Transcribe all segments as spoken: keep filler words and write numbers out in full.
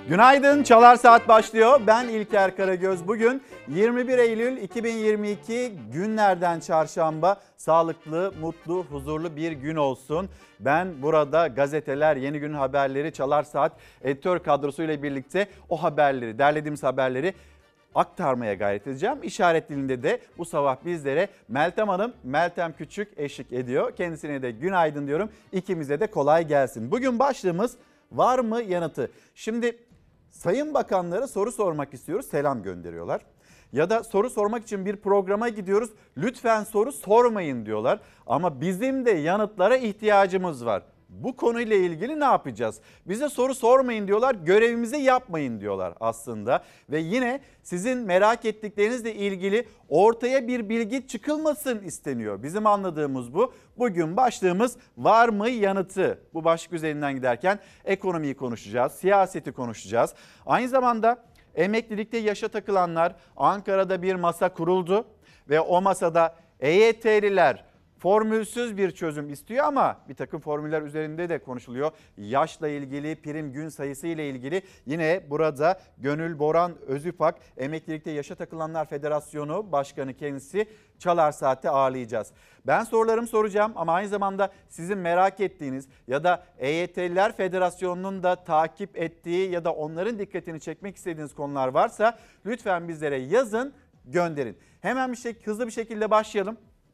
Günaydın, Çalar Saat başlıyor. Ben İlker Karagöz. Bugün yirmi bir Eylül iki bin yirmi iki günlerden çarşamba. Sağlıklı, mutlu, huzurlu bir gün olsun. Ben burada gazeteler, Yeni Günün haberleri, Çalar Saat editör kadrosuyla birlikte o haberleri, derlediğimiz haberleri aktarmaya gayret edeceğim. İşaret dilinde de bu sabah bizlere Meltem Hanım, Meltem Küçük eşlik ediyor. Kendisine de günaydın diyorum. İkimize de kolay gelsin. Bugün başlığımız var mı yanıtı? Şimdi sayın bakanlara soru sormak istiyoruz, selam gönderiyorlar. Ya da soru sormak için bir programa gidiyoruz, lütfen soru sormayın diyorlar. Ama bizim de yanıtlara ihtiyacımız var. Bu konuyla ilgili ne yapacağız? Bize soru sormayın diyorlar, görevimizi yapmayın diyorlar aslında. Ve yine sizin merak ettiklerinizle ilgili ortaya bir bilgi çıkılmasın isteniyor. Bizim anladığımız bu. Bugün başlığımız var mı yanıtı? Bu başlık üzerinden giderken ekonomiyi konuşacağız, siyaseti konuşacağız. Aynı zamanda emeklilikte yaşa takılanlar, Ankara'da bir masa kuruldu ve o masada E Y T'liler formülsüz bir çözüm istiyor ama bir takım formüller üzerinde de konuşuluyor. Yaşla ilgili, prim gün sayısı ile ilgili yine burada Gönül Boran Özüpak, Emeklilikte Yaşa Takılanlar Federasyonu Başkanı kendisi, Çalar Saat'te ağırlayacağız. Ben sorularımı soracağım ama aynı zamanda sizin merak ettiğiniz ya da E Y T'liler Federasyonu'nun da takip ettiği ya da onların dikkatini çekmek istediğiniz konular varsa lütfen bizlere yazın, gönderin. Hemen bir şey, hızlı bir şekilde başlayalım.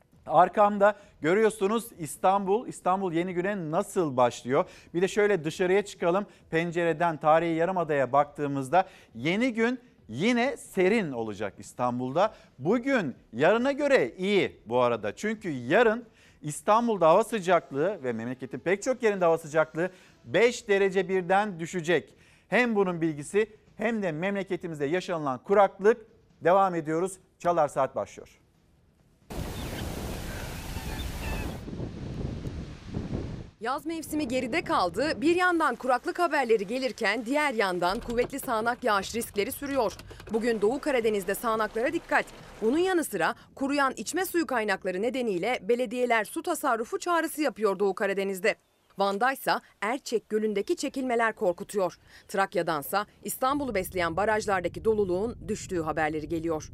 Arkamda görüyorsunuz İstanbul, İstanbul yeni güne nasıl başlıyor? Bir de şöyle dışarıya çıkalım, pencereden tarihi Yarımada'ya baktığımızda yeni gün yine serin olacak İstanbul'da. Bugün yarına göre iyi bu arada, çünkü yarın İstanbul'da hava sıcaklığı ve memleketin pek çok yerinde hava sıcaklığı beş derece birden düşecek. Hem bunun bilgisi hem de memleketimizde yaşanılan kuraklık. Devam ediyoruz, Çalar Saat başlıyor. Yaz mevsimi geride kaldı. Bir yandan kuraklık haberleri gelirken diğer yandan kuvvetli sağanak yağış riskleri sürüyor. Bugün Doğu Karadeniz'de sağanaklara dikkat. Bunun yanı sıra kuruyan içme suyu kaynakları nedeniyle belediyeler su tasarrufu çağrısı yapıyor Doğu Karadeniz'de. Van'daysa Erçek Gölü'ndeki çekilmeler korkutuyor. Trakya'dansa İstanbul'u besleyen barajlardaki doluluğun düştüğü haberleri geliyor.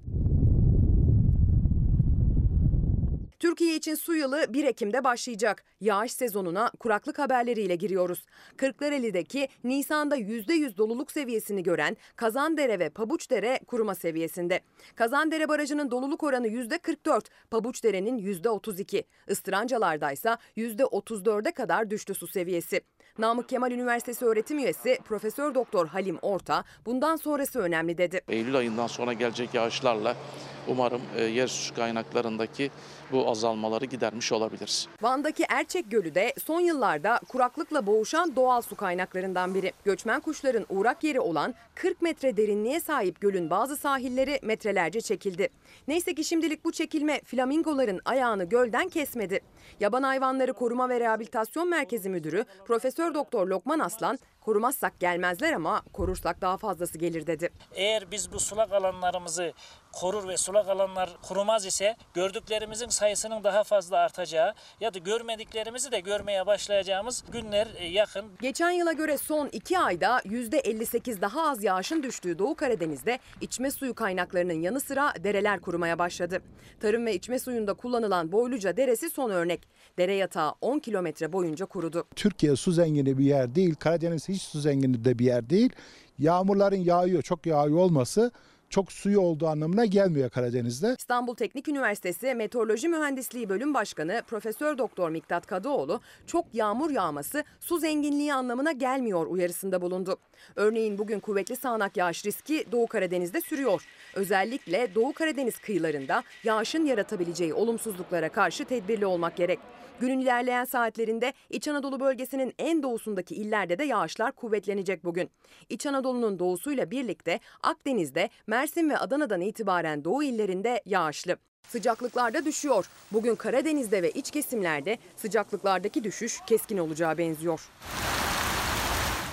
Türkiye için su yılı bir Ekim'de başlayacak. Yağış sezonuna kuraklık haberleriyle giriyoruz. Kırklareli'deki Nisan'da yüzde yüz doluluk seviyesini gören Kazandere ve Pabuçdere kuruma seviyesinde. Kazandere Barajı'nın doluluk oranı yüzde kırk dört, Pabuçdere'nin yüzde otuz iki. Istırancalar'daysa yüzde otuz dörde kadar düştü su seviyesi. Namık Kemal Üniversitesi öğretim üyesi Profesör Doktor Halim Orta bundan sonrası önemli dedi. Eylül ayından sonra gelecek yağışlarla umarım yer su kaynaklarındaki bu azalmaları gidermiş olabiliriz. Van'daki Erçek Gölü de son yıllarda kuraklıkla boğuşan doğal su kaynaklarından biri. Göçmen kuşların uğrak yeri olan kırk metre derinliğe sahip gölün bazı sahilleri metrelerce çekildi. Neyse ki şimdilik bu çekilme flamingoların ayağını gölden kesmedi. Yaban Hayvanları Koruma ve Rehabilitasyon Merkezi Müdürü Profesör Doktor Lokman Aslan, korumazsak gelmezler ama korursak daha fazlası gelir dedi. Eğer biz bu sulak alanlarımızı korur ve sulak alanlar kurumaz ise gördüklerimizin sayısının daha fazla artacağı ya da görmediklerimizi de görmeye başlayacağımız günler yakın. Geçen yıla göre son iki ayda yüzde elli sekiz daha az yağışın düştüğü Doğu Karadeniz'de içme suyu kaynaklarının yanı sıra dereler kurumaya başladı. Tarım ve içme suyunda kullanılan Boyluca Deresi son örnek. Dere yatağı on kilometre boyunca kurudu. Türkiye su zengini bir yer değil, Karadeniz hiç su zengini de bir yer değil. Yağmurların yağıyor, çok yağıyor olması çok suyu olduğu anlamına gelmiyor Karadeniz'de. İstanbul Teknik Üniversitesi Meteoroloji Mühendisliği Bölüm Başkanı Profesör Doktor Miktat Kadıoğlu, çok yağmur yağması su zenginliği anlamına gelmiyor uyarısında bulundu. Örneğin bugün kuvvetli sağanak yağış riski Doğu Karadeniz'de sürüyor. Özellikle Doğu Karadeniz kıyılarında yağışın yaratabileceği olumsuzluklara karşı tedbirli olmak gerek. Günün ilerleyen saatlerinde İç Anadolu bölgesinin en doğusundaki illerde de yağışlar kuvvetlenecek bugün. İç Anadolu'nun doğusuyla birlikte Akdeniz'de, Mersin ve Adana'dan itibaren doğu illerinde yağışlı. Sıcaklıklar da düşüyor. Bugün Karadeniz'de ve iç kesimlerde sıcaklıklardaki düşüş keskin olacağı benziyor.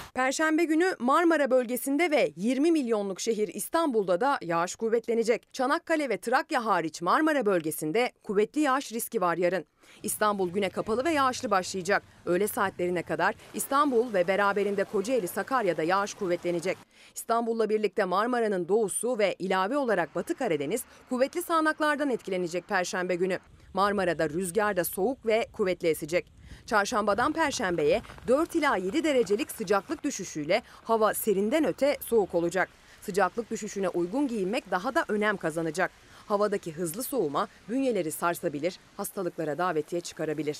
Perşembe günü Marmara bölgesinde ve yirmi milyonluk şehir İstanbul'da da yağış kuvvetlenecek. Çanakkale ve Trakya hariç Marmara bölgesinde kuvvetli yağış riski var yarın. İstanbul güne kapalı ve yağışlı başlayacak. Öğle saatlerine kadar İstanbul ve beraberinde Kocaeli, Sakarya'da yağış kuvvetlenecek. İstanbul'la birlikte Marmara'nın doğusu ve ilave olarak Batı Karadeniz kuvvetli sağanaklardan etkilenecek Perşembe günü. Marmara'da rüzgar da soğuk ve kuvvetli esecek. Çarşambadan Perşembe'ye dört ila yedi derecelik sıcaklık düşüşüyle hava serinden öte soğuk olacak. Sıcaklık düşüşüne uygun giyinmek daha da önem kazanacak. Havadaki hızlı soğuma bünyeleri sarsabilir, hastalıklara davetiye çıkarabilir.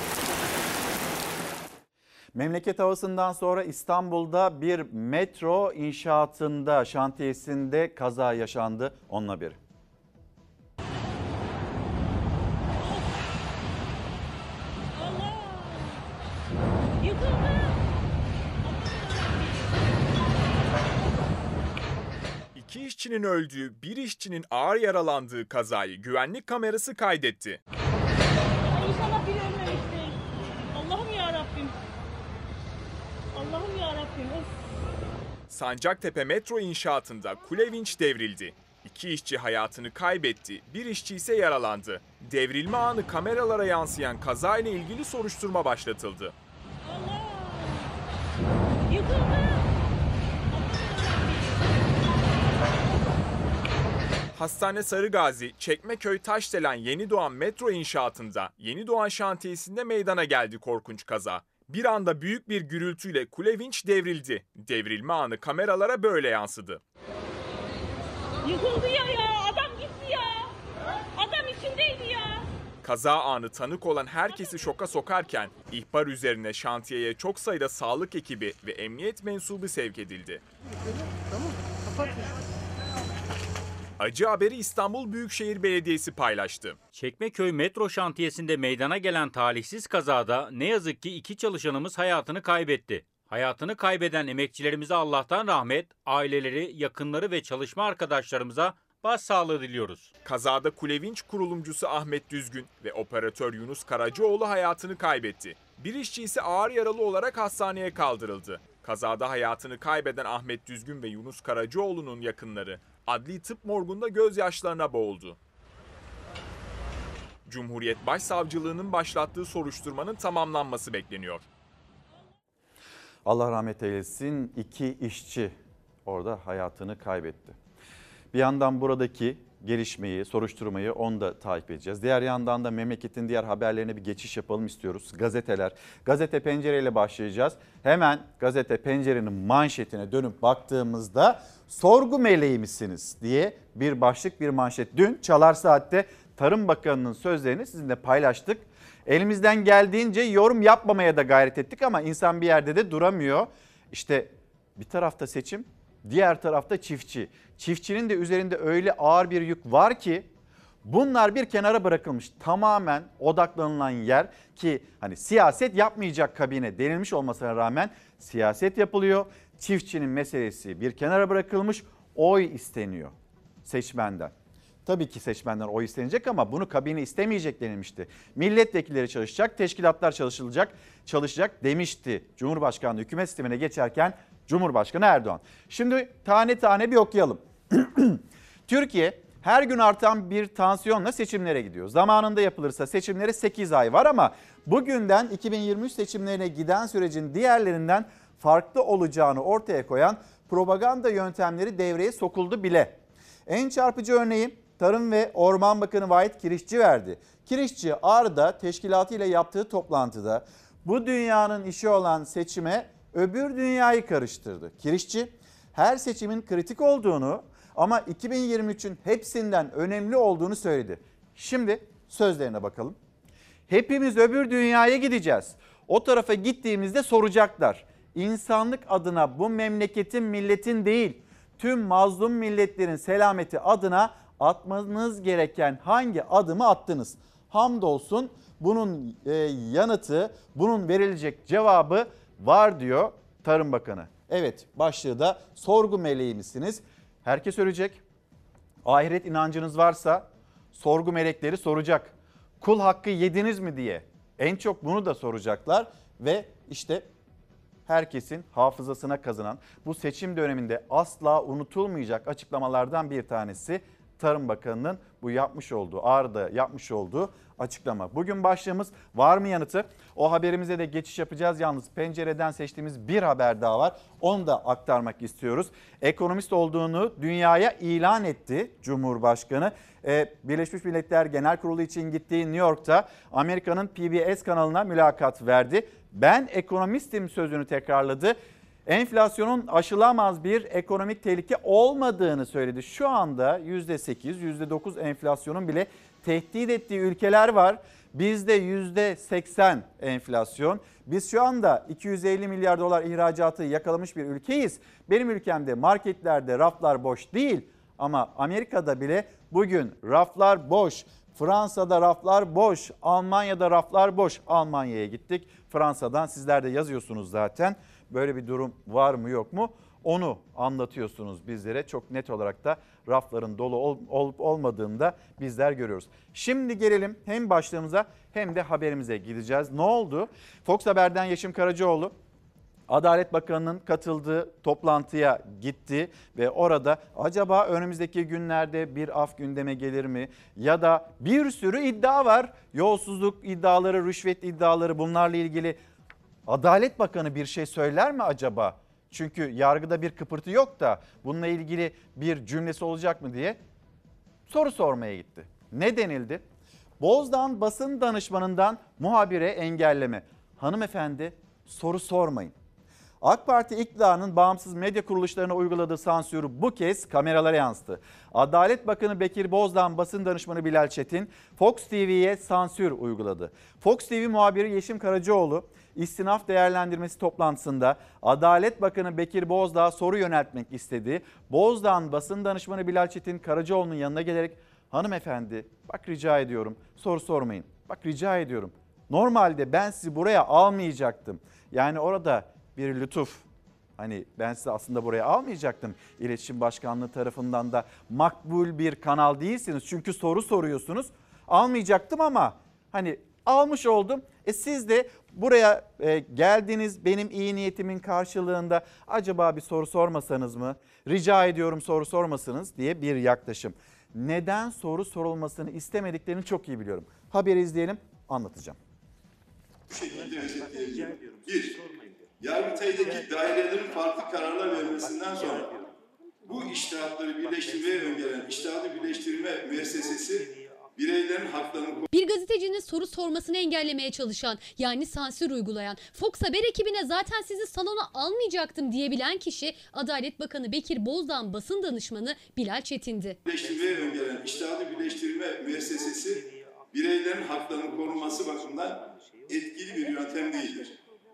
Memleket havasından sonra İstanbul'da bir metro inşaatında, şantiyesinde kaza yaşandı. Onun haberi. İki işçinin öldüğü, bir işçinin ağır yaralandığı kazayı güvenlik kamerası kaydetti. İnşallah biri ölmemiştir. Allah'ım ya Rabbim. Allah'ım ya Rabbim. Sancaktepe metro inşaatında kule vinç devrildi. İki işçi hayatını kaybetti, bir işçi ise yaralandı. Devrilme anı kameralara yansıyan kazayla ilgili soruşturma başlatıldı. Allah! Yıkıldı! Hastane Sarıgazi, Çekmeköy Taşdelen Yenidoğan metro inşaatında Yenidoğan şantiyesinde meydana geldi korkunç kaza. Bir anda büyük bir gürültüyle kule vinç devrildi. Devrilme anı kameralara böyle yansıdı. Yıkıldı ya ya! Adam gitti ya! Adam içindeydi ya! Kaza anı tanık olan herkesi şoka sokarken ihbar üzerine şantiyeye çok sayıda sağlık ekibi ve emniyet mensubu sevk edildi. Tamam, kapat. Acı haberi İstanbul Büyükşehir Belediyesi paylaştı. Çekmeköy metro şantiyesinde meydana gelen talihsiz kazada ne yazık ki iki çalışanımız hayatını kaybetti. Hayatını kaybeden emekçilerimize Allah'tan rahmet, aileleri, yakınları ve çalışma arkadaşlarımıza başsağlığı diliyoruz. Kazada Kulevinç kurulumcusu Ahmet Düzgün ve operatör Yunus Karacaoğlu hayatını kaybetti. Bir işçi ise ağır yaralı olarak hastaneye kaldırıldı. Kazada hayatını kaybeden Ahmet Düzgün ve Yunus Karacaoğlu'nun yakınları adli tıp morgunda gözyaşlarına boğuldu. Cumhuriyet Başsavcılığı'nın başlattığı soruşturmanın tamamlanması bekleniyor. Allah rahmet eylesin, iki işçi orada hayatını kaybetti. Bir yandan buradaki gelişmeyi, soruşturmayı onu da takip edeceğiz. Diğer yandan da memleketin diğer haberlerine bir geçiş yapalım istiyoruz. Gazeteler, gazete pencereyle başlayacağız. Hemen gazete pencerenin manşetine dönüp baktığımızda sorgu meleği misiniz diye bir başlık, bir manşet. Dün Çalar Saat'te Tarım Bakanı'nın sözlerini sizinle paylaştık. Elimizden geldiğince yorum yapmamaya da gayret ettik ama insan bir yerde de duramıyor. İşte bir tarafta seçim, diğer tarafta çiftçi. Çiftçinin de üzerinde öyle ağır bir yük var ki bunlar bir kenara bırakılmış. Tamamen odaklanılan yer ki hani siyaset yapmayacak kabine denilmiş olmasına rağmen siyaset yapılıyor. Çiftçinin meselesi bir kenara bırakılmış, oy isteniyor seçmenden. Tabii ki seçmenden oy istenecek ama bunu kabine istemeyecek denilmişti. Milletvekilleri çalışacak, teşkilatlar çalışılacak, çalışacak demişti Cumhurbaşkanlığı hükümet sistemine geçerken Cumhurbaşkanı Erdoğan. Şimdi tane tane bir okuyalım. Türkiye her gün artan bir tansiyonla seçimlere gidiyor. Zamanında yapılırsa seçimlere sekiz ay var ama bugünden iki bin yirmi üç seçimlerine giden sürecin diğerlerinden farklı olacağını ortaya koyan propaganda yöntemleri devreye sokuldu bile. En çarpıcı örneği Tarım ve Orman Bakanı Vahit Kirişçi verdi. Kirişçi Ağrı'da teşkilatı ile yaptığı toplantıda bu dünyanın işi olan seçime öbür dünyayı karıştırdı. Kirişçi her seçimin kritik olduğunu ama iki bin yirmi üçün hepsinden önemli olduğunu söyledi. Şimdi sözlerine bakalım. Hepimiz öbür dünyaya gideceğiz. O tarafa gittiğimizde soracaklar. İnsanlık adına bu memleketin, milletin değil, tüm mazlum milletlerin selameti adına atmanız gereken hangi adımı attınız? Hamdolsun bunun yanıtı, bunun verilecek cevabı var diyor Tarım Bakanı. Evet, başlığı da sorgu meleği misiniz? Herkes ölecek. Ahiret inancınız varsa sorgu melekleri soracak. Kul hakkı yediniz mi diye en çok bunu da soracaklar ve işte herkesin hafızasına kazınan, bu seçim döneminde asla unutulmayacak açıklamalardan bir tanesi Tarım Bakanı'nın bu yapmış olduğu, Ağrı'da yapmış olduğu açıklama. Bugün başlığımız var mı yanıtı? O haberimize de geçiş yapacağız. Yalnız pencereden seçtiğimiz bir haber daha var. Onu da aktarmak istiyoruz. Ekonomist olduğunu dünyaya ilan etti Cumhurbaşkanı. Ee, Birleşmiş Milletler Genel Kurulu için gittiği New York'ta Amerika'nın P B S kanalına mülakat verdi. Ben ekonomistim sözünü tekrarladı. Enflasyonun aşılamaz bir ekonomik tehlike olmadığını söyledi. Şu anda yüzde sekiz, yüzde dokuz enflasyonun bile tehdit ettiği ülkeler var. Bizde yüzde seksen enflasyon. Biz şu anda iki yüz elli milyar dolar ihracatı yakalamış bir ülkeyiz. Benim ülkemde marketlerde raflar boş değil ama Amerika'da bile bugün raflar boş. Fransa'da raflar boş, Almanya'da raflar boş. Almanya'ya gittik. Fransa'dan sizler de yazıyorsunuz zaten. Böyle bir durum var mı yok mu? Onu anlatıyorsunuz bizlere. Çok net olarak da rafların dolu olup olmadığını da bizler görüyoruz. Şimdi gelelim hem başlığımıza hem de haberimize gideceğiz. Ne oldu? Fox Haber'den Yeşim Karacaoğlu Adalet Bakanı'nın katıldığı toplantıya gitti ve orada acaba önümüzdeki günlerde bir af gündeme gelir mi? Ya da bir sürü iddia var. Yolsuzluk iddiaları, rüşvet iddiaları, bunlarla ilgili Adalet Bakanı bir şey söyler mi acaba? Çünkü yargıda bir kıpırtı yok da bununla ilgili bir cümlesi olacak mı diye soru sormaya gitti. Ne denildi? Bozdağ'ın basın danışmanından muhabire engelleme. Hanımefendi, soru sormayın. AK Parti iktidarının bağımsız medya kuruluşlarına uyguladığı sansür bu kez kameralara yansıdı. Adalet Bakanı Bekir Bozdağ, basın danışmanı Bilal Çetin, Fox T V'ye sansür uyguladı. Fox T V muhabiri Yeşim Karacaoğlu, istinaf değerlendirmesi toplantısında Adalet Bakanı Bekir Bozdağ'a soru yöneltmek istedi. Bozdağ'ın basın danışmanı Bilal Çetin Karacaoğlu'nun yanına gelerek hanımefendi bak rica ediyorum soru sormayın. Bak rica ediyorum. Normalde ben sizi buraya almayacaktım. Yani orada bir lütuf. Hani ben sizi aslında buraya almayacaktım. İletişim Başkanlığı tarafından da makbul bir kanal değilsiniz. Çünkü soru soruyorsunuz. Almayacaktım ama hani almış oldum. E siz de buraya e, geldiniz benim iyi niyetimin karşılığında acaba bir soru sormasanız mı? Rica ediyorum soru sormasınız diye bir yaklaşım. Neden soru sorulmasını istemediklerini çok iyi biliyorum. Haberi izleyelim, anlatacağım. Bu şekilde özetleyebilirim. Bir, Yargıtay'daki dairelerin farklı kararlar vermesinden sonra bu içtihatları birleştirmeye öngören içtihatı birleştirme müessesesi bireylerin haklarını... Bir gazetecinin soru sormasını engellemeye çalışan, yani sansür uygulayan, Fox Haber ekibine zaten sizi salona almayacaktım diyebilen kişi Adalet Bakanı Bekir Bozdağ'ın basın danışmanı Bilal Çetin'di. Birleştirmeye öngören içtihatı birleştirme müessesesi bireylerin haklarının korunması bakımından etkili bir yöntem değildir.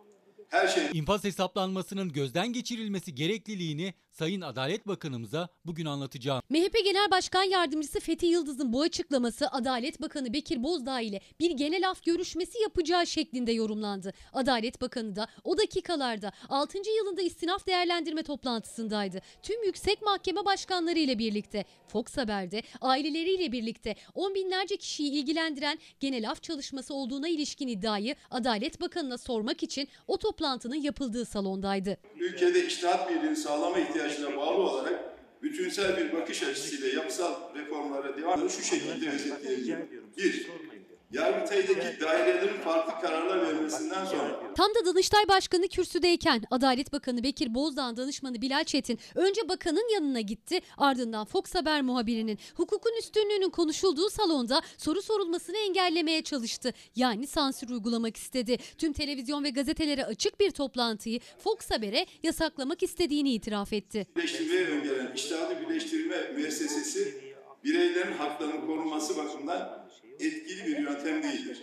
Her şey... İnfaz hesaplanmasının gözden geçirilmesi gerekliliğini Sayın Adalet Bakanımıza bugün anlatacağım. M H P Genel Başkan Yardımcısı Fethi Yıldız'ın bu açıklaması Adalet Bakanı Bekir Bozdağ ile bir genel af görüşmesi yapacağı şeklinde yorumlandı. Adalet Bakanı da o dakikalarda altıncı yılında istinaf değerlendirme toplantısındaydı. Tüm yüksek mahkeme başkanları ile birlikte Fox Haber'de aileleriyle birlikte on binlerce kişiyi ilgilendiren genel af çalışması olduğuna ilişkin iddiayı Adalet Bakanı'na sormak için o toplantının yapıldığı salondaydı. Ülkede içtihat birliğini sağlama ihtiyacına bağlı olarak bütünsel bir bakış açısıyla yapısal reformlara devam şu şekilde özetleyebilirim. Bir, Yargıtay'daki dairelerin farklı kararlar vermesinden sonra... Tam da Danıştay Başkanı kürsüdeyken Adalet Bakanı Bekir Bozdağ'ın danışmanı Bilal Çetin önce bakanın yanına gitti, ardından Fox Haber muhabirinin hukukun üstünlüğünün konuşulduğu salonda soru sorulmasını engellemeye çalıştı. Yani sansür uygulamak istedi. Tüm televizyon ve gazetelere açık bir toplantıyı Fox Haber'e yasaklamak istediğini itiraf etti. Birleştirmeye öngören içtihatı birleştirme müessesesi bireylerin haklarının korunması bakımından etkili bir yöntem değildir.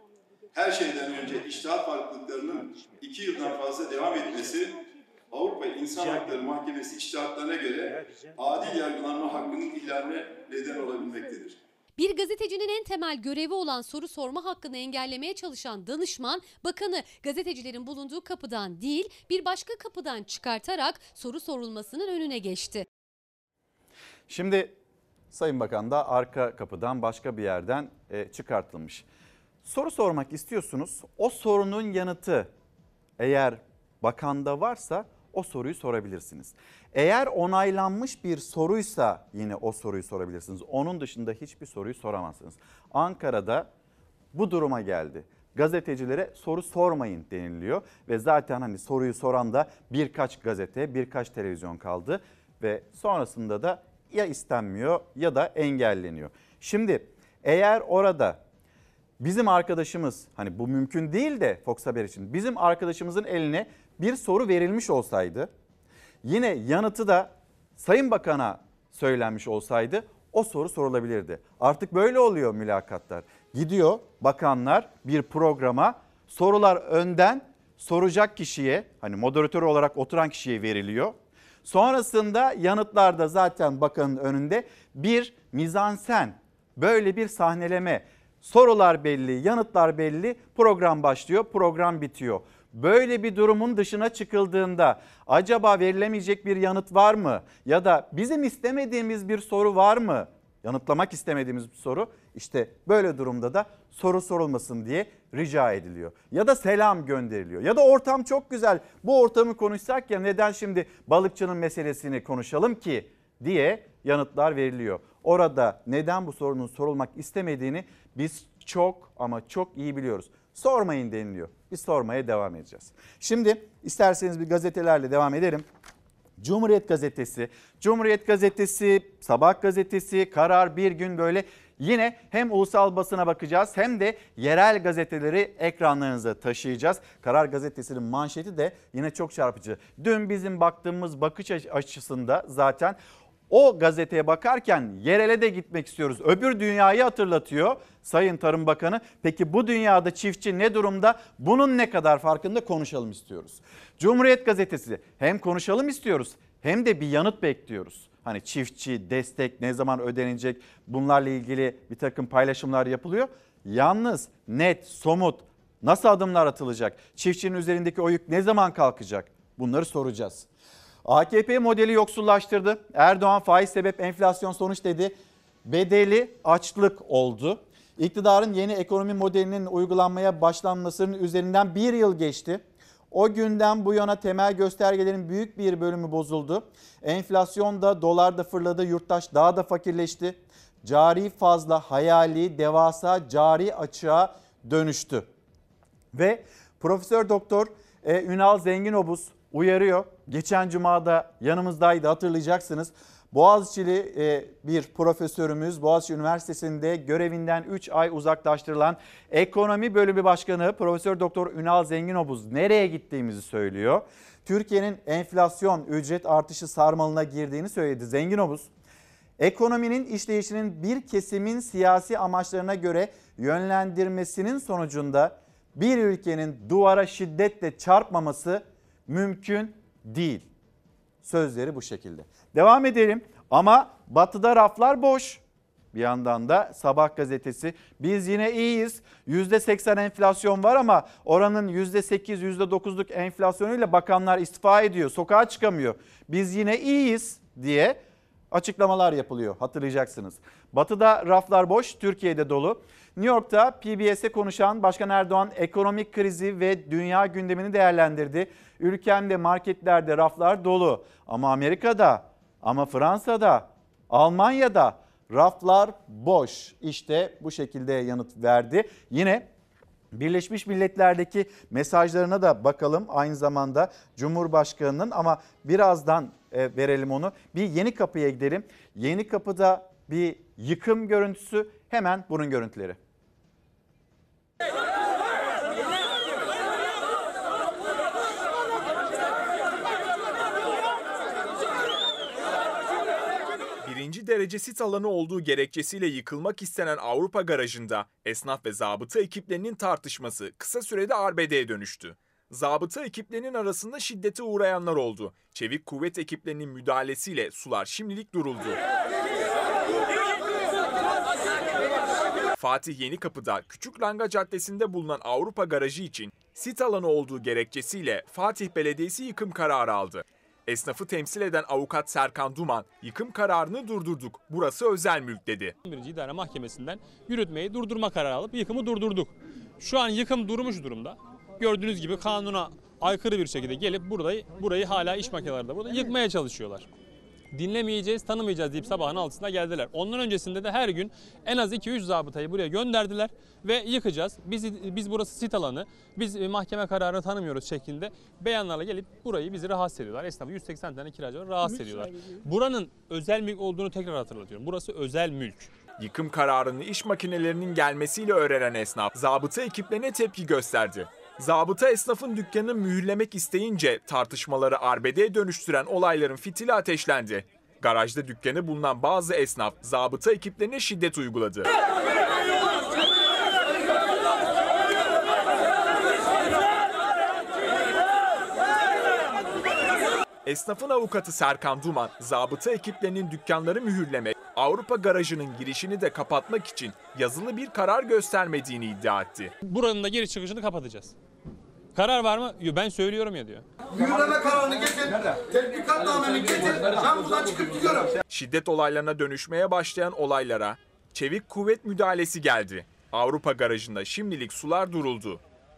Her şeyden önce içtihat farklılıklarının iki yıldan fazla devam etmesi, Avrupa İnsan Hakları Mahkemesi içtihatlarına göre adil yargılanma hakkının ihlaline neden olabilmektedir. Bir gazetecinin en temel görevi olan soru sorma hakkını engellemeye çalışan danışman, bakanı gazetecilerin bulunduğu kapıdan değil bir başka kapıdan çıkartarak soru sorulmasının önüne geçti. Şimdi Sayın Bakan da arka kapıdan başka bir yerden çıkartılmış. Soru sormak istiyorsunuz. O sorunun yanıtı eğer bakanda varsa o soruyu sorabilirsiniz. Eğer onaylanmış bir soruysa yine o soruyu sorabilirsiniz. Onun dışında hiçbir soruyu soramazsınız. Ankara'da bu duruma geldi. Gazetecilere soru sormayın deniliyor ve zaten hani soruyu soran da birkaç gazete, birkaç televizyon kaldı ve sonrasında da ya istenmiyor ya da engelleniyor. Şimdi eğer orada bizim arkadaşımız, hani bu mümkün değil de Fox Haber için, bizim arkadaşımızın eline bir soru verilmiş olsaydı, yine yanıtı da Sayın Bakan'a söylenmiş olsaydı o soru sorulabilirdi. Artık böyle oluyor mülakatlar. Gidiyor bakanlar bir programa, sorular önden soracak kişiye, hani moderatör olarak oturan kişiye veriliyor. Sonrasında yanıtlar da zaten bakanın önünde bir mizansen, böyle bir sahneleme. Sorular belli, yanıtlar belli, program başlıyor, program bitiyor. Böyle bir durumun dışına çıkıldığında acaba verilemeyecek bir yanıt var mı? Ya da bizim istemediğimiz bir soru var mı? Yanıtlamak istemediğimiz bir soru. İşte böyle durumda da soru sorulmasın diye rica ediliyor. Ya da selam gönderiliyor. Ya da ortam çok güzel. Bu ortamı konuşsak ya, neden şimdi balıkçının meselesini konuşalım ki diye yanıtlar veriliyor. Orada neden bu sorunun sorulmak istemediğini biz çok ama çok iyi biliyoruz. Sormayın deniliyor. Biz sormaya devam edeceğiz. Şimdi isterseniz bir gazetelerle devam edelim. Cumhuriyet Gazetesi, Cumhuriyet Gazetesi, Sabah Gazetesi, Karar, Bir Gün, böyle yine hem ulusal basına bakacağız hem de yerel gazeteleri ekranlarınıza taşıyacağız. Karar Gazetesi'nin manşeti de yine çok çarpıcı. Dün bizim baktığımız bakış açısında zaten o gazeteye bakarken yerele de gitmek istiyoruz. Öbür dünyayı hatırlatıyor Sayın Tarım Bakanı. Peki bu dünyada çiftçi ne durumda? Bunun ne kadar farkında konuşalım istiyoruz. Cumhuriyet Gazetesi, hem konuşalım istiyoruz hem de bir yanıt bekliyoruz. Hani çiftçi, destek ne zaman ödenecek, bunlarla ilgili bir takım paylaşımlar yapılıyor. Yalnız net, somut nasıl adımlar atılacak? Çiftçinin üzerindeki o yük ne zaman kalkacak? Bunları soracağız. A K P modeli yoksullaştırdı. Erdoğan faiz sebep enflasyon sonuç dedi. Bedeli açlık oldu. İktidarın yeni ekonomi modelinin uygulanmaya başlanmasının üzerinden bir yıl geçti. O günden bu yana temel göstergelerin büyük bir bölümü bozuldu. Enflasyon da, dolar da fırladı, yurttaş daha da fakirleşti. Cari fazla hayali, devasa cari açığa dönüştü. Ve Profesör Doktor e, Ünal Zenginobuz uyarıyor. Geçen cumada yanımızdaydı, hatırlayacaksınız. Boğaziçi'li e, bir profesörümüz, Boğaziçi Üniversitesi'nde görevinden üç ay uzaklaştırılan Ekonomi Bölümü Başkanı Profesör Doktor Ünal Zenginobuz nereye gittiğimizi söylüyor. Türkiye'nin enflasyon, ücret artışı sarmalına girdiğini söyledi Zenginobuz. Ekonominin işleyişinin bir kesimin siyasi amaçlarına göre yönlendirmesinin sonucunda bir ülkenin duvara şiddetle çarpmaması mümkün değil. Sözleri bu şekilde. Devam edelim ama batıda raflar boş. Bir yandan da Sabah gazetesi, biz yine iyiyiz. yüzde seksen enflasyon var ama oranın yüzde sekiz yüzde dokuzluk enflasyonuyla bakanlar istifa ediyor. Sokağa çıkamıyor. Biz yine iyiyiz diye açıklamalar yapılıyor, hatırlayacaksınız. Batıda raflar boş, Türkiye'de dolu. New York'ta P B S'e konuşan Başkan Erdoğan ekonomik krizi ve dünya gündemini değerlendirdi. Ülkemde marketlerde raflar dolu ama Amerika'da, ama Fransa'da, Almanya'da raflar boş. İşte bu şekilde yanıt verdi. Yine Birleşmiş Milletler'deki mesajlarına da bakalım aynı zamanda Cumhurbaşkanı'nın, ama birazdan verelim onu. Bir Yeni Kapı'ya gidelim. Yeni Kapı'da bir yıkım görüntüsü, hemen bunun görüntüleri. Birinci derece sit alanı olduğu gerekçesiyle yıkılmak istenen Avrupa Garajı'nda esnaf ve zabıta ekiplerinin tartışması kısa sürede arbedeye dönüştü. Zabıta ekiplerinin arasında şiddete uğrayanlar oldu. Çevik kuvvet ekiplerinin müdahalesiyle sular şimdilik duruldu. Fatih Yenikapı'da Küçüklanga Caddesi'nde bulunan Avrupa Garajı için sit alanı olduğu gerekçesiyle Fatih Belediyesi yıkım kararı aldı. Esnafı temsil eden avukat Serkan Duman, yıkım kararını durdurduk, burası özel mülk dedi. Birinci İdare Mahkemesi'nden yürütmeyi durdurma kararı alıp yıkımı durdurduk. Şu an yıkım durmuş durumda. Gördüğünüz gibi kanuna aykırı bir şekilde gelip burayı, burayı hala iş makineleri de burada yıkmaya çalışıyorlar. Dinlemeyeceğiz, tanımayacağız deyip sabahın altısına geldiler. Ondan öncesinde de her gün en az iki üç zabıtayı buraya gönderdiler ve yıkacağız. Biz, biz burası sit alanı, biz mahkeme kararını tanımıyoruz şeklinde beyanlarla gelip burayı bizi rahatsız ediyorlar. Esnafı yüz seksen tane kiracı var, rahatsız ediyorlar. Buranın özel mülk olduğunu tekrar hatırlatıyorum. Burası özel mülk. Yıkım kararını iş makinelerinin gelmesiyle öğrenen esnaf, zabıta ekiplerine tepki gösterdi. Zabıta esnafın dükkanını mühürlemek isteyince tartışmaları arbedeye dönüştüren olayların fitili ateşlendi. Garajda dükkanı bulunan bazı esnaf zabıta ekiplerine şiddet uyguladı. Esnafın avukatı Serkan Duman, zabıta ekiplerinin dükkanları mühürlemek, Avrupa garajının girişini de kapatmak için yazılı bir karar göstermediğini iddia etti. Buranın da giriş çıkışını kapatacağız. Karar var mı? Ben söylüyorum ya diyor. Mühürleme kararını getir, tetbikatnameni getir, ben buradan çıkıp gidiyorum. Şiddet olaylarına dönüşmeye başlayan olaylara çevik kuvvet müdahalesi geldi. Avrupa garajında şimdilik sular duruldu.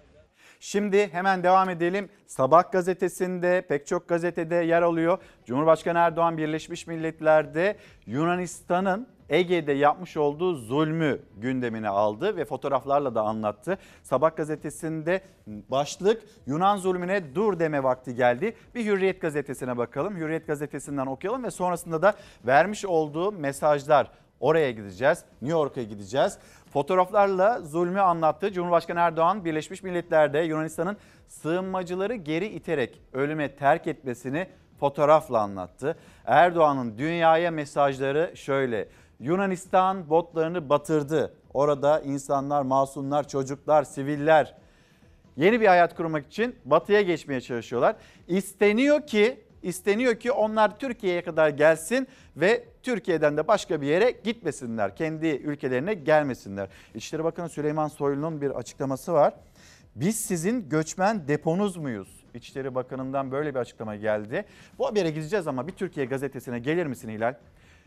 Şimdi hemen devam edelim. Sabah gazetesinde pek çok gazetede yer alıyor. Cumhurbaşkanı Erdoğan Birleşmiş Milletler'de Yunanistan'ın Ege'de yapmış olduğu zulmü gündemine aldı ve fotoğraflarla da anlattı. Sabah gazetesinde başlık Yunan zulmüne dur deme vakti geldi. Bir Hürriyet gazetesine bakalım. Hürriyet gazetesinden okuyalım ve sonrasında da vermiş olduğu mesajlar. Oraya gideceğiz. New York'a gideceğiz. Fotoğraflarla zulmü anlattı. Cumhurbaşkanı Erdoğan Birleşmiş Milletler'de Yunanistan'ın sığınmacıları geri iterek ölüme terk etmesini fotoğrafla anlattı. Erdoğan'ın dünyaya mesajları şöyle: Yunanistan botlarını batırdı. Orada insanlar, masumlar, çocuklar, siviller yeni bir hayat kurmak için batıya geçmeye çalışıyorlar. İsteniyor ki, isteniyor ki onlar Türkiye'ye kadar gelsin ve Türkiye'den de başka bir yere gitmesinler. Kendi ülkelerine gelmesinler. İçişleri Bakanı Süleyman Soylu'nun bir açıklaması var. Biz sizin göçmen deponuz muyuz? İçişleri Bakanı'ndan böyle bir açıklama geldi. Bu habere gideceğiz ama bir Türkiye gazetesine gelir misin Hilal?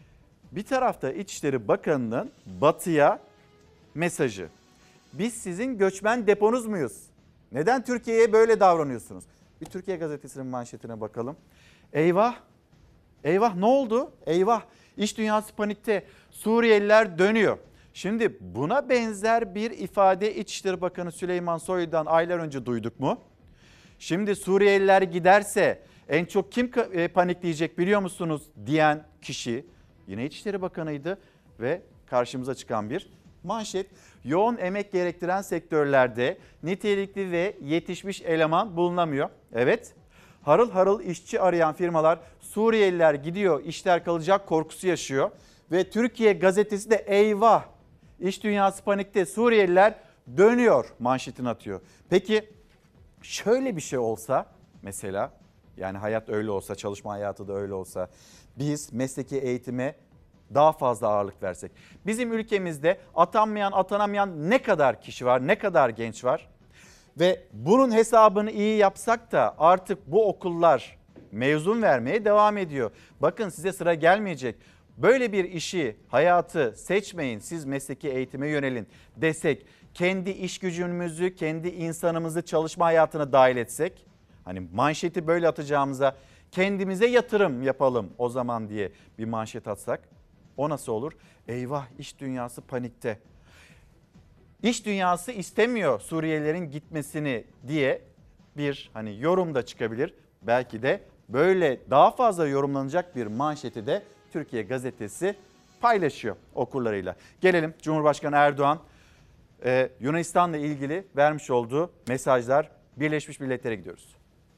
Bir tarafta İçişleri Bakanı'nın batıya mesajı. Biz sizin göçmen deponuz muyuz? Neden Türkiye'ye böyle davranıyorsunuz? Bir Türkiye gazetesinin manşetine bakalım. Eyvah, eyvah ne oldu? Eyvah, iş dünyası panikte, Suriyeliler dönüyor. Şimdi buna benzer bir ifade İçişleri Bakanı Süleyman Soylu'dan aylar önce duyduk mu? Şimdi Suriyeliler giderse en çok kim panikleyecek biliyor musunuz diyen kişi yine İçişleri Bakanı'ydı ve karşımıza çıkan bir manşet. Yoğun emek gerektiren sektörlerde nitelikli ve yetişmiş eleman bulunamıyor. Evet, harıl harıl işçi arayan firmalar Suriyeliler gidiyor, işler kalacak korkusu yaşıyor. Ve Türkiye gazetesi de eyvah, iş dünyası panikte, Suriyeliler dönüyor manşetini atıyor. Peki şöyle bir şey olsa mesela, yani hayat öyle olsa, çalışma hayatı da öyle olsa, biz mesleki eğitime daha fazla ağırlık versek. Bizim ülkemizde atanmayan, atanamayan ne kadar kişi var, ne kadar genç var? Ve bunun hesabını iyi yapsak da artık bu okullar mezun vermeye devam ediyor. Bakın size sıra gelmeyecek. Böyle bir işi, hayatı seçmeyin, siz mesleki eğitime yönelin desek, kendi iş gücümüzü, kendi insanımızı çalışma hayatına dahil etsek, hani manşeti böyle atacağımıza kendimize yatırım yapalım o zaman diye bir manşet atsak, o nasıl olur? Eyvah, iş dünyası panikte. İş dünyası istemiyor Suriyelilerin gitmesini diye bir hani yorum da çıkabilir. Belki de böyle daha fazla yorumlanacak bir manşeti de Türkiye gazetesi paylaşıyor okurlarıyla. Gelelim Cumhurbaşkanı Erdoğan e, Yunanistan'la ilgili vermiş olduğu mesajlar. Birleşmiş Milletler'e gidiyoruz.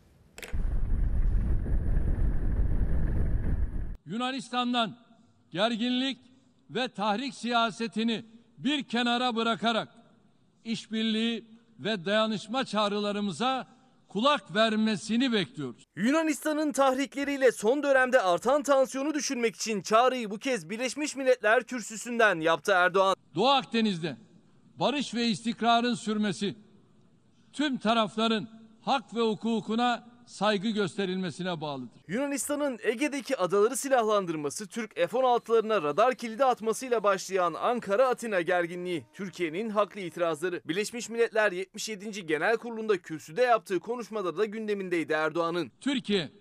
Yunanistan'dan gerginlik ve tahrik siyasetini bir kenara bırakarak işbirliği ve dayanışma çağrılarımıza kulak vermesini bekliyoruz. Yunanistan'ın tahrikleriyle son dönemde artan tansiyonu düşürmek için çağrıyı bu kez Birleşmiş Milletler kürsüsünden yaptı Erdoğan. Doğu Akdeniz'de barış ve istikrarın sürmesi, tüm tarafların hak ve hukukuna saygı gösterilmesine bağlıdır. Yunanistan'ın Ege'deki adaları silahlandırması, Türk F on altılarına radar kilidi atmasıyla başlayan Ankara-Atina gerginliği, Türkiye'nin haklı itirazları. Birleşmiş Milletler yetmiş yedinci Genel Kurulu'nda kürsüde yaptığı konuşmada da gündemindeydi Erdoğan'ın. Türkiye,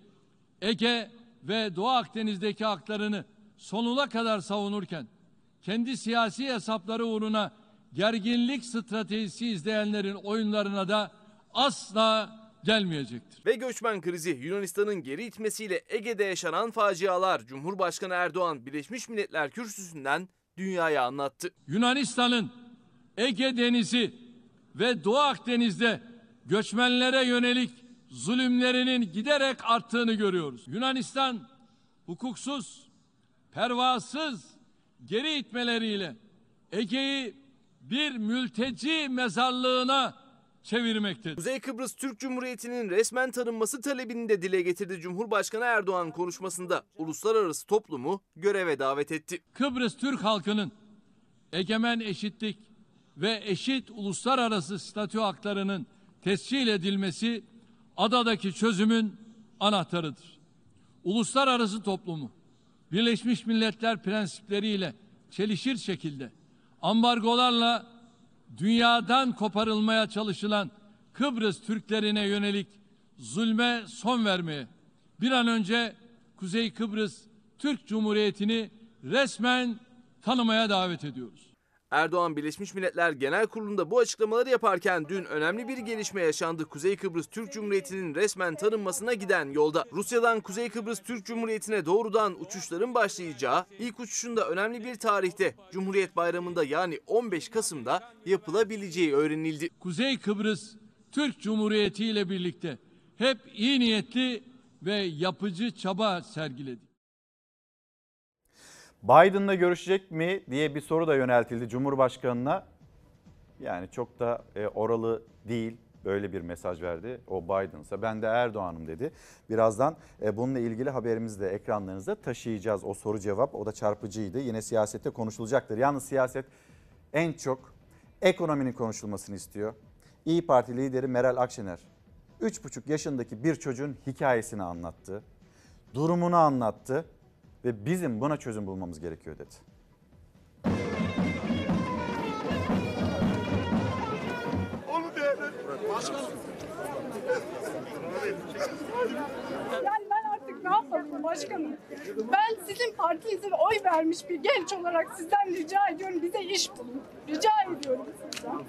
Ege ve Doğu Akdeniz'deki haklarını sonuna kadar savunurken, kendi siyasi hesapları uğruna gerginlik stratejisi izleyenlerin oyunlarına da asla gelmeyecektir. Ve göçmen krizi, Yunanistan'ın geri itmesiyle Ege'de yaşanan facialar, Cumhurbaşkanı Erdoğan Birleşmiş Milletler kürsüsünden dünyaya anlattı. Yunanistan'ın Ege Denizi ve Doğu Akdeniz'de göçmenlere yönelik zulümlerinin giderek arttığını görüyoruz. Yunanistan hukuksuz, pervasız geri itmeleriyle Ege'yi bir mülteci mezarlığına çevirmektedir. Kuzey Kıbrıs Türk Cumhuriyeti'nin resmen tanınması talebini de dile getirdi Cumhurbaşkanı Erdoğan konuşmasında. Uluslararası toplumu göreve davet etti. Kıbrıs Türk halkının egemen eşitlik ve eşit uluslararası statü haklarının tescil edilmesi adadaki çözümün anahtarıdır. Uluslararası toplumu Birleşmiş Milletler prensipleriyle çelişir şekilde ambargolarla dünyadan koparılmaya çalışılan Kıbrıs Türklerine yönelik zulme son vermeye, bir an önce Kuzey Kıbrıs Türk Cumhuriyeti'ni resmen tanımaya davet ediyoruz. Erdoğan Birleşmiş Milletler Genel Kurulu'nda bu açıklamaları yaparken dün önemli bir gelişme yaşandı. Kuzey Kıbrıs Türk Cumhuriyeti'nin resmen tanınmasına giden yolda. Rusya'dan Kuzey Kıbrıs Türk Cumhuriyeti'ne doğrudan uçuşların başlayacağı, ilk uçuşunda önemli bir tarihte Cumhuriyet Bayramı'nda yani on beş Kasım'da yapılabileceği öğrenildi. Kuzey Kıbrıs Türk Cumhuriyeti ile birlikte hep iyi niyetli ve yapıcı çaba sergiledi. Biden'la görüşecek mi diye bir soru da yöneltildi Cumhurbaşkanı'na. Yani çok da e, oralı değil, böyle bir mesaj verdi. O Biden'sa ben de Erdoğan'ım dedi. Birazdan e, bununla ilgili haberimizi de ekranlarınızda taşıyacağız. O soru cevap, o da çarpıcıydı. Yine siyasette konuşulacaktır. Yalnız siyaset en çok ekonominin konuşulmasını istiyor. İYİ Parti lideri Meral Akşener üç buçuk yaşındaki bir çocuğun hikayesini anlattı. Durumunu anlattı. Ve bizim buna çözüm bulmamız gerekiyor dedi. Onu değerlendir. Başkanım. Yani ben artık ne yapalım başkanım? Ben sizin partinize oy vermiş bir genç olarak sizden rica ediyorum, bize iş bulun. Rica ediyorum sizden.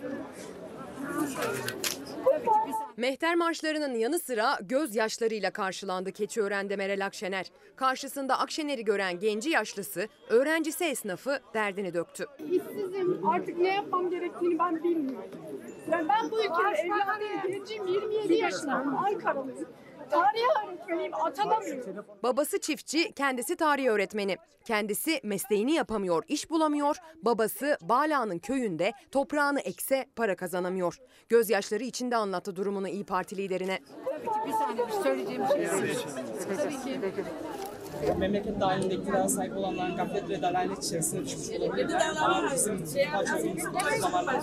Mehter marşlarının yanı sıra gözyaşlarıyla karşılandı Keçiören'de Meral Akşener. Karşısında Akşener'i gören genci yaşlısı, öğrencisi esnafı derdini döktü. İşsizim, artık ne yapmam gerektiğini ben bilmiyorum. Yani ben bu ülkenin evladıyım, gencim, yirmi yedi yaşındayım, Ankaralıyım. Tarih öğretmeniyim, atanamıyorum. Babası çiftçi, kendisi tarih öğretmeni. Kendisi mesleğini yapamıyor, iş bulamıyor. Babası Bala'nın köyünde toprağını ekse para kazanamıyor. Gözyaşları içinde anlattı durumunu İYİ Parti liderine. Bir saniye, bir söyleyeceğim şey. Tabii ki. Memleket dahilinde iktidara sahip olanların gaflet ve dalalet içerisine düşmüş olabilirler. Ama bizim parçalarımız zamanlar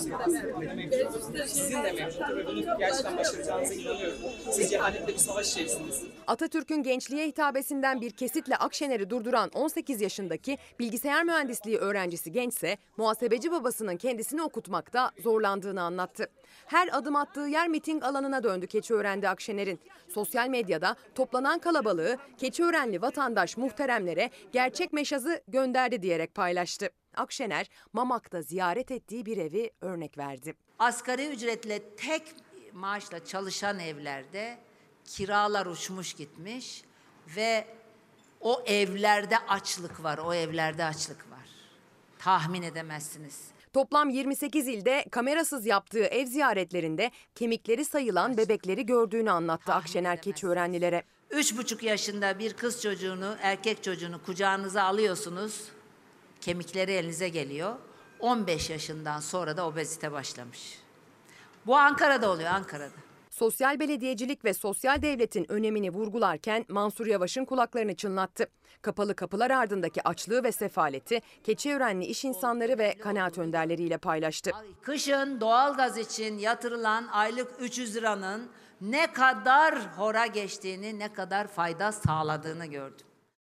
sizin de mevcuttur ve bunu gerçekten başaracağınıza inanıyorum. Siz cehaletle bir savaş içerisindesiniz. Atatürk'ün gençliğe hitabesinden bir kesitle Akşener'i durduran on sekiz yaşındaki bilgisayar mühendisliği öğrencisi gençse muhasebeci babasının kendisini okutmakta zorlandığını anlattı. Her adım attığı yer miting alanına döndü Keçiören'de Akşener'in. Sosyal medyada toplanan kalabalığı Keçiörenli vatandaş muhteremlere gerçek meşazı gönderdi diyerek paylaştı. Akşener, Mamak'ta ziyaret ettiği bir evi örnek verdi. Asgari ücretle tek maaşla çalışan evlerde kiralar uçmuş gitmiş ve o evlerde açlık var, o evlerde açlık var. Tahmin edemezsiniz. Toplam yirmi sekiz ilde kamerasız yaptığı ev ziyaretlerinde kemikleri sayılan bebekleri gördüğünü anlattı Akşener Keçiörenlilere. Üç buçuk yaşında bir kız çocuğunu, erkek çocuğunu kucağınıza alıyorsunuz, kemikleri elinize geliyor. on beş yaşından sonra da obezite başlamış. Bu Ankara'da oluyor, Ankara'da. Sosyal belediyecilik ve sosyal devletin önemini vurgularken Mansur Yavaş'ın kulaklarını çınlattı. Kapalı kapılar ardındaki açlığı ve sefaleti Keçiörenli iş insanları ve kanaat önderleriyle paylaştı. Kışın doğalgaz için yatırılan aylık üç yüz liranın ne kadar hora geçtiğini, ne kadar fayda sağladığını gördüm.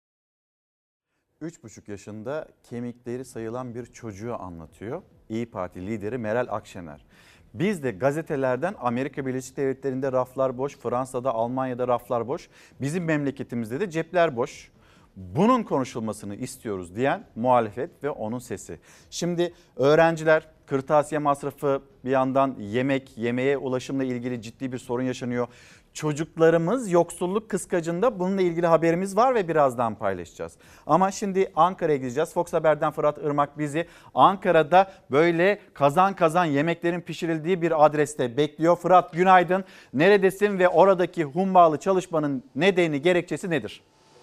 üç buçuk yaşında kemikleri sayılan bir çocuğu anlatıyor İYİ Parti lideri Meral Akşener. Biz de gazetelerden Amerika Birleşik Devletleri'nde raflar boş, Fransa'da, Almanya'da raflar boş, bizim memleketimizde de cepler boş. Bunun konuşulmasını istiyoruz diyen muhalefet ve onun sesi. Şimdi öğrenciler, kırtasiye masrafı, bir yandan yemek, yemeğe ulaşımla ilgili ciddi bir sorun yaşanıyor. Çocuklarımız yoksulluk kıskacında, bununla ilgili haberimiz var ve birazdan paylaşacağız. Ama şimdi Ankara'ya gideceğiz. Fox Haber'den Fırat Irmak bizi Ankara'da böyle kazan kazan yemeklerin pişirildiği bir adreste bekliyor. Fırat, günaydın. Neredesin ve oradaki hummalı çalışmanın nedeni, gerekçesi nedir?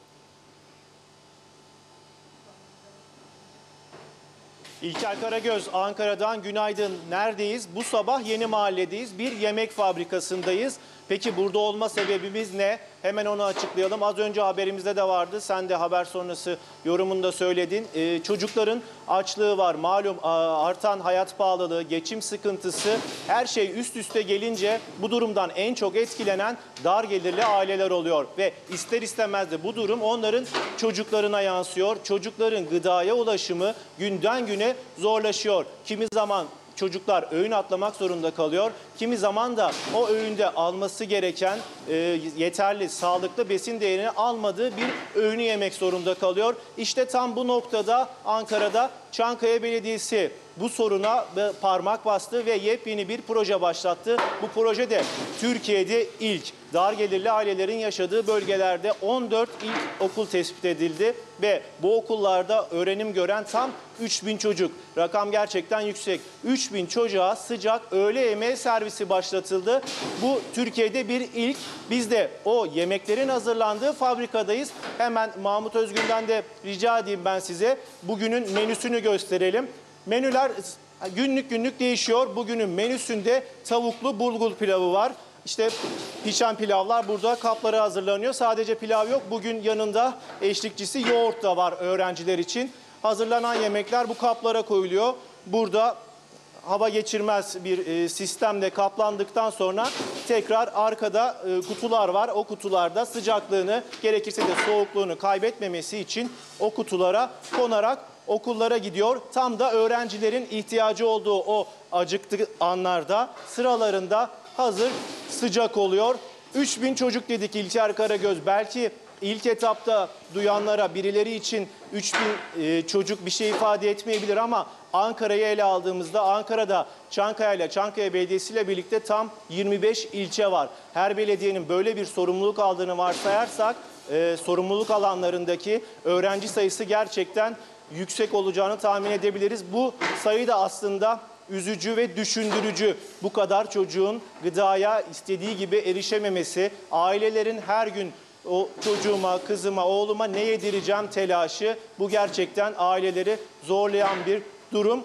İlker Karagöz, Ankara'dan günaydın. Neredeyiz? Bu sabah Yeni Mahalle'deyiz. Bir yemek fabrikasındayız. Peki burada olma sebebimiz ne? Hemen onu açıklayalım. Az önce haberimizde de vardı. Sen de haber sonrası yorumunda söyledin. Ee, çocukların açlığı var. Malum artan hayat pahalılığı, geçim sıkıntısı, her şey üst üste gelince bu durumdan en çok etkilenen dar gelirli aileler oluyor. Ve ister istemez de bu durum onların çocuklarına yansıyor. Çocukların gıdaya ulaşımı günden güne zorlaşıyor. Kimi zaman çocuklar öğün atlamak zorunda kalıyor. Kimi zaman da o öğünde alması gereken e, yeterli, sağlıklı besin değerini almadığı bir öğünü yemek zorunda kalıyor. İşte tam bu noktada Ankara'da Çankaya Belediyesi bu soruna parmak bastı ve yepyeni bir proje başlattı. Bu proje de Türkiye'de ilk. Dar gelirli ailelerin yaşadığı bölgelerde on dört ilk okul tespit edildi ve bu okullarda öğrenim gören tam üç bin çocuk. Rakam gerçekten yüksek. üç bin çocuğa sıcak öğle yemeği servisi başlatıldı. Bu Türkiye'de bir ilk. Biz de o yemeklerin hazırlandığı fabrikadayız. Hemen Mahmut Özgün'den de rica edeyim ben size. Bugünün menüsünü gösterelim. Menüler günlük günlük değişiyor. Bugünün menüsünde tavuklu bulgur pilavı var. İşte pişen pilavlar burada kaplara hazırlanıyor. Sadece pilav yok. Bugün yanında eşlikçisi yoğurt da var öğrenciler için. Hazırlanan yemekler bu kaplara koyuluyor. Burada hava geçirmez bir sistemle kaplandıktan sonra tekrar arkada kutular var. O kutularda sıcaklığını, gerekirse de soğukluğunu kaybetmemesi için o kutulara konarak okullara gidiyor. Tam da öğrencilerin ihtiyacı olduğu o acıktığı anlarda sıralarında hazır sıcak oluyor. üç bin çocuk dedik İlker Karagöz. Belki ilk etapta duyanlara, birileri için üç bin e, çocuk bir şey ifade etmeyebilir ama Ankara'yı ele aldığımızda Ankara'da Çankaya ile Çankaya Belediyesi ile birlikte tam yirmi beş ilçe var. Her belediyenin böyle bir sorumluluk aldığını varsayarsak e, sorumluluk alanlarındaki öğrenci sayısı gerçekten yüksek olacağını tahmin edebiliriz. Bu sayı da aslında üzücü ve düşündürücü. Bu kadar çocuğun gıdaya istediği gibi erişememesi, ailelerin her gün o çocuğuma, kızıma, oğluma ne yedireceğim telaşı, bu gerçekten aileleri zorlayan bir durum.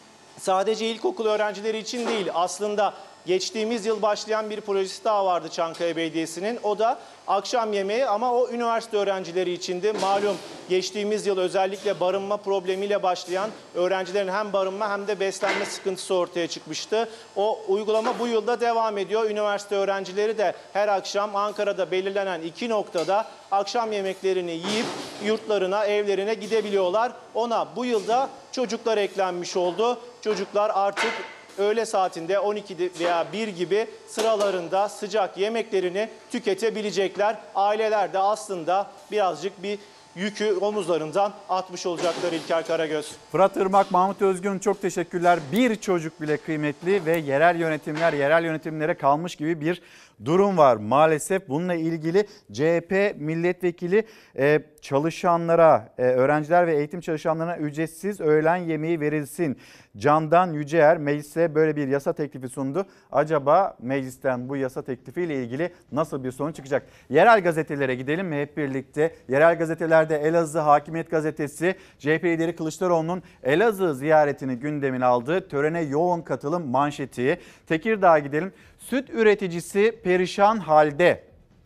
Sadece ilkokul öğrencileri için değil, aslında geçtiğimiz yıl başlayan bir projesi daha vardı Çankaya Belediyesi'nin. O da akşam yemeği ama o üniversite öğrencileri içindi. Malum geçtiğimiz yıl özellikle barınma problemiyle başlayan öğrencilerin hem barınma hem de beslenme sıkıntısı ortaya çıkmıştı. O uygulama bu yılda devam ediyor. Üniversite öğrencileri de her akşam Ankara'da belirlenen iki noktada akşam yemeklerini yiyip yurtlarına, evlerine gidebiliyorlar. Ona bu yılda çocuklar eklenmiş oldu. Çocuklar artık öğle saatinde on iki veya bir gibi sıralarında sıcak yemeklerini tüketebilecekler. Aileler de aslında birazcık bir yükü omuzlarından atmış olacaklar İlker Karagöz. Fırat Irmak, Mahmut Özgün çok teşekkürler. Bir çocuk bile kıymetli ve yerel yönetimler yerel yönetimlere kalmış gibi bir durum var. Maalesef bununla ilgili C H P milletvekili e, çalışanlara, e, öğrenciler ve eğitim çalışanlarına ücretsiz öğlen yemeği verilsin. Candan Yüceer meclise böyle bir yasa teklifi sundu. Acaba meclisten bu yasa teklifiyle ilgili nasıl bir sonuç çıkacak? Yerel gazetelere gidelim mi hep birlikte? Yerel gazetelerde Elazığ Hakimiyet Gazetesi C H P lideri Kılıçdaroğlu'nun Elazığ ziyaretini gündemine aldığı törene yoğun katılım manşeti. Tekirdağ'a gidelim. Süt üreticisi perişan halde.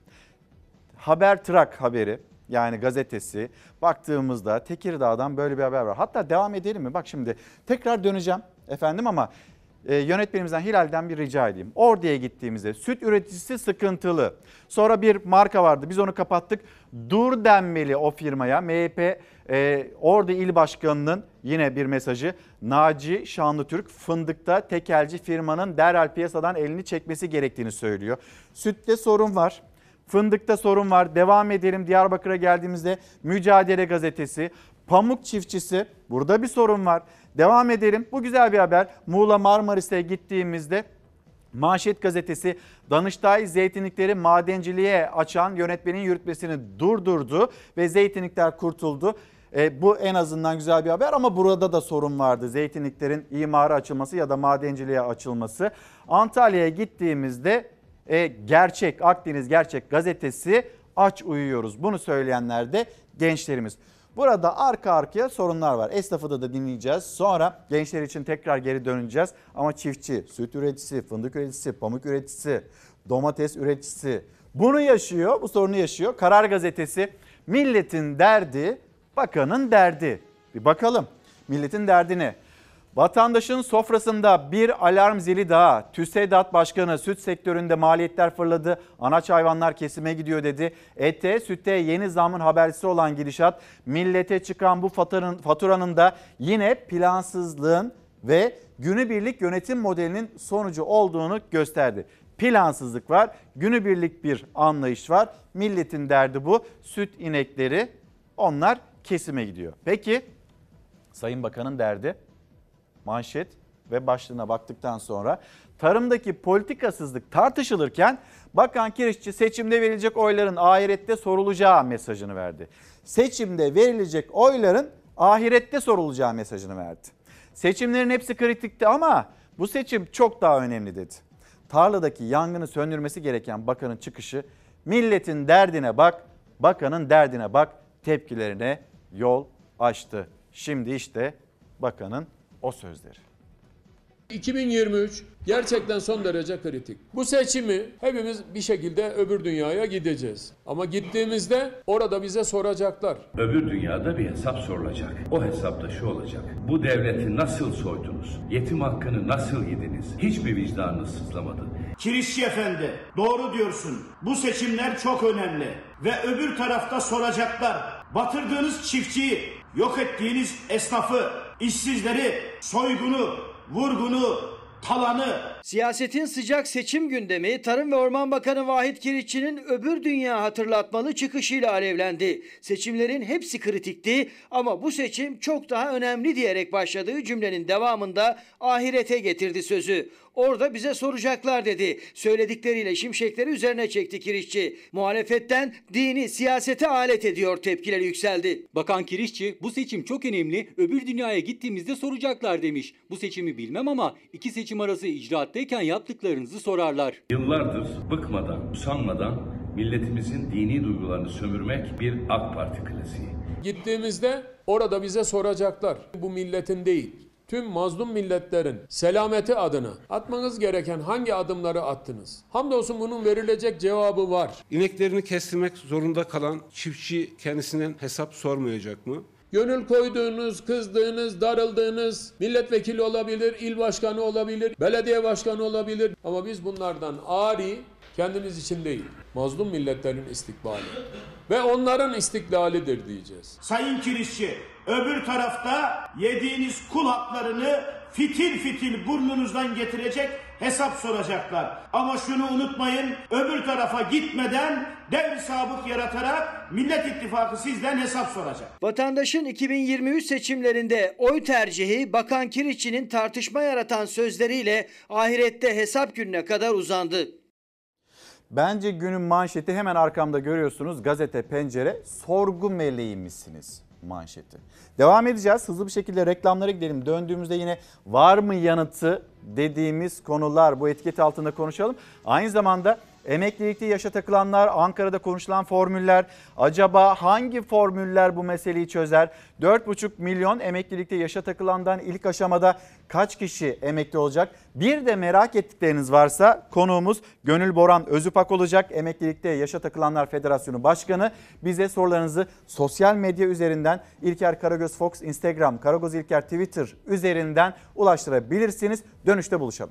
Habertrak haberi, yani gazetesi, baktığımızda Tekirdağ'dan böyle bir haber var. Hatta devam edelim mi? Bak şimdi tekrar döneceğim efendim ama e, yönetmenimizden Hilal'den bir rica edeyim. Ordu'ya gittiğimizde süt üreticisi sıkıntılı. Sonra bir marka vardı, biz onu kapattık. Dur denmeli o firmaya. M H P e, Ordu İl Başkanı'nın yine bir mesajı. Naci Şanlıtürk fındıkta tekelci firmanın derhal piyasadan elini çekmesi gerektiğini söylüyor. Sütte sorun var. Fındıkta sorun var. Devam edelim. Diyarbakır'a geldiğimizde Mücadele Gazetesi, pamuk çiftçisi, burada bir sorun var. Devam edelim. Bu güzel bir haber. Muğla Marmaris'e gittiğimizde Manşet Gazetesi, Danıştay zeytinlikleri madenciliğe açan yönetmenin yürütmesini durdurdu ve zeytinlikler kurtuldu. E, bu en azından güzel bir haber ama burada da sorun vardı. Zeytinliklerin imara açılması ya da madenciliğe açılması. Antalya'ya gittiğimizde e, Gerçek, Akdeniz Gerçek Gazetesi, aç uyuyoruz. Bunu söyleyenler de gençlerimiz. Burada arka arkaya sorunlar var. Esnafı da, da dinleyeceğiz. Sonra gençler için tekrar geri döneceğiz. Ama çiftçi, süt üreticisi, fındık üreticisi, pamuk üreticisi, domates üreticisi bunu yaşıyor, bu sorunu yaşıyor. Karar Gazetesi, milletin derdi, bakanın derdi. Bir bakalım milletin derdi ne? Vatandaşın sofrasında bir alarm zili daha. TÜSEDAT Başkanı süt sektöründe maliyetler fırladı. Anaç hayvanlar kesime gidiyor dedi. Ete, sütte yeni zamın habercisi olan gidişat millete çıkan bu faturanın, faturanın da yine plansızlığın ve günübirlik yönetim modelinin sonucu olduğunu gösterdi. Plansızlık var, günübirlik bir anlayış var. Milletin derdi bu. Süt inekleri, onlar kesime gidiyor. Peki Sayın Bakan'ın derdi? Manşet ve başlığına baktıktan sonra tarımdaki politikasızlık tartışılırken Bakan Kirişçi seçimde verilecek oyların ahirette sorulacağı mesajını verdi. Seçimde verilecek oyların ahirette sorulacağı mesajını verdi. Seçimlerin hepsi kritikti ama bu seçim çok daha önemli dedi. Tarladaki yangını söndürmesi gereken bakanın çıkışı, milletin derdine bak, bakanın derdine bak tepkilerine yol açtı. Şimdi işte bakanın o sözleri. iki bin yirmi üç gerçekten son derece kritik. Bu seçimi hepimiz bir şekilde öbür dünyaya gideceğiz. Ama gittiğimizde orada bize soracaklar. Öbür dünyada bir hesap sorulacak. O hesapta şu olacak. Bu devleti nasıl soydunuz? Yetim hakkını nasıl yediniz? Hiçbir vicdanınız sızlamadı. Kirişçi Efendi, doğru diyorsun. Bu seçimler çok önemli. Ve öbür tarafta soracaklar. Batırdığınız çiftçiyi, yok ettiğiniz esnafı, işsizleri, soygunu, vurgunu, talanı. Siyasetin sıcak seçim gündemi Tarım ve Orman Bakanı Vahit Kirişçi'nin öbür dünya hatırlatmalı çıkışıyla alevlendi. Seçimlerin hepsi kritikti ama bu seçim çok daha önemli diyerek başladığı cümlenin devamında ahirete getirdi sözü. Orada bize soracaklar dedi. Söyledikleriyle şimşekleri üzerine çekti Kirişçi. Muhalefetten dini siyasete alet ediyor tepkileri yükseldi. Bakan Kirişçi bu seçim çok önemli, öbür dünyaya gittiğimizde soracaklar demiş. Bu seçimi bilmem ama iki seçim arası icraattayken yaptıklarınızı sorarlar. Yıllardır bıkmadan, usanmadan milletimizin dini duygularını sömürmek bir AK Parti klasiği. Gittiğimizde orada bize soracaklar. Bu milletin değil, tüm mazlum milletlerin selameti adına atmanız gereken hangi adımları attınız? Hamdolsun bunun verilecek cevabı var. İneklerini kestirmek zorunda kalan çiftçi kendisinden hesap sormayacak mı? Gönül koyduğunuz, kızdığınız, darıldığınız milletvekili olabilir, il başkanı olabilir, belediye başkanı olabilir. Ama biz bunlardan ari kendimiz için değil, mazlum milletlerin istikbali ve onların istiklalidir diyeceğiz. Sayın Kirişçi, öbür tarafta yediğiniz kul haklarını fitil fitil burnunuzdan getirecek, hesap soracaklar. Ama şunu unutmayın, öbür tarafa gitmeden devri sabık yaratarak Millet İttifakı sizden hesap soracak. Vatandaşın iki bin yirmi üç seçimlerinde oy tercihi Bakan Kirişçi'nin tartışma yaratan sözleriyle ahirette hesap gününe kadar uzandı. Bence günün manşeti hemen arkamda görüyorsunuz. Gazete Pencere, sorgu meleği misiniz manşeti. Devam edeceğiz. Hızlı bir şekilde reklamlara gidelim. Döndüğümüzde yine var mı yanıtı dediğimiz konular bu etiket altında konuşalım. Aynı zamanda Emeklilikte yaşa takılanlar, Ankara'da konuşulan formüller. Acaba hangi formüller bu meseleyi çözer? dört buçuk milyon emeklilikte yaşa takılandan ilk aşamada kaç kişi emekli olacak? Bir de merak ettikleriniz varsa konuğumuz Gönül Boran Özüpak olacak. Emeklilikte Yaşa Takılanlar Federasyonu Başkanı. Bize sorularınızı sosyal medya üzerinden İlker Karagöz Fox, Instagram, Karagöz İlker Twitter üzerinden ulaştırabilirsiniz. Dönüşte buluşalım.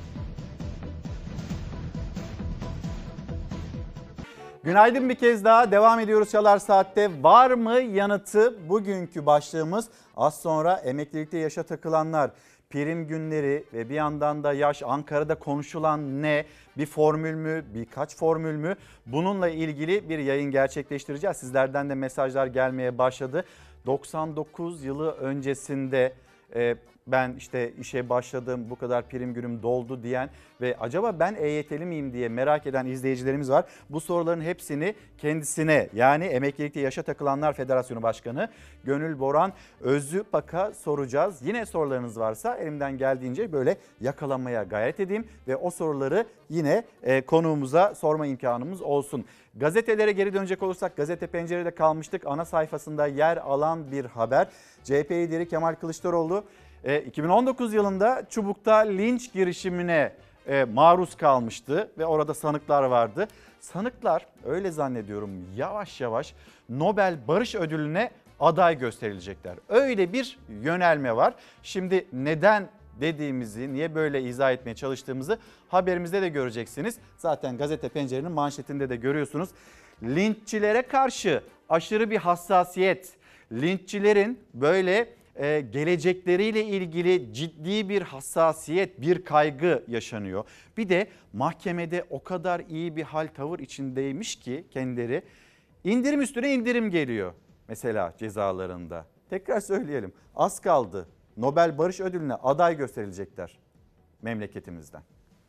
Günaydın bir kez daha, devam ediyoruz Çalar Saat'te. Var mı yanıtı? Bugünkü başlığımız az sonra emeklilikte yaşa takılanlar, prim günleri ve bir yandan da yaş, Ankara'da konuşulan ne? Bir formül mü, birkaç formül mü? Bununla ilgili bir yayın gerçekleştireceğiz. Sizlerden de mesajlar gelmeye başladı. doksan dokuz yılı öncesinde e, ben işte işe başladım, bu kadar prim günüm doldu diyen ve acaba ben E Y T'li miyim diye merak eden izleyicilerimiz var. Bu soruların hepsini kendisine, yani Emeklilikte Yaşa Takılanlar Federasyonu Başkanı Gönül Boran Özüpak'a soracağız. Yine sorularınız varsa elimden geldiğince böyle yakalamaya gayret edeyim ve o soruları yine e, konuğumuza sorma imkanımız olsun. Gazetelere geri dönecek olursak Gazete Pencere'de kalmıştık. Ana sayfasında yer alan bir haber. C H P lideri Kemal Kılıçdaroğlu iki bin on dokuz yılında Çubuk'ta linç girişimine maruz kalmıştı ve orada sanıklar vardı. Sanıklar, öyle zannediyorum, yavaş yavaş Nobel Barış Ödülü'ne aday gösterilecekler. Öyle bir yönelme var. Şimdi neden dediğimizi, niye böyle izah etmeye çalıştığımızı haberimizde de göreceksiniz. Zaten Gazete Pencere'nin manşetinde de görüyorsunuz. Linççilere karşı aşırı bir hassasiyet, linççilerin böyle e, gelecekleriyle ilgili ciddi bir hassasiyet, bir kaygı yaşanıyor. Bir de mahkemede o kadar iyi bir hal tavır içindeymiş ki kendileri, indirim üstüne indirim geliyor mesela cezalarında. Tekrar söyleyelim, az kaldı. Nobel Barış Ödülü'ne aday gösterilecekler memleketimizden.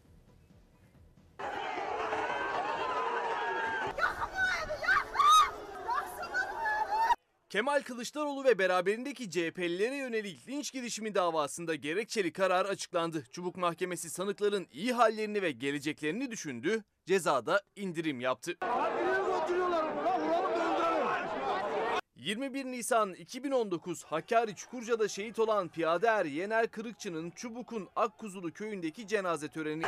Kemal Kılıçdaroğlu ve beraberindeki C H P'lilere yönelik linç girişimi davasında gerekçeli karar açıklandı. Çubuk Mahkemesi sanıkların iyi hallerini ve geleceklerini düşündü, cezada indirim yaptı. yirmi bir Nisan iki bin on dokuz Hakkari Çukurca'da şehit olan piyade er Yener Kırıkçı'nın Çubuk'un Akkuzulu köyündeki cenaze töreni.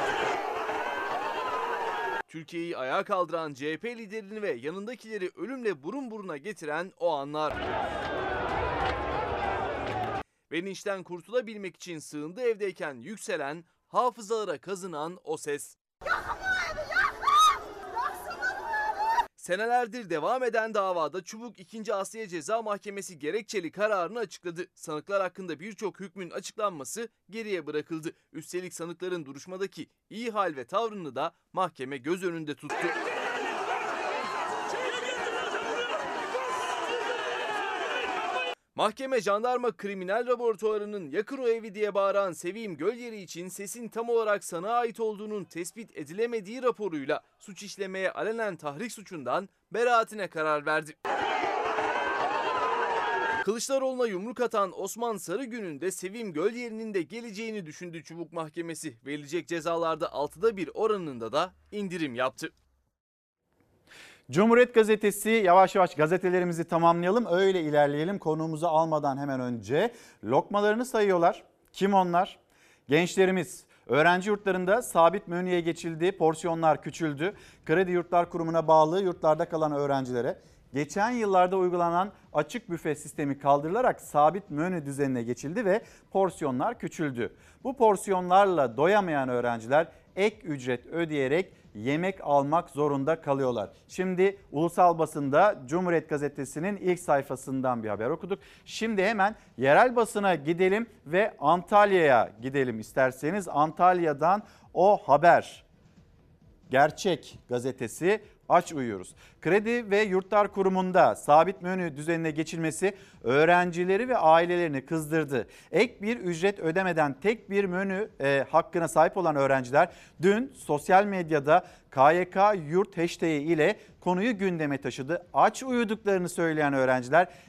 Türkiye'yi ayağa kaldıran C H P liderini ve yanındakileri ölümle burun buruna getiren o anlar. Ve linçten kurtulabilmek için sığındığı evdeyken yükselen, hafızalara kazınan o ses. Senelerdir devam eden davada Çubuk ikinci Asliye Ceza Mahkemesi gerekçeli kararını açıkladı. Sanıklar hakkında birçok hükmün açıklanması geriye bırakıldı. Üstelik sanıkların duruşmadaki iyi hal ve tavrını da mahkeme göz önünde tuttu. Mahkeme jandarma kriminal laboratuvarının yakın o evi diye bağıran Sevim Gölyeri için sesin tam olarak sana ait olduğunun tespit edilemediği raporuyla suç işlemeye alenen tahrik suçundan beraatine karar verdi. Kılıçdaroğlu'na yumruk atan Osman Sarıgün'ün de Sevim Gölyeri'nin de geleceğini düşündü Çubuk Mahkemesi. Verilecek cezalarda altıda bir oranında da indirim yaptı. Cumhuriyet Gazetesi, yavaş yavaş gazetelerimizi tamamlayalım, öyle ilerleyelim. Konuğumuzu almadan hemen önce lokmalarını sayıyorlar. Kim onlar? Gençlerimiz. Öğrenci yurtlarında sabit menüye geçildi, porsiyonlar küçüldü. Kredi Yurtlar Kurumu'na bağlı yurtlarda kalan öğrencilere geçen yıllarda uygulanan açık büfe sistemi kaldırılarak sabit menü düzenine geçildi ve porsiyonlar küçüldü. Bu porsiyonlarla doyamayan öğrenciler ek ücret ödeyerek yemek almak zorunda kalıyorlar. Şimdi ulusal basında Cumhuriyet Gazetesi'nin ilk sayfasından bir haber okuduk. Şimdi hemen yerel basına gidelim ve Antalya'ya gidelim isterseniz. Antalya'dan o haber. Gerçek gazetesi, aç uyuyoruz. Kredi ve Yurtlar Kurumu'nda sabit menü düzenine geçilmesi öğrencileri ve ailelerini kızdırdı. Ek bir ücret ödemeden tek bir menü e, hakkına sahip olan öğrenciler dün sosyal medyada K Y K Yurt hashtag'i ile konuyu gündeme taşıdı. Aç uyuduklarını söyleyen öğrenciler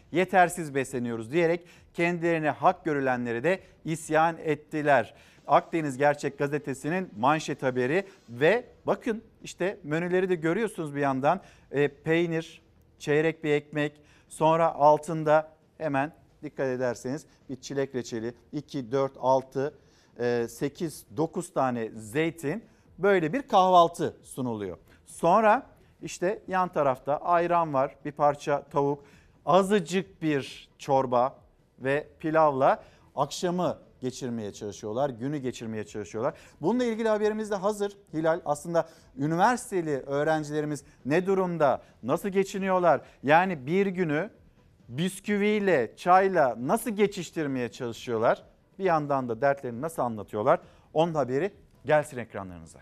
yetersiz besleniyoruz diyerek kendilerine hak görülenleri de isyan ettiler. Akdeniz Gerçek gazetesinin manşet haberi ve bakın işte menüleri de görüyorsunuz bir yandan. E, peynir, çeyrek bir ekmek, sonra altında hemen dikkat ederseniz bir çilek reçeli, iki, dört, altı, sekiz, dokuz tane zeytin, böyle bir kahvaltı sunuluyor. Sonra işte yan tarafta ayran var, bir parça tavuk, azıcık bir çorba ve pilavla akşamı geçirmeye çalışıyorlar, günü geçirmeye çalışıyorlar. Bununla ilgili haberimiz de hazır. Hilal, aslında üniversiteli öğrencilerimiz ne durumda, nasıl geçiniyorlar? Yani bir günü bisküviyle, çayla nasıl geçiştirmeye çalışıyorlar? Bir yandan da dertlerini nasıl anlatıyorlar? Onun haberi gelsin ekranlarınıza.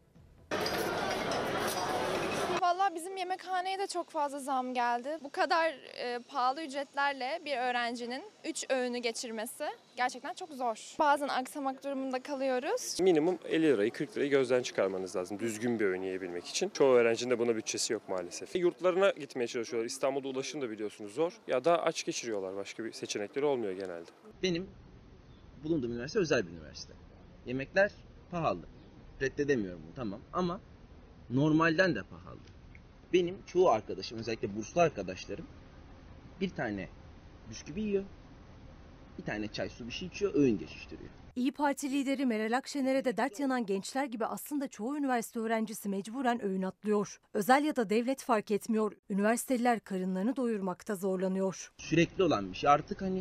Vallahi bizim yemekhaneye de çok fazla zam geldi. Bu kadar e, pahalı ücretlerle bir öğrencinin üç öğünü geçirmesi gerçekten çok zor. Bazen aksamak durumunda kalıyoruz. Minimum elli lirayı kırk lirayı gözden çıkarmanız lazım düzgün bir öğün yiyebilmek için. Çoğu öğrencinin de buna bütçesi yok maalesef. Yurtlarına gitmeye çalışıyorlar. İstanbul'da ulaşım da biliyorsunuz zor. Ya da aç geçiriyorlar. Başka bir seçenekleri olmuyor genelde. Benim bulunduğum üniversite özel bir üniversite. Yemekler pahalı. Reddedemiyorum bunu, tamam, ama normalden de pahalı. Benim çoğu arkadaşım, özellikle burslu arkadaşlarım, bir tane bisküvi yiyor, bir tane çay su bir şey içiyor, öğün geçiştiriyor. İYİ Parti lideri Meral Akşener'e de dert yanan gençler gibi aslında çoğu üniversite öğrencisi mecburen öğün atlıyor. Özel ya da devlet fark etmiyor. Üniversiteliler karınlarını doyurmakta zorlanıyor. Sürekli olan bir şey artık, hani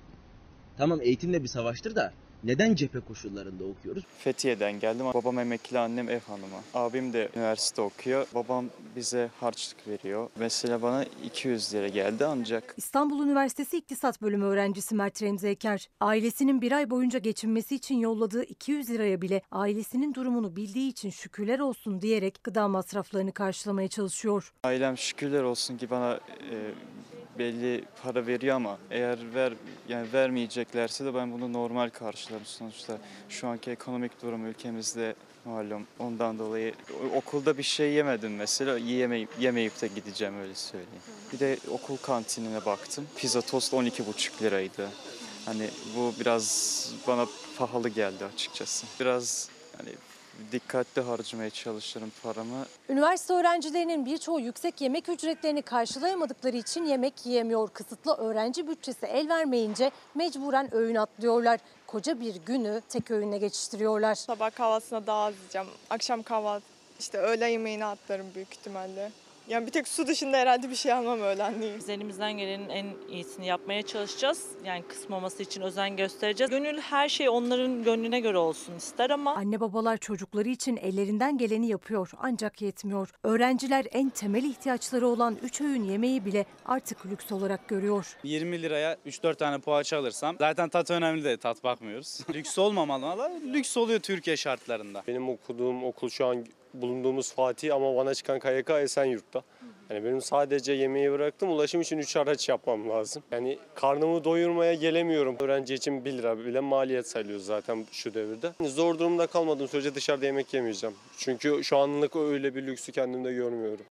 tamam eğitimle bir savaştır da neden cephe koşullarında okuyoruz? Fethiye'den geldim. Babam emekli, annem ev hanımı. Abim de üniversite okuyor. Babam bize harçlık veriyor. Mesela bana iki yüz lira geldi ancak. İstanbul Üniversitesi İktisat Bölümü öğrencisi Mert Remzi Eker, ailesinin bir ay boyunca geçinmesi için yolladığı iki yüz liraya bile ailesinin durumunu bildiği için şükürler olsun diyerek gıda masraflarını karşılamaya çalışıyor. Ailem şükürler olsun ki bana e, belli para veriyor ama eğer ver yani vermeyeceklerse de ben bunu normal karşılarım. Sonuçta şu anki ekonomik durum ülkemizde malum, ondan dolayı okulda bir şey yemedim mesela, yiyemeyip yemeyip de gideceğim, öyle söyleyeyim. Bir de okul kantinine baktım. Pizza tost on iki buçuk liraydı. Hani bu biraz bana pahalı geldi açıkçası. Biraz hani dikkatli harcamaya çalışırım paramı. Üniversite öğrencilerinin birçoğu yüksek yemek ücretlerini karşılayamadıkları için yemek yiyemiyor. Kısıtlı öğrenci bütçesi el vermeyince mecburen öğün atlıyorlar. Koca bir günü tek öğünle geçiştiriyorlar. Sabah kahvaltısına daha az yiyeceğim. Akşam kahvaltı, işte öğle yemeğini atlarım büyük ihtimalle. Yani bir tek su dışında herhalde bir şey almam öğlenliği. Biz elimizden gelenin en iyisini yapmaya çalışacağız. Yani kısmaması için özen göstereceğiz. Gönül her şey onların gönlüne göre olsun ister ama... Anne babalar çocukları için ellerinden geleni yapıyor ancak yetmiyor. Öğrenciler en temel ihtiyaçları olan üç öğün yemeği bile artık lüks olarak görüyor. yirmi liraya üç dört tane poğaça alırsam, zaten tat önemli de tat bakmıyoruz. Lüks olmamalı ama lüks oluyor Türkiye şartlarında. Benim okuduğum okul şu an bulunduğumuz Fatih ama bana çıkan K Y K Esenyurt'ta. Yani benim sadece yemeği bıraktım, ulaşım için üç araç yapmam lazım. Yani karnımı doyurmaya gelemiyorum. Öğrenci için bir lira bile maliyet sayılıyor zaten şu devirde. Zor durumda kalmadığım sürece dışarıda yemek yemeyeceğim. Çünkü şu anlık öyle bir lüksü kendimde görmüyorum.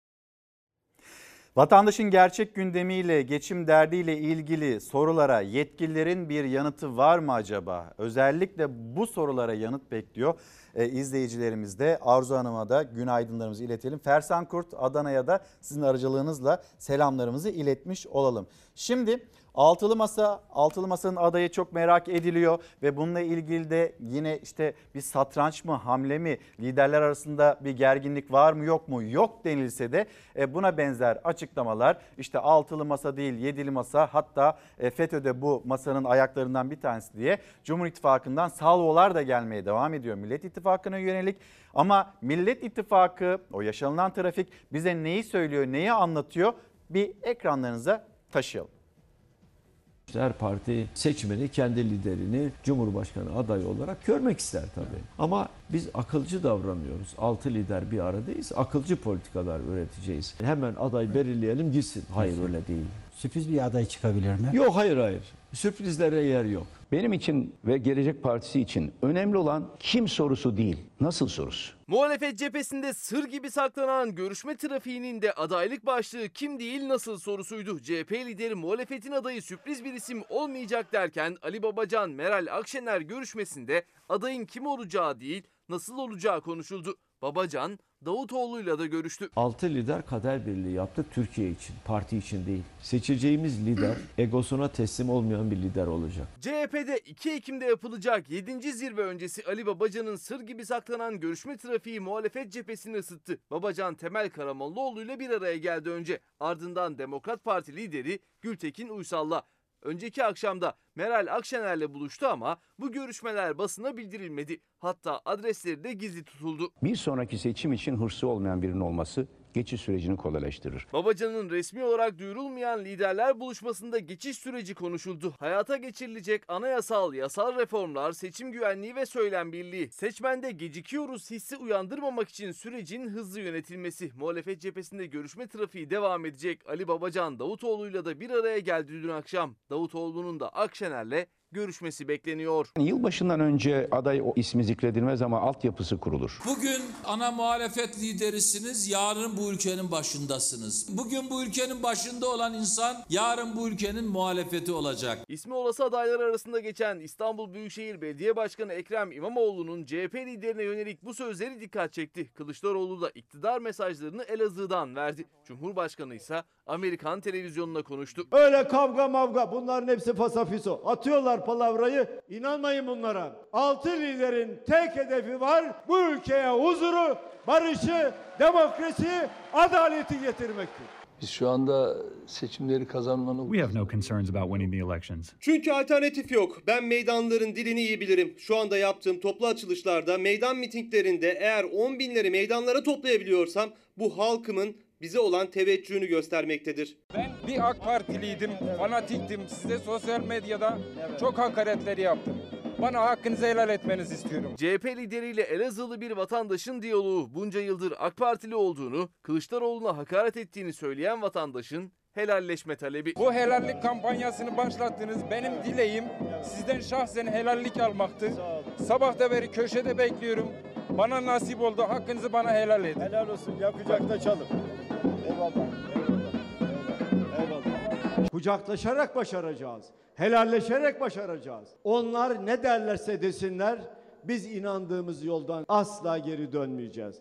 Vatandaşın gerçek gündemiyle, geçim derdiyle ilgili sorulara yetkililerin bir yanıtı var mı acaba? Özellikle bu sorulara yanıt bekliyor e, izleyicilerimiz de. Arzu Hanım'a da günaydınlarımızı iletelim. Fersan Kurt, Adana'ya da sizin aracılığınızla selamlarımızı iletmiş olalım. Şimdi Altılı Masa, Altılı Masa'nın adayı çok merak ediliyor ve bununla ilgili de yine işte bir satranç mı, hamle mi, liderler arasında bir gerginlik var mı yok mu? Yok denilse de buna benzer açıklamalar, işte Altılı Masa değil Yedili Masa, hatta FETÖ'de bu masanın ayaklarından bir tanesi diye Cumhur İttifakı'ndan salvolar da gelmeye devam ediyor Millet İttifakı'na yönelik. Ama Millet İttifakı, o yaşanılan trafik bize neyi söylüyor, neyi anlatıyor? Bir ekranlarınıza taşıyalım. Her parti seçmeni kendi liderini Cumhurbaşkanı adayı olarak görmek ister tabii. Ama Biz akılcı davranıyoruz. Altı lider bir aradayız. Akılcı politikalar üreteceğiz. Hemen aday belirleyelim gitsin. Hayır öyle değil. Sürpriz bir aday çıkabilir mi? Yok hayır hayır. Sürprizlere yer yok. Benim için ve Gelecek Partisi için önemli olan kim sorusu değil, nasıl sorusu. Muhalefet cephesinde sır gibi saklanan görüşme trafiğinin de adaylık başlığı kim değil nasıl sorusuydu. C H P lideri muhalefetin adayı sürpriz bir isim olmayacak derken Ali Babacan, Meral Akşener görüşmesinde adayın kim olacağı değil nasıl olacağı konuşuldu. Babacan Davutoğlu'yla da görüştü. Altı lider kader birliği yaptık Türkiye için, parti için değil. Seçeceğimiz lider egosuna teslim olmayan bir lider olacak. C H P'de iki Ekim'de yapılacak yedinci zirve öncesi Ali Babacan'ın sır gibi saklanan görüşme trafiği muhalefet cephesini ısıttı. Babacan Temel Karamollaoğlu ile bir araya geldi önce. Ardından Demokrat Parti lideri Gültekin Uysal'la. Önceki akşamda Meral Akşener'le buluştu ama bu görüşmeler basına bildirilmedi. Hatta adresleri de gizli tutuldu. Bir sonraki seçim için hırsı olmayan birinin olması geçiş sürecini kolaylaştırır. Babacan'ın resmi olarak duyurulmayan liderler buluşmasında geçiş süreci konuşuldu. Hayata geçirilecek anayasal, yasal reformlar, seçim güvenliği ve söylem birliği. Seçmende gecikiyoruz hissi uyandırmamak için sürecin hızlı yönetilmesi. Muhalefet cephesinde görüşme trafiği devam edecek. Ali Babacan Davutoğlu'yla da bir araya geldi dün akşam. Davutoğlu'nun da Akşener'le görüşmesi bekleniyor. Yılbaşından önce aday o ismi zikredilmez ama altyapısı kurulur. Bugün ana muhalefet liderisiniz, yarın bu ülkenin başındasınız. Bugün bu ülkenin başında olan insan yarın bu ülkenin muhalefeti olacak. İsmi olası adaylar arasında geçen İstanbul Büyükşehir Belediye Başkanı Ekrem İmamoğlu'nun C H P liderine yönelik bu sözleri dikkat çekti. Kılıçdaroğlu da iktidar mesajlarını Elazığ'dan verdi. Cumhurbaşkanı ise Amerikan televizyonuna konuştu. Öyle kavga mavga bunların hepsi fasafiso. Atıyorlar palavrayı. İnanmayın bunlara. Altı liderin tek hedefi var. Bu ülkeye huzuru, barışı, demokrasiyi, adaleti getirmektir. Biz şu anda seçimleri kazanmanı... We have no concerns about winning the elections. Çünkü alternatif yok. Ben meydanların dilini iyi bilirim. Şu anda yaptığım toplu açılışlarda, meydan mitinglerinde eğer on binleri meydanlara toplayabiliyorsam bu halkımın bize olan teveccühünü göstermektedir. Ben bir AK Partiliydim, fanatiktim. Size sosyal medyada çok hakaretleri yaptım. Bana hakkınızı helal etmenizi istiyorum. C H P lideriyle Elazığlı bir vatandaşın diyaloğu bunca yıldır AK Partili olduğunu, Kılıçdaroğlu'na hakaret ettiğini söyleyen vatandaşın helalleşme talebi. Bu helallik kampanyasını başlattınız. Benim dileğim sizden şahsen helallik almaktı. Sabahta beri köşede bekliyorum. Bana nasip oldu. Hakkınızı bana helal edin. Helal olsun. Yakacak da çalın. Eyvallah. Eyvallah. Eyvallah. Kucaklaşarak başaracağız. Helalleşerek başaracağız. Onlar ne derlerse desinler biz inandığımız yoldan asla geri dönmeyeceğiz.